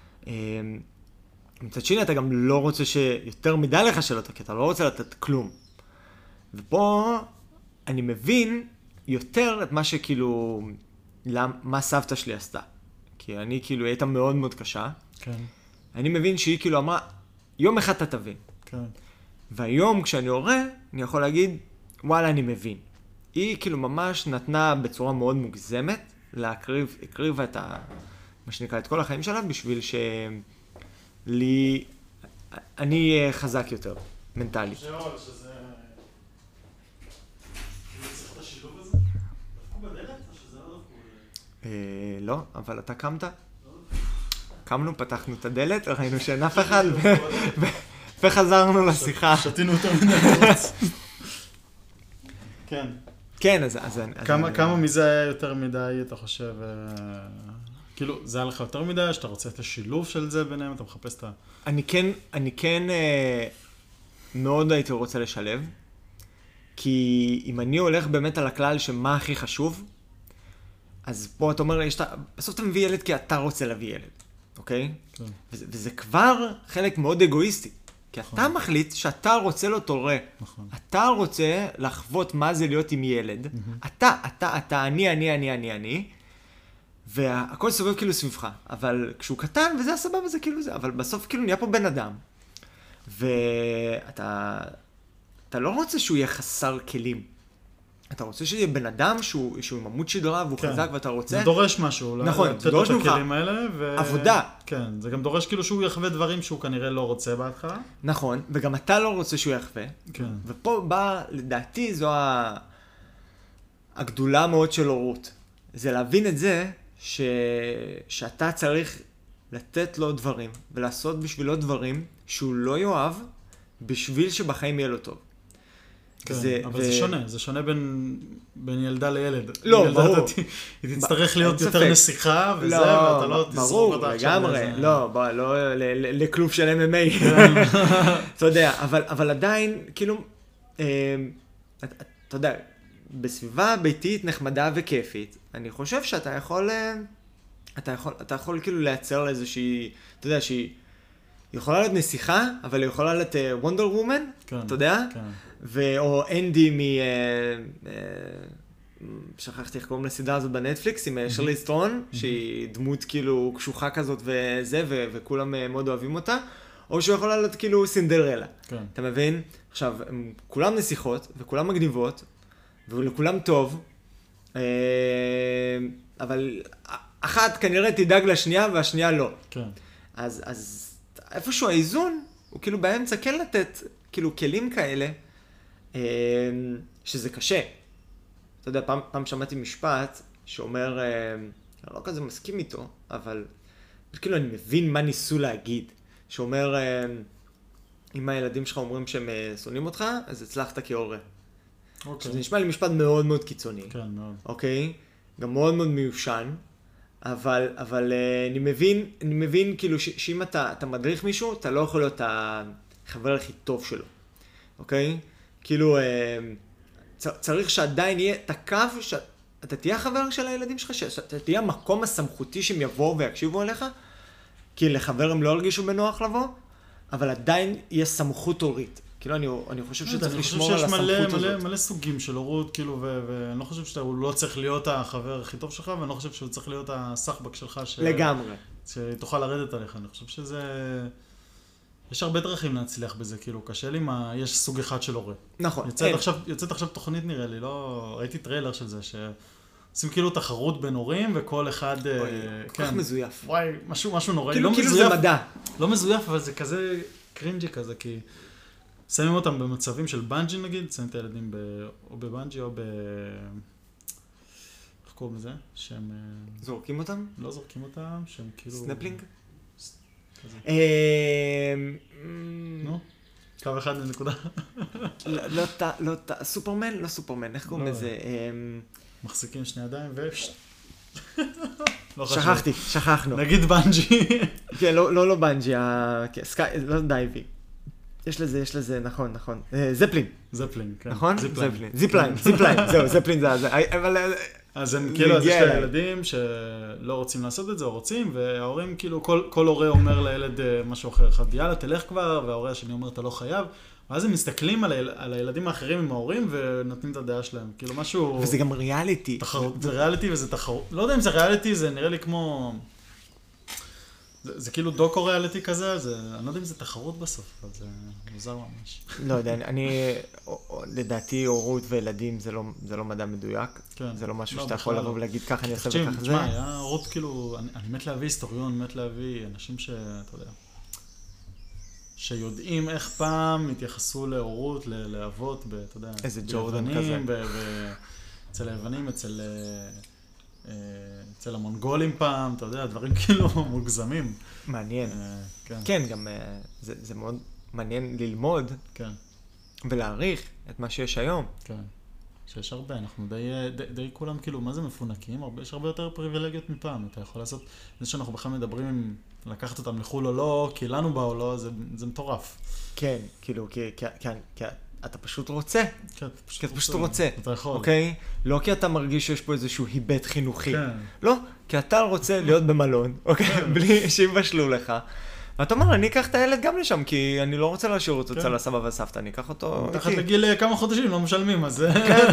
מצד שני, אתה גם לא רוצה שיותר מדי לחשל אותה, כי אתה לא רוצה לתת כלום. ופה אני מבין יותר את מה שכאילו, מה סבתא שלי עשתה. כי אני כאילו, היא הייתה מאוד מאוד קשה. כן. אני מבין שהיא כאילו אמרה, יום אחד אתה תבין. כן. והיום כשאני הורה, אני יכול להגיד, וואלה, אני מבין. היא כאילו ממש נתנה בצורה מאוד מוגזמת, להקריב, הקריבה את ה... מה שנקרא, את כל החיים שלה, בשביל שלי, אני אהיה חזק יותר, מנטלית. שזה... שזה... צריך את השילוב הזה? דפקו בדלת או שזה לא דפקו? לא, אבל אתה קמת? קמנו, פתחנו את הדלת, ראינו שאין אף אחד, וחזרנו לשיחה. שתינו יותר מדי. כן. כן, אז... כמה מזה היה יותר מדי, אתה חושב... כאילו, זה היה לך יותר מדי, שאתה רוצה את השילוב של זה ביניהם, אתה מחפש את ה... אני כן, אני כן מאוד הייתי רוצה לשלב, כי אם אני הולך באמת על הכלל שמה הכי חשוב, אז פה אתה אומר, בסוף אתה מביא ילד כי אתה רוצה להביא ילד, אוקיי? כן. וזה, וזה כבר חלק מאוד אגואיסטי, כי נכון. אתה מחליט שאתה רוצה לו תורה. נכון. אתה רוצה לחוות מה זה להיות עם ילד. Mm-hmm. אתה, אתה, אתה, אני, אני, אני, אני, אני. והכל סובב כאילו סביבך. אבל כשהוא קטן, וזה הסבבה, זה כאילו זה. אבל בסוף כאילו נהיה פה בן אדם. ואתה, אתה לא רוצה שהוא יהיה חסר כלים. אתה רוצה שיהיה בן אדם שהוא, שהוא עם עמוד שדרה והוא כן. חזק ואתה רוצה... זה דורש משהו. נכון, זה דורש ממך. ו... עבודה. כן, זה גם דורש כאילו שהוא יחווה דברים שהוא כנראה לא רוצה בהתחלה. נכון, וגם אתה לא רוצה שהוא יחווה. כן. ופה בא, לדעתי, זו ה... הגדולה מאוד של הורות. זה להבין את זה ש... שאתה צריך לתת לו דברים ולעשות בשבילו דברים שהוא לא יאהב בשביל שבחיים יהיה לו טוב. כן, זה, אבל ו... זה שונה, זה שונה בין, בין ילדה לילד. לא, ילדה ברור. ת... היא תצטרך להיות יותר נסיכה וזה, לא, ואתה לא תזרוק אותה עכשיו. ברור, לגמרי, לא, בוא, לא לכלוב של אם אם איי. אתה יודע, אבל, אבל עדיין, כאילו, אה, אתה יודע, בסביבה ביתית נחמדה וכיפית, אני חושב שאתה יכול, אתה יכול, אתה יכול כאילו לייצר לאיזושהי, אתה יודע, שהיא יכולה להיות נסיכה, אבל היא יכולה להיות וונדר וומן, כן, אתה יודע? כן. ו- או אנדי מ... שכחתי איך קוראים לסדרה הזאת בנטפליקס, עם שרלי סטרון, שהיא דמות כאילו קשוחה כזאת וזה, ו- וכולם מאוד אוהבים אותה, או שהוא יכול להיות כאילו סינדרלה. כן. אתה מבין? עכשיו, הם כולם נסיכות, וכולם מגניבות, ולכולם טוב, אבל אחת כנראה תדאג לשנייה, והשנייה לא. כן. אז, אז איפשהו האיזון, הוא כאילו באמצע כן לתת כאילו כלים כאלה, שזה קשה. אתה יודע, פעם, פעם שמעתי משפט שאומר, אני לא כזה מסכים איתו, אבל כאילו אני מבין מה ניסו להגיד. שאומר, אם הילדים שלך אומרים שהם שונאים אותך, אז הצלחת כהורה. אוקיי. זה נשמע לי משפט מאוד מאוד קיצוני. כן, מאוד. אוקיי? גם מאוד מאוד מיושן. אבל, אבל אני מבין, אני מבין כאילו ש, שאם אתה, אתה מדריך מישהו, אתה לא יכול להיות החבר הכי טוב שלו. אוקיי? כאילו, צריך שעדיין יהיה את הקו, שאתה תהיה החבר של הילדים שלך, שאתה תהיה המקום הסמכותי שהם יבואו ויקשיבו עליך, כי לחבר הם לא הרגישו בנוח לבוא, אבל עדיין יהיה סמכות הורית. כאילו, אני, אני חושב שצריך לשמור על הסמכות הזאת. אני חושב שיש מלא, מלא סוגים של הורות, כאילו, ואני לא חושב שהוא לא צריך להיות החבר הכי טוב שלך, ואני לא חושב שהוא צריך להיות הסחבק שלך, ש... לגמרי. שתוכל לרדת עליך. אני חושב שזה... יש הרבה דרכים להצליח בזה, כאילו, קשה לי מה... יש סוג אחד של הורה. נכון. יוצאת עכשיו, יוצאת עכשיו תוכנית, נראה לי, לא... ראיתי טריילר של זה, שעושים כאילו תחרות בין הורים, וכל אחד... אוי, כל כך מזויף. וואי, משהו, משהו נוראי. כאילו, לא כאילו מזויף, זה מדע. לא מזויף, אבל זה כזה קרינג'י כזה, כי... שמים אותם במצבים של בנג'י נגיד, שמים את הילדים ב... או בבנג'י או ב... איך קוראים לזה? שהם... זורקים אותם? לא זורקים אותם, שהם כאילו... סנפלינג? כזה. נו? קו אחד לנקודה. לא, סופרמן? לא סופרמן, איך קוראים לזה? מחזיקים שני ידיים ו... שכחתי, שכחנו. נגיד בנג'י. כן, לא, לא בנג'י, לא דייבי. יש לזה, יש לזה, נכון, נכון. זפלין. זפלין, כן. נכון? זפלין. זיפליין, זיפליין, זהו, זפלין זה, אבל... אז הם כאילו, אז יש לה ילדים שלא רוצים לעשות את זה, או רוצים, וההורים כאילו, כל הורה אומר לילד משהו אחר, אחד, יאללה, תלך כבר, וההורה השני אומר, אתה לא חייב, ואז הם מסתכלים על הילדים האחרים עם ההורים, ונותנים את הדעה שלהם, כאילו משהו... וזה גם ריאליטי. זה ריאליטי וזה תחרות. לא יודע אם זה ריאליטי, זה נראה לי כמו... זה, זה כאילו דוקו ריאליטי כזה, זה, אני לא יודע אם זה תחרות בסוף, אבל זה מוזר ממש. לא יודע, אני, לדעתי, הורות וילדים זה לא, זה לא מדע מדויק. כן. זה לא משהו לא, שאתה יכול לבוא לא. ולהגיד ככה אני אעשה תקשיב, וכך זה. תשמע, היה הורות כאילו, אני, אני מת להביא היסטוריון, מת להביא אנשים ש... אתה יודע, שיודעים איך פעם התייחסו להורות, ל- לאבות, ב- אתה יודע, איזה ג'ורדן כזה. ב- ב- אצל היוונים, אצל, אה, אצל המונגולים פעם, אתה יודע, דברים כאילו מוגזמים. מעניין. אה, כן, כן, גם אה, זה, זה מאוד מעניין ללמוד כן, ולהעריך את מה שיש היום. כן. שיש הרבה, אנחנו די, די, די כולם כאילו, מה זה מפונקים? הרבה, יש הרבה יותר פריבילגיות מפעם. אתה יכול לעשות, זה שאנחנו בכלל מדברים אם לקחת אותם לחול או לא, כי לנו בא או לא, זה, זה מטורף. כן, כאילו, כי, כי, כי, כי אתה פשוט רוצה. כן, כי אתה פשוט רוצה. אתה יכול. אוקיי? לא כי אתה מרגיש שיש פה איזשהו היבט חינוכי. כן. לא, כי אתה רוצה להיות במלון, אוקיי? בלי שיבשלו לך. ואתה אומר, אני אקח את הילד גם לשם, כי אני לא רוצה להשאיר אותו אצל הסבא והסבתא, אני אקח אותו... מתחת לגיל כמה חודשים, לא משלמים, אז...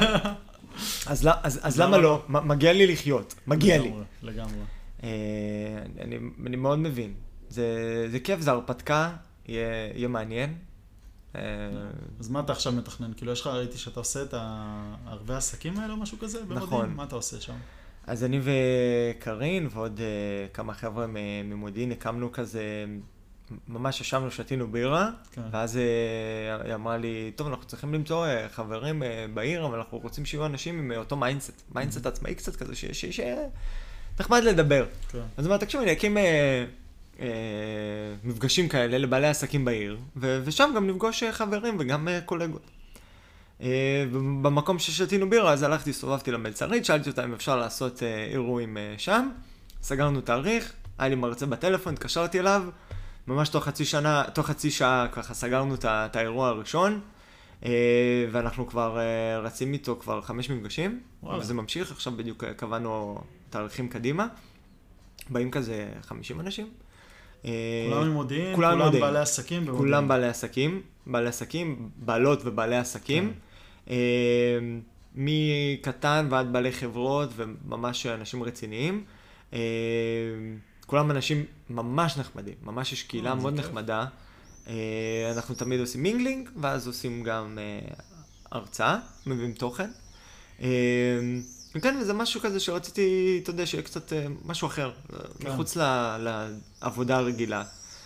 אז, אז, אז למה לא? מגיע לי לחיות, מגיע לי. לגמרי, לגמרי. אה, אני, אני מאוד מבין. זה, זה כיף, זה הרפתקה, יהיה, יהיה מעניין. אה, אז מה אתה עכשיו מתכנן? כאילו, יש לך, ראיתי שאתה עושה את הערבי העסקים האלה או משהו כזה? במודיעין? נכון. מה אתה עושה שם? אז אני וקרין ועוד uh, כמה חבר'ה ממודיעין הקמנו כזה, ממש ישבנו, שתינו בירה, כן. ואז uh, היא אמרה לי, טוב, אנחנו צריכים למצוא uh, חברים uh, בעיר, אבל אנחנו רוצים שיהיו אנשים עם uh, אותו מיינדסט, מיינדסט עצמאי קצת כזה, שיש נחמד לדבר. כן. אז אמרתי, תקשיב, אני אקים uh, uh, מפגשים כאלה לבעלי עסקים בעיר, ו- ושם גם נפגוש uh, חברים וגם uh, קולגות. ובמקום ששתינו בירה, אז הלכתי, סובבתי למלצרית, שאלתי אותה אם אפשר לעשות אירועים שם, סגרנו תאריך, היה לי מרצה בטלפון, התקשרתי אליו, ממש תוך חצי שנה, תוך חצי שעה ככה סגרנו את האירוע הראשון, ואנחנו כבר רצים איתו כבר חמש מפגשים, וזה ממשיך, עכשיו בדיוק קבענו תאריכים קדימה, באים כזה חמישים אנשים. כולם ממודיעין, כולם בעלי עסקים במודיעין. כולם בעלי עסקים, בעלי עסקים, בעלות ובעלי עסקים. מקטן ועד בעלי חברות וממש אנשים רציניים. כולם אנשים ממש נחמדים, ממש יש קהילה מאוד נחמדה. אנחנו תמיד עושים מינגלינג, ואז עושים גם הרצאה, מביאים תוכן. כן, וזה משהו כזה שרציתי, אתה יודע, שיהיה קצת משהו אחר, מחוץ לעבודה הרגילה.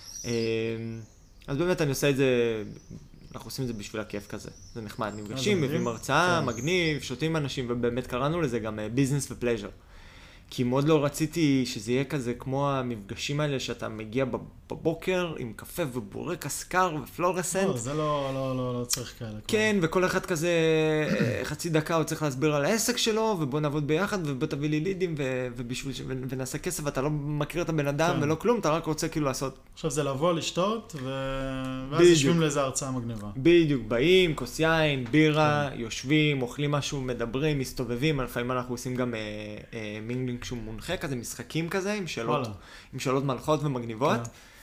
אז באמת אני עושה את זה, אנחנו עושים את זה בשביל הכיף כזה. זה נחמד, נפגשים, מביאים הרצאה, מגניב, שותים אנשים, ובאמת קראנו לזה גם ביזנס ופלז'ר. כי מאוד לא רציתי שזה יהיה כזה כמו המפגשים האלה שאתה מגיע בבוקר עם קפה ובורקס קר ופלורסנט. לא, זה לא, לא, לא, לא צריך כאלה. כן, וכל אחד כזה חצי דקה הוא צריך להסביר על העסק שלו, ובוא נעבוד ביחד, ובוא תביא לי לידים, ובשביל ש... ונעשה כסף, ואתה לא מכיר את הבן אדם ולא כלום, אתה רק רוצה כאילו לעשות. עכשיו זה לבוא, לשתות, ואז יושבים לאיזה הרצאה מגניבה. בדיוק, באים, כוס יין, בירה, יושבים, אוכלים משהו, מדברים, מסתובבים, לפעמים אנחנו עושים גם מינגלינג שהוא מונחה כזה, משחקים כזה, עם שאלות, עם שאלות מלכות ומגניבות.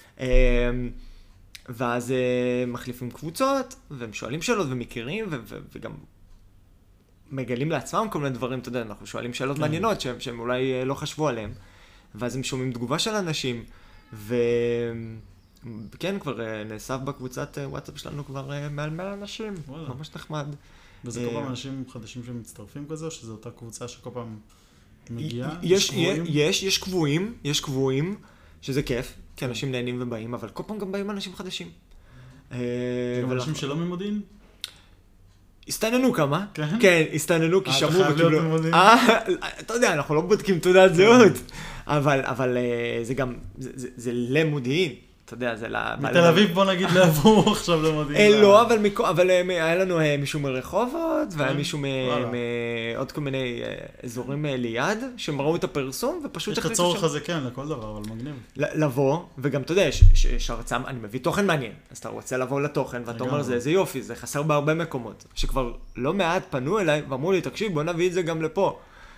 ואז מחליפים קבוצות, והם שואלים שאלות ומכירים, וגם מגלים לעצמם כל מיני דברים, אתה יודע, אנחנו שואלים שאלות מעניינות שהם אולי לא חשבו עליהם, ואז הם שומעים תגובה של אנשים, וכן, כבר נאסף בקבוצת וואטסאפ שלנו כבר מעל מאה אנשים, ממש נחמד. וזה כל פעם אנשים חדשים שמצטרפים כזה, או שזו אותה קבוצה שכל פעם מגיעה? יש, יש, יש קבועים, יש קבועים, שזה כיף, כי אנשים נהנים ובאים, אבל כל פעם גם באים אנשים חדשים. גם אנשים שלא ממודיעין? הסתננו כמה. כן? כן, הסתננו כי שמעו אתה חייב להיות ממודיעין? אתה יודע, אנחנו לא בודקים תעודת זהות, אבל זה גם, זה למודיעין. אתה יודע, זה ל... מתל אביב בוא נגיד לעבור עכשיו למודיעין. לא, אבל היה לנו מישהו מרחובות, והיה מישהו מעוד כל מיני אזורים ליד, שהם ראו את הפרסום, ופשוט... יש את הצורך הזה, כן, לכל דבר, אבל מגניב. לבוא, וגם אתה יודע, שהרצאה, אני מביא תוכן מעניין, אז אתה רוצה לבוא לתוכן, ואתה אומר, זה יופי, זה חסר בהרבה מקומות, שכבר לא מעט פנו אליי, ואמרו לי, תקשיב, בוא נביא את זה גם לפה.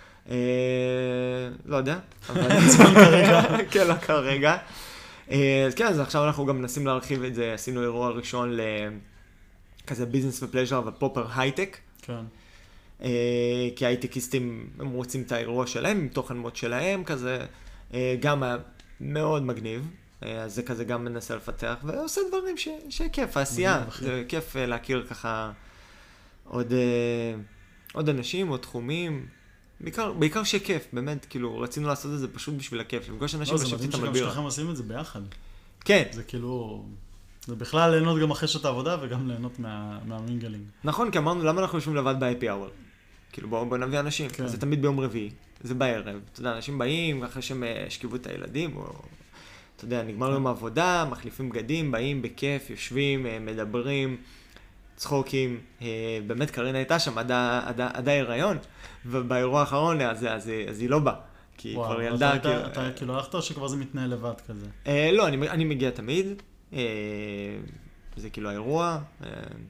לא יודע, אבל... כן, לא כרגע. אז כן, אז עכשיו אנחנו גם מנסים להרחיב את זה, עשינו אירוע ראשון לכזה ביזנס ופלז'ר ופופר הייטק. כן. כי ההייטקיסטים, הם רוצים את האירוע שלהם, עם תוכן מוד שלהם, כזה, גם היה מאוד מגניב. אז זה כזה גם מנסה לפתח, ועושה דברים ש... שכיף, העשייה. זה כיף להכיר ככה עוד, עוד אנשים, עוד תחומים. בעיקר, בעיקר שכיף, באמת, כאילו, רצינו לעשות את זה פשוט בשביל הכיף, לפגוש אנשים לשבת איתם בבירה. זה מדהים שגם שלכם עושים את זה ביחד. כן. זה כאילו, זה בכלל ליהנות גם אחרי שעת העבודה, וגם ליהנות מה, מהמינגלינג. נכון, כי אמרנו, למה אנחנו יושבים לבד ב-איי פי hour? כאילו, בואו בוא נביא אנשים. כן. זה תמיד ביום רביעי, זה בערב. אתה יודע, אנשים באים, אחרי שהם השכיבו את הילדים, או, אתה יודע, נגמר יום העבודה, מחליפים בגדים, באים בכיף, יושבים, מדברים, צחוקים. באמת, קרינה הייתה שם עד, עד, עד ההיריון, ובאירוע האחרון, אז, אז, אז היא לא באה. כי וואו, כבר ילדה... אתה, כאילו... אתה כאילו הלכת או שכבר זה מתנהל לבד כזה? אה, לא, אני, אני מגיע תמיד. אה, זה כאילו האירוע. אה,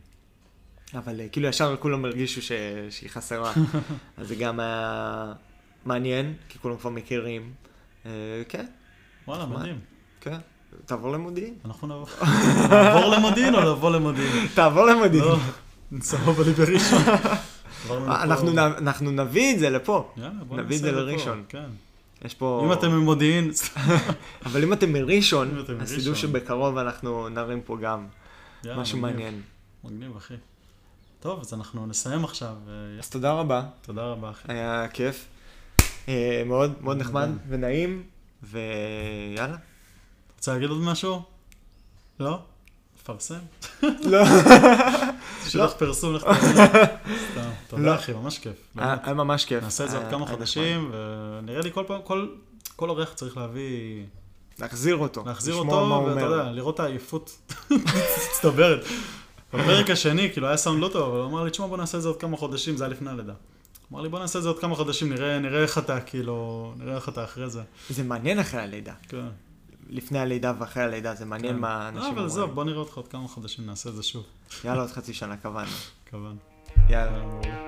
אבל אה, כאילו ישר כולם הרגישו ש, שהיא חסרה. אז זה גם היה מעניין, כי כולם כבר מכירים. אה, כן. וואלה, מדהים. כן. תעבור למודיעין. אנחנו נעבור. נעבור למודיעין או נעבור למודיעין? תעבור למודיעין. לא, נצטרף לי בראשון. אנחנו, נ, אנחנו נביא את זה לפה. יאללה, בוא נביא את זה לראשון. כן. יש פה... אם אתם ממודיעין... אבל אם אתם מראשון, אז תדעו שבקרוב אנחנו נרים פה גם יאללה, משהו מגניב. מעניין. מגניב, אחי. טוב, אז אנחנו נסיים עכשיו. אז תודה רבה. תודה רבה, אחי. היה כיף. אה, מאוד, מאוד נחמד ונעים, ויאללה. רוצה להגיד עוד משהו? לא? פרסם? לא. שלח פרסום לך תראה. סתם, תודה אחי, ממש כיף. היה ממש כיף. נעשה את זה עוד כמה חודשים, ונראה לי כל פעם, כל אורח צריך להביא... להחזיר אותו. להחזיר אותו, ואתה יודע, לראות את העייפות מצטברת. בפרק השני, כאילו היה סאונד לא טוב, אבל הוא אמר לי, תשמע בוא נעשה את זה עוד כמה חודשים, זה היה לפני הלידה. אמר לי בוא נעשה את זה עוד כמה חודשים, נראה איך אתה, כאילו, נראה איך אתה אחרי זה. זה מעניין אחרי הלידה. כן. לפני הלידה ואחרי הלידה, זה מעניין מה אנשים אומרים. אבל זהו, בוא נראה אותך עוד כמה חודשים, נעשה את זה שוב. יאללה, עוד חצי שנה, קבענו. קבענו. יאללה.